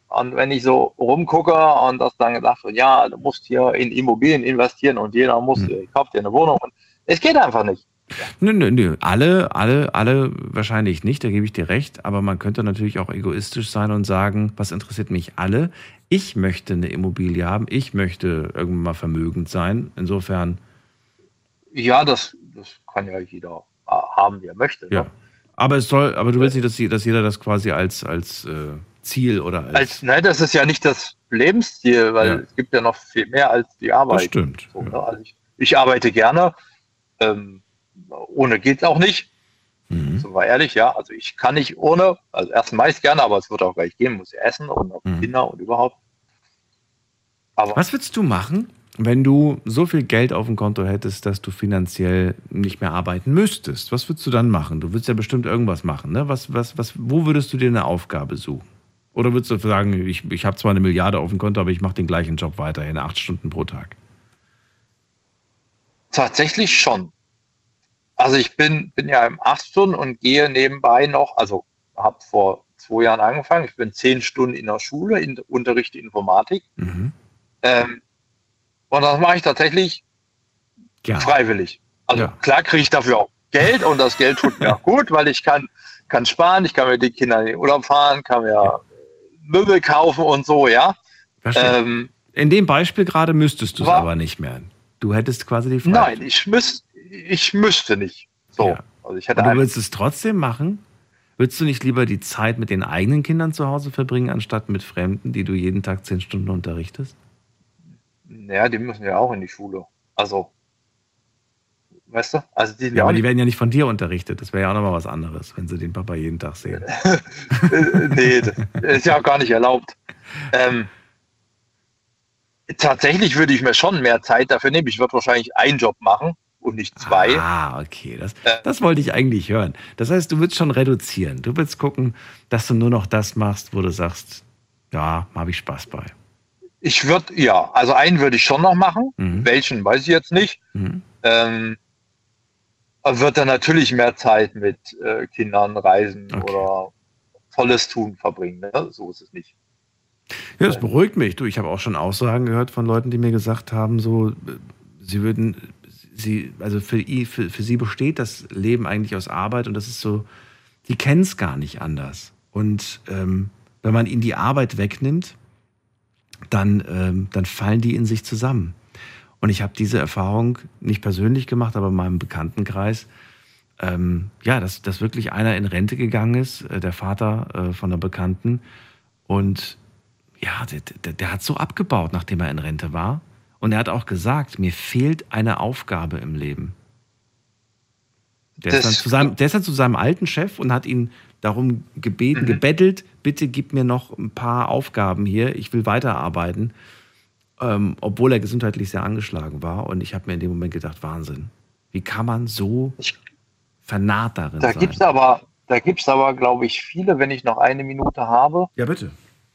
Speaker 12: Und wenn ich so rumgucke und das dann gedacht wird, ja, du musst hier in Immobilien investieren und jeder muss, kauft dir eine Wohnung. Und es geht einfach nicht.
Speaker 3: Nö. Alle wahrscheinlich nicht, da gebe ich dir recht. Aber man könnte natürlich auch egoistisch sein und sagen, was interessiert mich alle? Ich möchte eine Immobilie haben, ich möchte irgendwann mal vermögend sein. Insofern.
Speaker 12: Ja, das kann ja jeder haben, wie er möchte.
Speaker 3: Ja.
Speaker 12: Ne?
Speaker 3: Aber du willst nicht, dass jeder das quasi als Ziel oder als.
Speaker 12: Nein, das ist ja nicht das Lebensziel, weil es gibt ja noch viel mehr als die Arbeit.
Speaker 3: Das stimmt.
Speaker 12: So, ne? Also ich arbeite gerne. Ohne geht's auch nicht. So war ehrlich, ja. Also ich kann nicht ohne, also erst meist gerne, aber es wird auch gleich gehen, muss ja essen und Kinder und überhaupt. Aber
Speaker 3: was würdest du machen, wenn du so viel Geld auf dem Konto hättest, dass du finanziell nicht mehr arbeiten müsstest? Was würdest du dann machen? Du würdest ja bestimmt irgendwas machen, ne? Wo würdest du dir eine Aufgabe suchen? Oder würdest du sagen, ich habe zwar 1 Milliarde auf dem Konto, aber ich mache den gleichen Job weiterhin, 8 Stunden pro Tag?
Speaker 12: Tatsächlich schon. Also ich bin ja im 8 Stunden und gehe nebenbei noch, also habe vor 2 Jahren angefangen, ich bin 10 Stunden in der Schule, unterrichte Informatik. Und das mache ich tatsächlich freiwillig. Also klar kriege ich dafür auch Geld und das Geld tut mir auch gut, weil ich kann sparen, ich kann mit den Kindern in den Urlaub fahren, kann mir Möbel kaufen und so, ja.
Speaker 3: In dem Beispiel gerade müsstest du es aber nicht mehr. Du hättest quasi die Freiheit.
Speaker 12: Nein, ich müsste nicht. So.
Speaker 3: Ja.
Speaker 12: Also ich hätte
Speaker 3: und du willst es trotzdem machen? Würdest du nicht lieber die Zeit mit den eigenen Kindern zu Hause verbringen, anstatt mit Fremden, die du jeden Tag 10 Stunden unterrichtest?
Speaker 12: Naja, die müssen ja auch in die Schule. Also, weißt du? Also
Speaker 3: aber die werden ja nicht von dir unterrichtet. Das wäre ja auch nochmal was anderes, wenn sie den Papa jeden Tag sehen.
Speaker 12: Nee, das ist ja auch gar nicht erlaubt. Tatsächlich würde ich mir schon mehr Zeit dafür nehmen. Ich würde wahrscheinlich einen Job machen und nicht 2.
Speaker 3: Ah, okay. Das wollte ich eigentlich hören. Das heißt, du würdest schon reduzieren. Du würdest gucken, dass du nur noch das machst, wo du sagst, ja, habe ich Spaß bei.
Speaker 12: Ich würde, also einen würde ich schon noch machen. Welchen, weiß ich jetzt nicht. Aber wird dann natürlich mehr Zeit mit Kindern reisen oder Tolles tun verbringen. Ne? So ist es nicht.
Speaker 3: Ja, das beruhigt mich. Du, ich habe auch schon Aussagen gehört von Leuten, die mir gesagt haben, so, also für sie besteht das Leben eigentlich aus Arbeit und das ist so, die kennen es gar nicht anders. Und wenn man ihnen die Arbeit wegnimmt, dann fallen die in sich zusammen. Und ich habe diese Erfahrung nicht persönlich gemacht, aber in meinem Bekanntenkreis, dass wirklich einer in Rente gegangen ist, der Vater von einer Bekannten, und ja, der hat so abgebaut, nachdem er in Rente war. Und er hat auch gesagt, mir fehlt eine Aufgabe im Leben. Der ist dann zu seinem alten Chef und hat ihn darum gebettelt, bitte gib mir noch ein paar Aufgaben hier, ich will weiterarbeiten, obwohl er gesundheitlich sehr angeschlagen war. Und ich habe mir in dem Moment gedacht, Wahnsinn, wie kann man so vernarrt darin sein?
Speaker 12: Da gibt's aber, glaube ich, viele, wenn ich noch 1 Minute habe.
Speaker 3: Ja, bitte.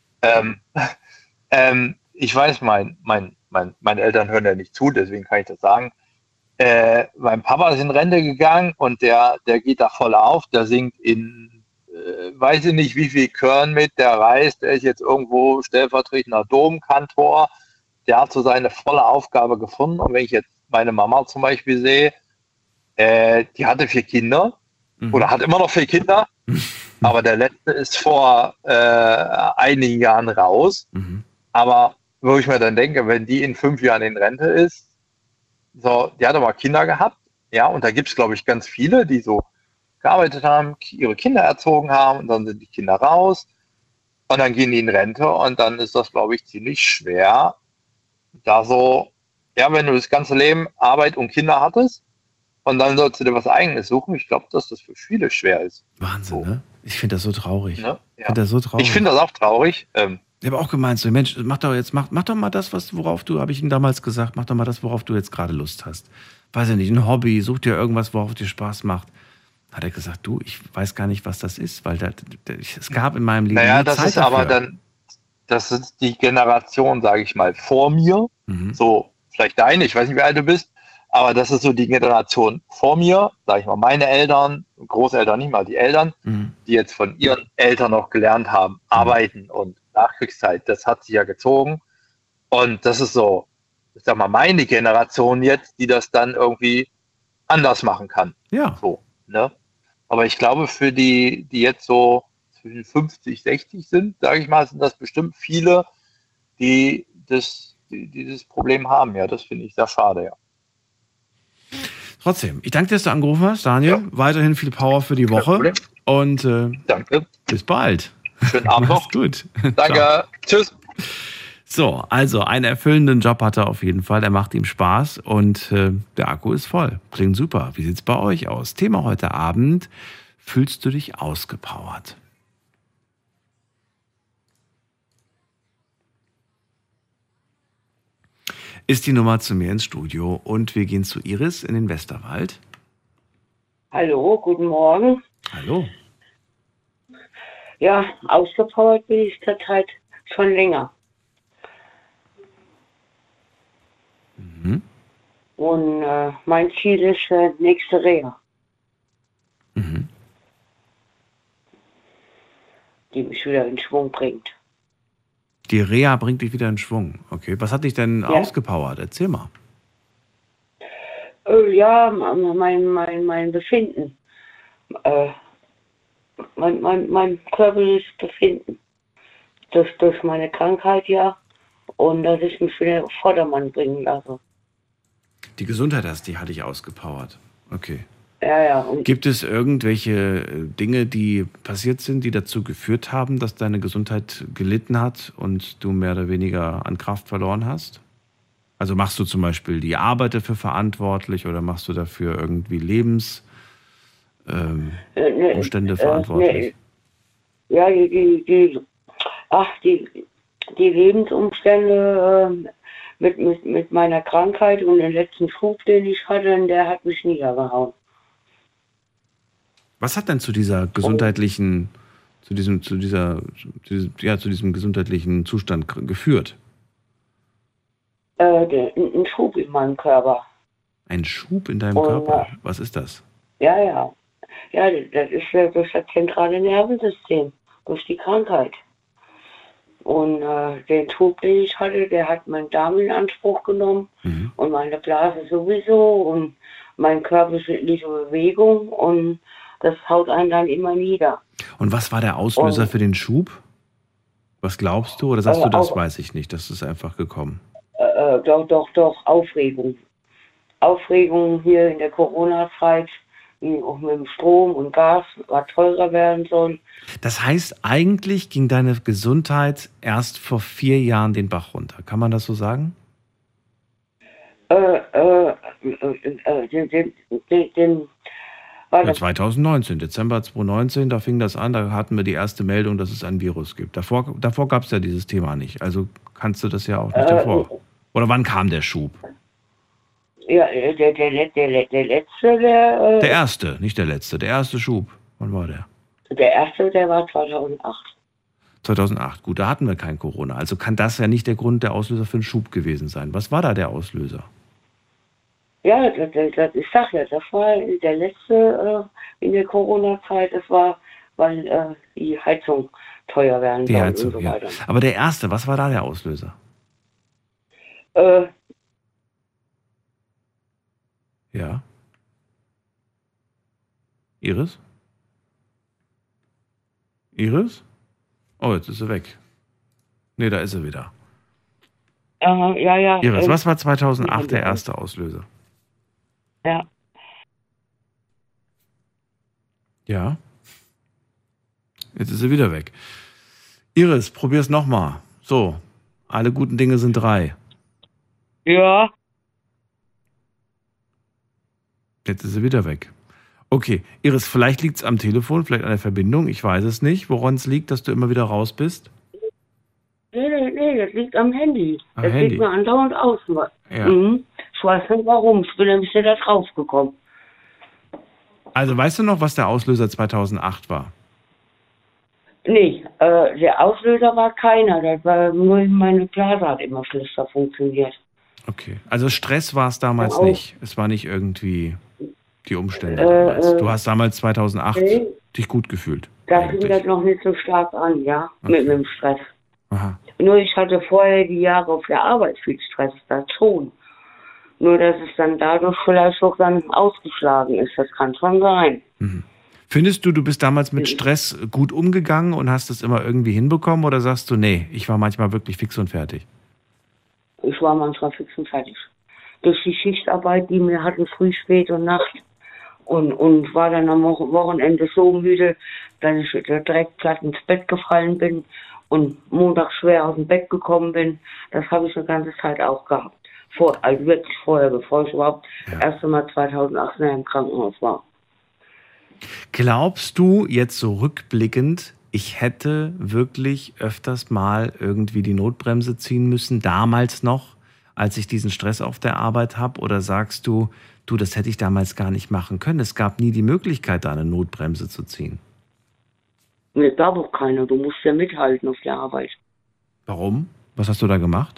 Speaker 12: Ich weiß, meine Eltern hören ja nicht zu, deswegen kann ich das sagen. Mein Papa ist in Rente gegangen und der geht da voll auf. Der singt in, weiß ich nicht wie viel Chören mit, der reist, der ist jetzt irgendwo stellvertretender Domkantor. Der hat so seine volle Aufgabe gefunden. Und wenn ich jetzt meine Mama zum Beispiel sehe, die hatte 4 Kinder oder hat immer noch 4 Kinder. Aber der letzte ist vor einigen Jahren raus. Aber wo ich mir dann denke, wenn die in 5 Jahren in Rente ist, so, die hat aber Kinder gehabt, ja, und da gibt es, glaube ich, ganz viele, die so gearbeitet haben, ihre Kinder erzogen haben und dann sind die Kinder raus und dann gehen die in Rente und dann ist das, glaube ich, ziemlich schwer, da so, ja, wenn du das ganze Leben Arbeit und Kinder hattest und dann sollst du dir was Eigenes suchen, ich glaube, dass das für viele schwer ist.
Speaker 3: Wahnsinn, ne? Ich finde das so traurig.
Speaker 12: Ne? Ja.
Speaker 3: Ich
Speaker 12: finde das auch traurig.
Speaker 3: Ich habe auch gemeint, so, Mensch, mach doch mal das, habe ich ihm damals gesagt, mach doch mal das, worauf du jetzt gerade Lust hast. Weiß ich nicht, ein Hobby, such dir irgendwas, worauf dir Spaß macht. Hat er gesagt, du, ich weiß gar nicht, was das ist, weil es gab in meinem Leben
Speaker 12: das
Speaker 3: Zeit
Speaker 12: ist
Speaker 3: dafür.
Speaker 12: Aber dann, das ist die Generation, sage ich mal, vor mir, so vielleicht deine, ich weiß nicht, wie alt du bist, aber das ist so die Generation vor mir, sage ich mal, meine Eltern, Großeltern nicht mal, die Eltern, die jetzt von ihren Eltern noch gelernt haben, arbeiten und Nachkriegszeit, das hat sich ja gezogen. Und das ist so, ich sag mal, meine Generation jetzt, die das dann irgendwie anders machen kann.
Speaker 3: Ja.
Speaker 12: So, ne? Aber ich glaube, für die jetzt so zwischen 50, 60 sind, sage ich mal, sind das bestimmt viele, die dieses Problem haben. Ja, das finde ich sehr schade, ja.
Speaker 3: Trotzdem, ich danke dir, dass du angerufen hast, Daniel. Ja. Weiterhin viel Power für die Woche. Und
Speaker 12: danke.
Speaker 3: Bis bald.
Speaker 12: Schönen Abend noch.
Speaker 3: Gut.
Speaker 12: Danke. Ciao. Tschüss.
Speaker 3: So, also einen erfüllenden Job hat er auf jeden Fall. Er macht ihm Spaß und der Akku ist voll. Klingt super. Wie sieht's bei euch aus? Thema heute Abend: Fühlst du dich ausgepowert? Ist die Nummer zu mir ins Studio und wir gehen zu Iris in den Westerwald.
Speaker 13: Hallo, guten Morgen.
Speaker 3: Hallo.
Speaker 13: Ja, ausgepowert bin ich zurzeit schon länger.
Speaker 3: Mhm.
Speaker 13: Und mein Ziel ist nächste Reha.
Speaker 3: Mhm.
Speaker 13: Die mich wieder in Schwung bringt.
Speaker 3: Die Reha bringt dich wieder in Schwung. Okay, was hat dich denn ausgepowert? Erzähl mal.
Speaker 13: Ja, mein Befinden. Mein körperliches Befinden. Durch meine Krankheit, ja. Und dass ich mich wieder auf Vordermann bringen lasse.
Speaker 3: Die Gesundheit hat dich ausgepowert. Okay.
Speaker 13: Ja.
Speaker 3: Gibt es irgendwelche Dinge, die passiert sind, die dazu geführt haben, dass deine Gesundheit gelitten hat und du mehr oder weniger an Kraft verloren hast? Also machst du zum Beispiel die Arbeit dafür verantwortlich oder machst du dafür irgendwie Umstände verantwortlich?
Speaker 13: Ja, die Lebensumstände mit meiner Krankheit und den letzten Schub, den ich hatte, der hat mich niedergehauen.
Speaker 3: Was hat denn zu dieser gesundheitlichen, zu diesem gesundheitlichen Zustand geführt?
Speaker 13: Ein Schub in meinem Körper.
Speaker 3: Ein Schub in deinem Körper? Was ist das?
Speaker 13: Ja, das ist durch das zentrale Nervensystem, durch die Krankheit. Und den Schub, den ich hatte, der hat meinen Darm in Anspruch genommen und meine Blase sowieso und meine körperliche Bewegung und das haut einen dann immer nieder.
Speaker 3: Und was war der Auslöser für den Schub? Was glaubst du? Oder sagst du, das weiß ich nicht, das ist einfach gekommen?
Speaker 13: Doch, Aufregung. Aufregung hier in der Corona-Zeit, wie auch mit dem Strom und Gas, was teurer werden soll.
Speaker 3: Das heißt, eigentlich ging deine Gesundheit erst vor 4 Jahren den Bach runter. Kann man das so sagen? 2019, Dezember 2019, da fing das an, da hatten wir die erste Meldung, dass es ein Virus gibt. Davor gab es ja dieses Thema nicht, also kannst du das ja auch nicht davor. Oder wann kam der Schub?
Speaker 13: Ja, der letzte,
Speaker 3: der erste, nicht der letzte, der erste Schub. Wann war der?
Speaker 13: Der erste, der war 2008.
Speaker 3: 2008, gut, da hatten wir kein Corona. Also kann das ja nicht der Grund, der Auslöser für einen Schub gewesen sein. Was war da der Auslöser?
Speaker 13: Ja, ich sag ja, das war der letzte in der Corona-Zeit. Das war, weil die Heizung teuer werden soll und so weiter.
Speaker 3: Ja. Aber der erste, was war da der Auslöser? Ja. Iris? Iris? Oh, jetzt ist sie weg. Nee, da ist sie wieder.
Speaker 13: Ja.
Speaker 3: Iris, was war 2008 der erste Auslöser?
Speaker 13: Ja.
Speaker 3: Ja. Jetzt ist sie wieder weg. Iris, probier's nochmal. So, alle guten Dinge sind 3.
Speaker 13: Ja.
Speaker 3: Jetzt ist sie wieder weg. Okay, Iris, vielleicht liegt es am Telefon, vielleicht an der Verbindung, ich weiß es nicht. Woran es liegt, dass du immer wieder raus bist?
Speaker 13: Nee, das liegt am Handy. Das
Speaker 3: Handy.
Speaker 13: liegt mir andauernd aus.
Speaker 3: Ja.
Speaker 13: Ich weiß nicht warum, ich bin ein bisschen da drauf gekommen.
Speaker 3: Also weißt du noch, was der Auslöser 2008 war?
Speaker 13: Nee, der Auslöser war keiner. Das war nur meine Blase hat immer schlechter funktioniert.
Speaker 3: Okay, also Stress war es damals nicht. Es war nicht irgendwie die Umstände damals. Du hast damals 2008 dich gut gefühlt.
Speaker 13: Da fing das noch nicht so stark an, ja, okay. Mit dem Stress.
Speaker 3: Aha.
Speaker 13: Nur ich hatte vorher die Jahre auf der Arbeit viel Stress, das schon. Nur, dass es dann dadurch vielleicht auch dann ausgeschlagen ist. Das kann schon sein.
Speaker 3: Findest du, du bist damals mit Stress gut umgegangen und hast es immer irgendwie hinbekommen? Oder sagst du, nee, ich war manchmal wirklich fix und fertig?
Speaker 13: Ich war manchmal fix und fertig. Durch die Schichtarbeit, die wir hatten, früh, spät und Nacht. Und war dann am Wochenende so müde, dass ich direkt platt ins Bett gefallen bin und Montag schwer aus dem Bett gekommen bin. Das habe ich eine ganze Zeit auch gehabt. Also wirklich vorher, bevor ich überhaupt das erste Mal 2008 im Krankenhaus war.
Speaker 3: Glaubst du jetzt so rückblickend, ich hätte wirklich öfters mal irgendwie die Notbremse ziehen müssen, damals noch, als ich diesen Stress auf der Arbeit habe? Oder sagst du, das hätte ich damals gar nicht machen können? Es gab nie die Möglichkeit, da eine Notbremse zu ziehen.
Speaker 13: Nee, gab auch keine. Du musst ja mithalten auf der Arbeit.
Speaker 3: Warum? Was hast du da gemacht?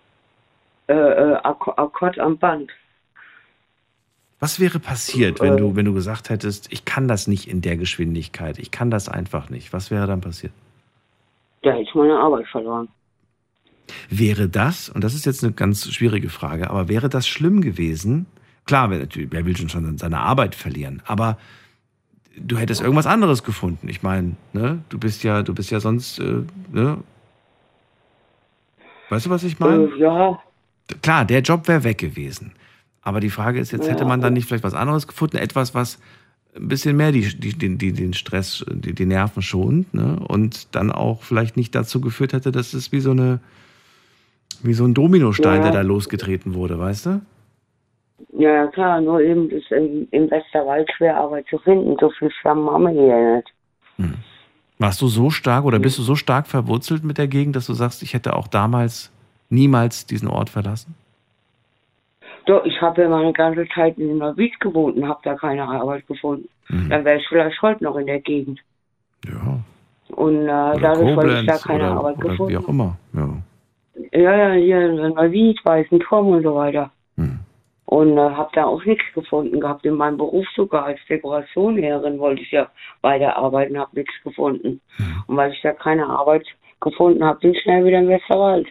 Speaker 13: Akkord am Band.
Speaker 3: Was wäre passiert, wenn du gesagt hättest, ich kann das nicht in der Geschwindigkeit, ich kann das einfach nicht? Was wäre dann passiert?
Speaker 13: Da hätte ich meine Arbeit verloren.
Speaker 3: Wäre das, und das ist jetzt eine ganz schwierige Frage, aber wäre das schlimm gewesen? Klar, wer will schon seine Arbeit verlieren, aber du hättest irgendwas anderes gefunden. Ich meine, ne, du bist ja sonst, ne? Weißt du, was ich meine?
Speaker 13: Ja.
Speaker 3: Klar, der Job wäre weg gewesen. Aber die Frage ist jetzt, hätte man dann nicht vielleicht was anderes gefunden? Etwas, was ein bisschen mehr den Stress, die Nerven schont, ne? Und dann auch vielleicht nicht dazu geführt hätte, dass es wie so ein Dominostein, der da losgetreten wurde, weißt du?
Speaker 13: Ja, klar, nur eben ist im Westerwald schwer Arbeit zu finden. So viel Schwamm haben wir hier nicht.
Speaker 3: Warst du so stark oder bist du so stark verwurzelt mit der Gegend, dass du sagst, ich hätte auch damals niemals diesen Ort verlassen?
Speaker 13: Doch, ich habe ja meine ganze Zeit in Neuwied gewohnt und habe da keine Arbeit gefunden. Dann wäre ich vielleicht heute noch in der Gegend.
Speaker 3: Ja.
Speaker 13: Und dadurch, weil ich da keine Arbeit gefunden habe.
Speaker 3: Wie auch immer, ja.
Speaker 13: Ja, hier in Neuwied, Weißenturm und so weiter. Und habe da auch nichts gefunden gehabt. In meinem Beruf sogar als Dekorationlehrerin wollte ich ja weiterarbeiten, habe nichts gefunden. Und weil ich da keine Arbeit gefunden habe, bin ich schnell wieder im Westerwald.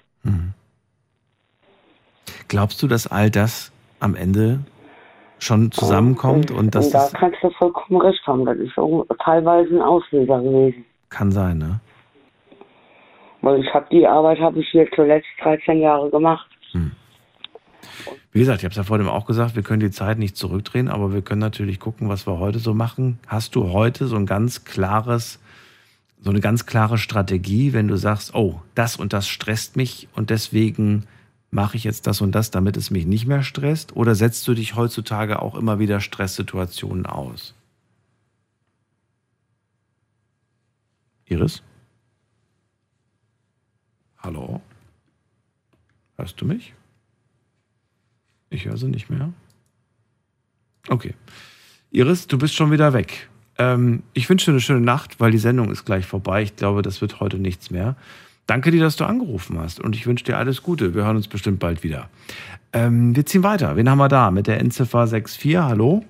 Speaker 3: Glaubst du, dass all das am Ende schon zusammenkommt? Und da
Speaker 13: kannst du vollkommen recht haben. Das ist auch teilweise ein Auslöser gewesen.
Speaker 3: Kann sein, ne?
Speaker 13: Weil die Arbeit habe ich hier zuletzt 13 Jahre gemacht.
Speaker 3: Wie gesagt, ich habe es ja vorhin auch gesagt, wir können die Zeit nicht zurückdrehen, aber wir können natürlich gucken, was wir heute so machen. Hast du heute so eine ganz klare Strategie, wenn du sagst, oh, das und das stresst mich und deswegen mache ich jetzt das und das, damit es mich nicht mehr stresst? Oder setzt du dich heutzutage auch immer wieder Stresssituationen aus? Iris? Hallo? Hörst du mich? Ich höre sie nicht mehr. Okay. Iris, du bist schon wieder weg. Ich wünsche dir eine schöne Nacht, weil die Sendung ist gleich vorbei. Ich glaube, das wird heute nichts mehr. Danke dir, dass du angerufen hast und ich wünsche dir alles Gute. Wir hören uns bestimmt bald wieder. Wir ziehen weiter. Wen haben wir da? Mit der Endziffer 64. Hallo?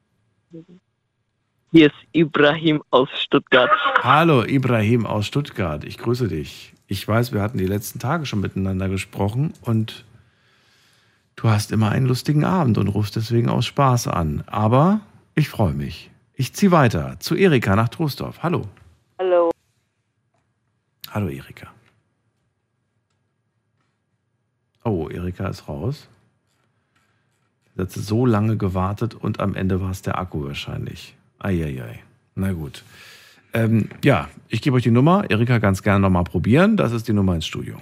Speaker 14: Hier ist Ibrahim aus Stuttgart.
Speaker 3: Hallo, Ibrahim aus Stuttgart. Ich grüße dich. Ich weiß, wir hatten die letzten Tage schon miteinander gesprochen und du hast immer einen lustigen Abend und rufst deswegen aus Spaß an. Aber ich freue mich. Ich ziehe weiter zu Erika nach Troisdorf. Hallo.
Speaker 15: Hallo.
Speaker 3: Hallo, Erika. Oh, Erika ist raus. Sie hat so lange gewartet und am Ende war es der Akku wahrscheinlich. Eieiei. Na gut. Ja, ich gebe euch die Nummer. Erika ganz gerne nochmal probieren. Das ist die Nummer ins Studio.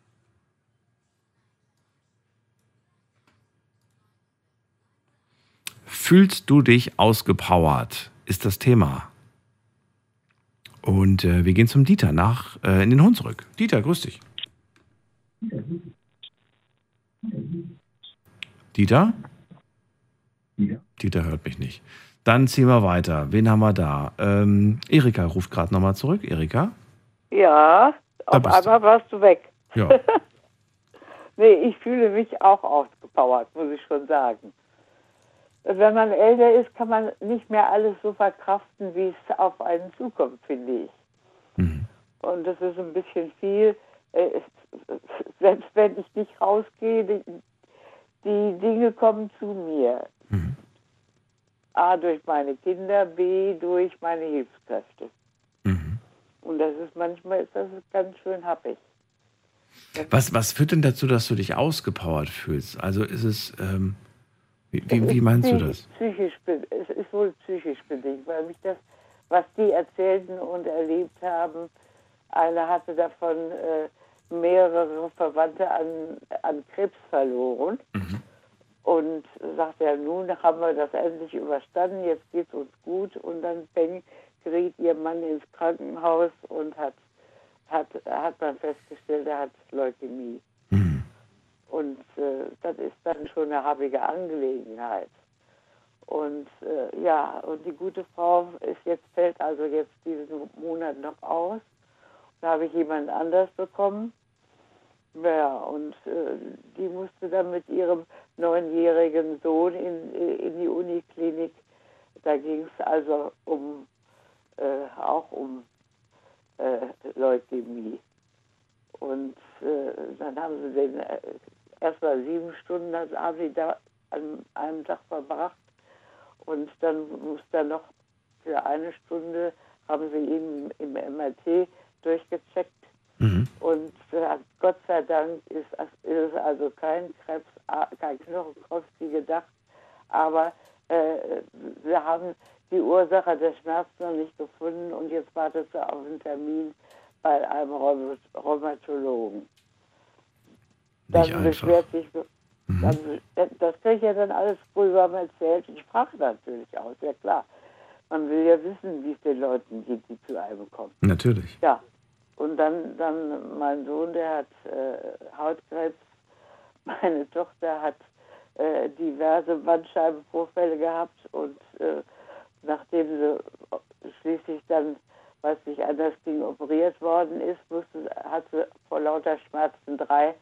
Speaker 3: Fühlst du dich ausgepowert? Ist das Thema. Und wir gehen zum Dieter in den Hund zurück. Dieter, grüß dich. Dieter? Ja. Dieter hört mich nicht. Dann ziehen wir weiter. Wen haben wir da? Erika ruft gerade nochmal zurück. Erika?
Speaker 15: Ja, auf einmal warst du weg.
Speaker 3: Ja.
Speaker 15: Nee, ich fühle mich auch ausgepowert, muss ich schon sagen. Wenn man älter ist, kann man nicht mehr alles so verkraften, wie es auf einen zukommt, finde ich. Und das ist ein bisschen viel. selbst wenn ich nicht rausgehe, die Dinge kommen zu mir. A, durch meine Kinder, B, durch meine Hilfskräfte. Und manchmal ist das ganz schön happig.
Speaker 3: Was führt denn dazu, dass du dich ausgepowert fühlst? Also ist es, wie meinst du das?
Speaker 15: Es ist wohl psychisch bedingt, weil mich das, was die erzählten und erlebt haben, einer hatte davon mehrere Verwandte an Krebs verloren. Und sagte ja, nun haben wir das endlich überstanden, jetzt geht's uns gut. Und dann geriet ihr Mann ins Krankenhaus und hat man festgestellt, er hat Leukämie. Und das ist dann schon eine happige Angelegenheit. Und und die gute Frau fällt also jetzt diesen Monat noch aus. Da habe ich jemand anders bekommen. Ja, und die musste dann mit ihrem 9-jährigen Sohn in die Uniklinik. Da ging es also auch um Leukämie. Und dann haben sie den erstmal 7 Stunden haben sie da an einem Tag verbracht. Und dann musste er noch für 1 Stunde, haben sie ihn im MRT durchgecheckt. Und Gott sei Dank ist es also kein Krebs, kein Knochenkrebs wie gedacht, aber wir haben die Ursache des Schmerzes noch nicht gefunden und jetzt wartet sie auf einen Termin bei einem Rheumatologen. Dann beschwert sich, das kriege ich ja dann alles früher erzählt. Ich frage natürlich aus, ja klar. Man will ja wissen, wie es den Leuten geht, die zu einem kommen.
Speaker 3: Natürlich.
Speaker 15: Ja. Und dann mein Sohn, der hat Hautkrebs. Meine Tochter hat diverse Bandscheibenvorfälle gehabt. Und nachdem sie schließlich dann, was nicht anders ging, operiert worden ist, hat sie vor lauter Schmerzen drei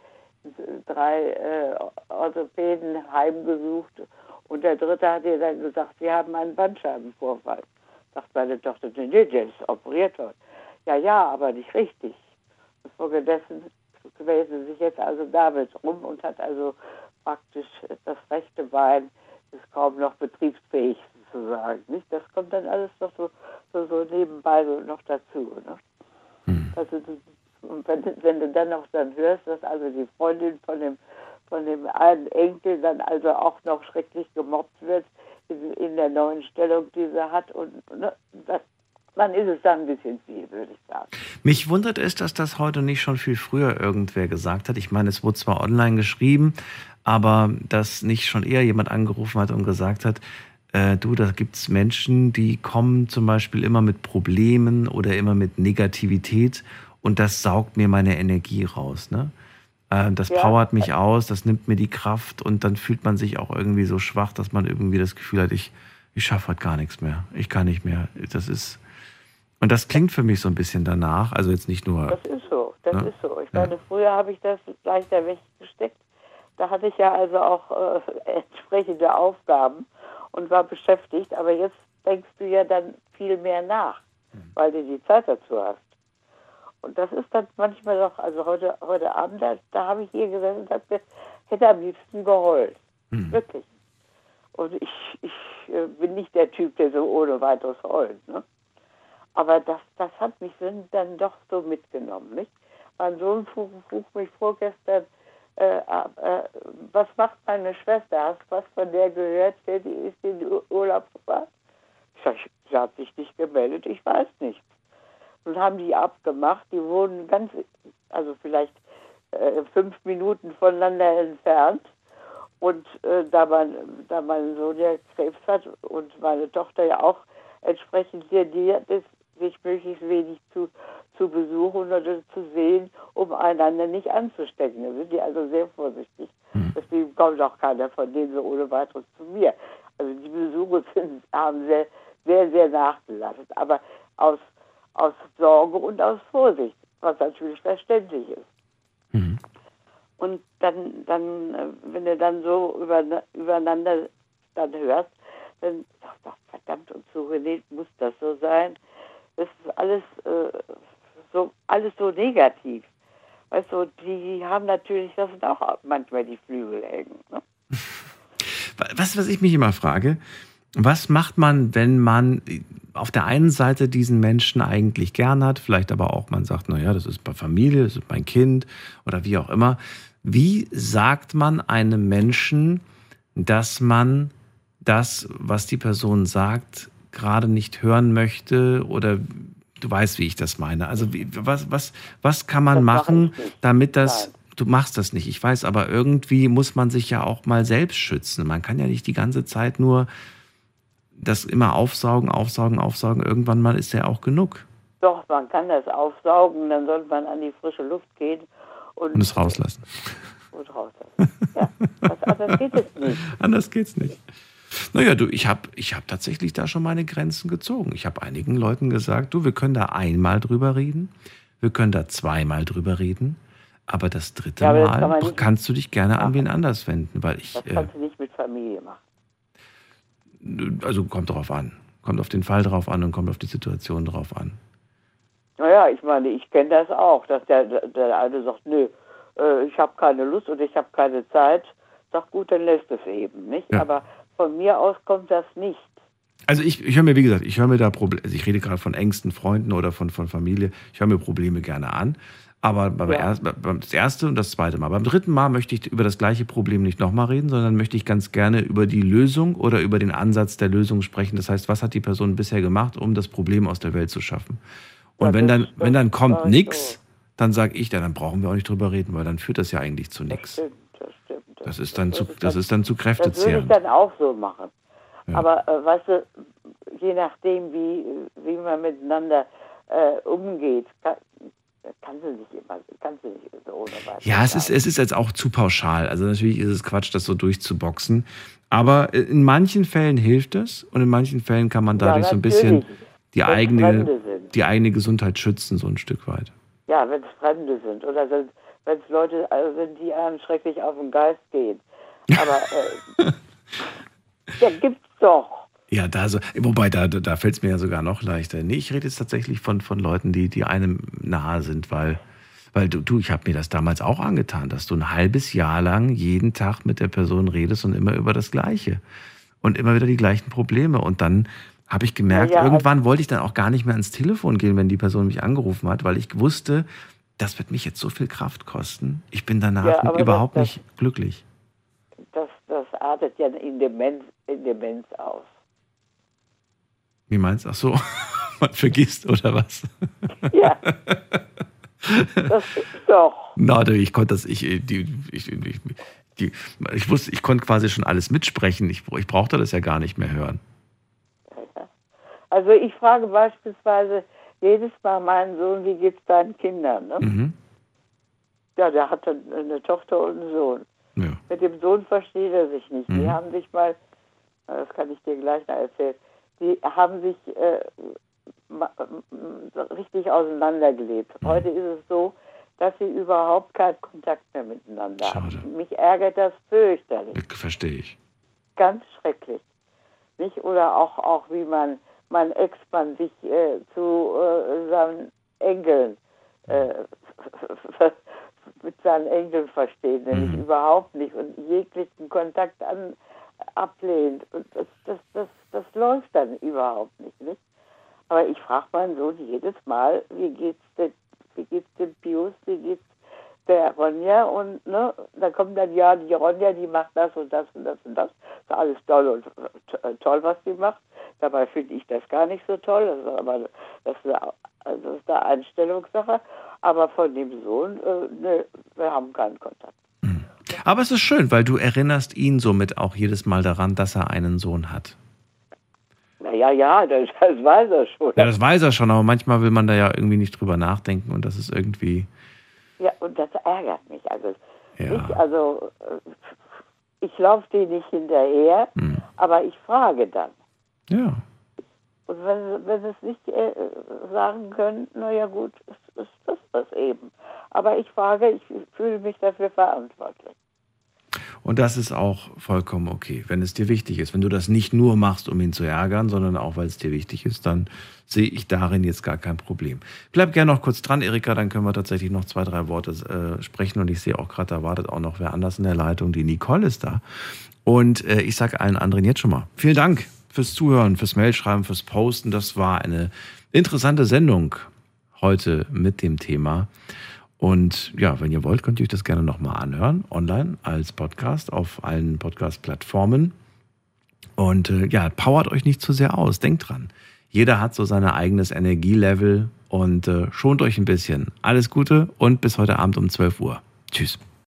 Speaker 15: Orthopäden heimgesucht. Und der dritte hat ihr dann gesagt, sie haben einen Bandscheibenvorfall. Sagt meine Tochter, nee, der ist operiert worden. Ja, aber nicht richtig. Und folgedessen quält sie sich jetzt also damit rum und hat also praktisch das rechte Bein ist kaum noch betriebsfähig sozusagen. Nicht? Das kommt dann alles noch so nebenbei so noch dazu. Ne? Also und wenn du dann noch hörst, dass also die Freundin von dem einen Enkel dann also auch noch schrecklich gemobbt wird in der neuen Stellung, die sie hat und ne, dann ist es dann ein bisschen viel, würde ich sagen.
Speaker 3: Mich wundert es, dass das heute nicht schon viel früher irgendwer gesagt hat. Ich meine, es wurde zwar online geschrieben, aber dass nicht schon eher jemand angerufen hat und gesagt hat, da gibt es Menschen, die kommen zum Beispiel immer mit Problemen oder immer mit Negativität und das saugt mir meine Energie raus. Ne? Das powert mich aus, das nimmt mir die Kraft und dann fühlt man sich auch irgendwie so schwach, dass man irgendwie das Gefühl hat, ich schaffe heute gar nichts mehr. Ich kann nicht mehr. Und das klingt für mich so ein bisschen danach, also jetzt nicht nur...
Speaker 15: Das ist so. Ich meine, früher habe ich das leichter weggesteckt. Da hatte ich ja also auch entsprechende Aufgaben und war beschäftigt. Aber jetzt denkst du ja dann viel mehr nach, weil du die Zeit dazu hast. Und das ist dann manchmal doch, also heute Abend, da habe ich hier gesessen und hätte am liebsten geheult. Wirklich. Und ich bin nicht der Typ, der so ohne weiteres heult, ne? Aber das hat mich dann doch so mitgenommen, nicht? Mein Sohn frug mich vorgestern, was macht meine Schwester? Hast du was von der gehört? Die ist in den Urlaub gefahren? Ich sage, sie hat sich nicht gemeldet, ich weiß nichts. Und haben die abgemacht, die wohnen also vielleicht 5 Minuten voneinander entfernt. Und da mein Sohn ja Krebs hat und meine Tochter ja auch entsprechend hier sich möglichst wenig zu besuchen oder zu sehen, um einander nicht anzustecken. Da sind die also sehr vorsichtig. Deswegen kommt auch keiner von denen so ohne weiteres zu mir. Also die Besuche haben sehr, sehr, sehr nachgelassen. Aber aus Sorge und aus Vorsicht, was natürlich verständlich ist. Und dann, wenn du dann so übereinander dann hörst, dann sagst du, verdammt und so genäht, muss das so sein? Das ist alles so negativ. weißt du, die haben natürlich, das sind auch manchmal die Flügel hängen. Ne?
Speaker 3: Was ich mich immer frage, was macht man, wenn man auf der einen Seite diesen Menschen eigentlich gern hat, vielleicht aber auch man sagt, naja, das ist bei Familie, das ist mein Kind oder wie auch immer. Wie sagt man einem Menschen, dass man das, was die Person sagt, gerade nicht hören möchte oder du weißt, wie ich das meine. Also was kann man machen, damit das... Nein. Du machst das nicht, ich weiß, aber irgendwie muss man sich ja auch mal selbst schützen. Man kann ja nicht die ganze Zeit nur das immer aufsaugen. Irgendwann mal ist ja auch genug.
Speaker 15: Doch, man kann das aufsaugen, dann sollte man an die frische Luft gehen. Und
Speaker 3: es rauslassen.
Speaker 15: Und rauslassen, ja. Anders geht es nicht.
Speaker 3: Anders geht's nicht. Naja, du, ich hab tatsächlich da schon meine Grenzen gezogen. Ich habe einigen Leuten gesagt, du, wir können da einmal drüber reden, wir können da zweimal drüber reden, aber das dritte Mal kannst du dich gerne an wen anders wenden, weil ich...
Speaker 15: Das kannst du nicht mit Familie machen.
Speaker 3: Also kommt drauf an. Kommt auf den Fall drauf an und kommt auf die Situation drauf an.
Speaker 15: Naja, ich meine, ich kenne das auch, dass der eine sagt, nö, ich habe keine Lust und ich habe keine Zeit. Sag gut, dann lässt es eben, nicht? Ja. Aber von mir aus kommt das nicht.
Speaker 3: Also ich höre mir, wie gesagt, ich rede gerade von engsten Freunden oder von Familie, ich höre mir Probleme gerne an. Aber das erste und das zweite Mal. Beim dritten Mal möchte ich über das gleiche Problem nicht nochmal reden, sondern möchte ich ganz gerne über die Lösung oder über den Ansatz der Lösung sprechen. Das heißt, was hat die Person bisher gemacht, um das Problem aus der Welt zu schaffen? Und wenn dann kommt nichts, dann sage ich, dann brauchen wir auch nicht drüber reden, weil dann führt das ja eigentlich zu nichts.
Speaker 15: Das stimmt.
Speaker 3: Das ist dann zu kräftezehrend.
Speaker 15: Das würde ich dann auch so machen. Ja. Aber weißt du, je nachdem, wie man miteinander umgeht, kannst du nicht so ohne weiteres.
Speaker 3: Ja, es ist jetzt auch zu pauschal. Also natürlich ist es Quatsch, das so durchzuboxen. Aber in manchen Fällen hilft es und in manchen Fällen kann man dadurch so ein bisschen die eigene Gesundheit schützen, so ein Stück weit.
Speaker 15: Ja, wenn es Fremde sind oder wenn es Leute sind, die einem schrecklich auf den Geist gehen. Aber ja, gibt's doch.
Speaker 3: Ja, wobei, da fällt es mir ja sogar noch leichter. Nee, ich rede jetzt tatsächlich von Leuten, die einem nahe sind, weil du, ich habe mir das damals auch angetan, dass du ein halbes Jahr lang jeden Tag mit der Person redest und immer über das Gleiche und immer wieder die gleichen Probleme. Und dann habe ich gemerkt, irgendwann wollte ich dann auch gar nicht mehr ans Telefon gehen, wenn die Person mich angerufen hat, weil ich wusste, das wird mich jetzt so viel Kraft kosten. Ich bin danach überhaupt nicht glücklich.
Speaker 15: Das artet ja in Demenz aus.
Speaker 3: Wie meinst du? Ach so, man vergisst oder was?
Speaker 15: Ja. Das ist doch.
Speaker 3: Na, ich konnte das, ich wusste, ich konnte quasi schon alles mitsprechen. Ich brauchte das ja gar nicht mehr hören.
Speaker 15: Also ich frage beispielsweise jedes Mal meinen Sohn, wie geht's deinen Kindern? Ne? Mhm. Ja, der hat eine Tochter und einen Sohn. Ja. Mit dem Sohn versteht er sich nicht. Die haben sich mal, das kann ich dir gleich noch erzählen, die haben sich richtig auseinandergelebt. Heute ist es so, dass sie überhaupt keinen Kontakt mehr miteinander haben. Mich ärgert das fürchterlich.
Speaker 3: Verstehe ich.
Speaker 15: Ganz schrecklich. Nicht? Oder auch wie mein Ex-Mann sich zu seinen Enkeln mit seinen Enkeln versteht, nämlich überhaupt nicht und jeglichen Kontakt ablehnt. Und das läuft dann überhaupt nicht? Aber ich frage meinen Sohn jedes Mal, wie geht's dem Pius, wie geht's der Ronja? Und ne, da kommt dann, ja, die Ronja, die macht das und das und das und das. Das ist alles toll und toll, was sie macht. Dabei finde ich das gar nicht so toll. Das ist eine Einstellungssache. Aber von dem Sohn, ne, wir haben keinen Kontakt.
Speaker 3: Aber es ist schön, weil du erinnerst ihn somit auch jedes Mal daran, dass er einen Sohn hat.
Speaker 15: Ja, das weiß er schon.
Speaker 3: Ja, das weiß er schon, aber manchmal will man da ja irgendwie nicht drüber nachdenken und das ist irgendwie...
Speaker 15: Ja, und das ärgert mich. Ich laufe dir nicht hinterher, aber ich frage dann.
Speaker 3: Ja.
Speaker 15: Und wenn sie es nicht sagen können, naja gut, ist das eben. Aber ich frage, ich fühle mich dafür verantwortlich.
Speaker 3: Und das ist auch vollkommen okay, wenn es dir wichtig ist. Wenn du das nicht nur machst, um ihn zu ärgern, sondern auch, weil es dir wichtig ist, dann sehe ich darin jetzt gar kein Problem. Bleib gerne noch kurz dran, Erika, dann können wir tatsächlich noch 2, 3 Worte sprechen. Und ich sehe auch gerade, da wartet auch noch wer anders in der Leitung. Die Nicole ist da. Und ich sage allen anderen jetzt schon mal vielen Dank fürs Zuhören, fürs Mailschreiben, fürs Posten. Das war eine interessante Sendung heute mit dem Thema. Und ja, wenn ihr wollt, könnt ihr euch das gerne nochmal anhören, online als Podcast auf allen Podcast-Plattformen. Und powert euch nicht zu sehr aus. Denkt dran, jeder hat so sein eigenes Energielevel und schont euch ein bisschen. Alles Gute und bis heute Abend um 12 Uhr. Tschüss.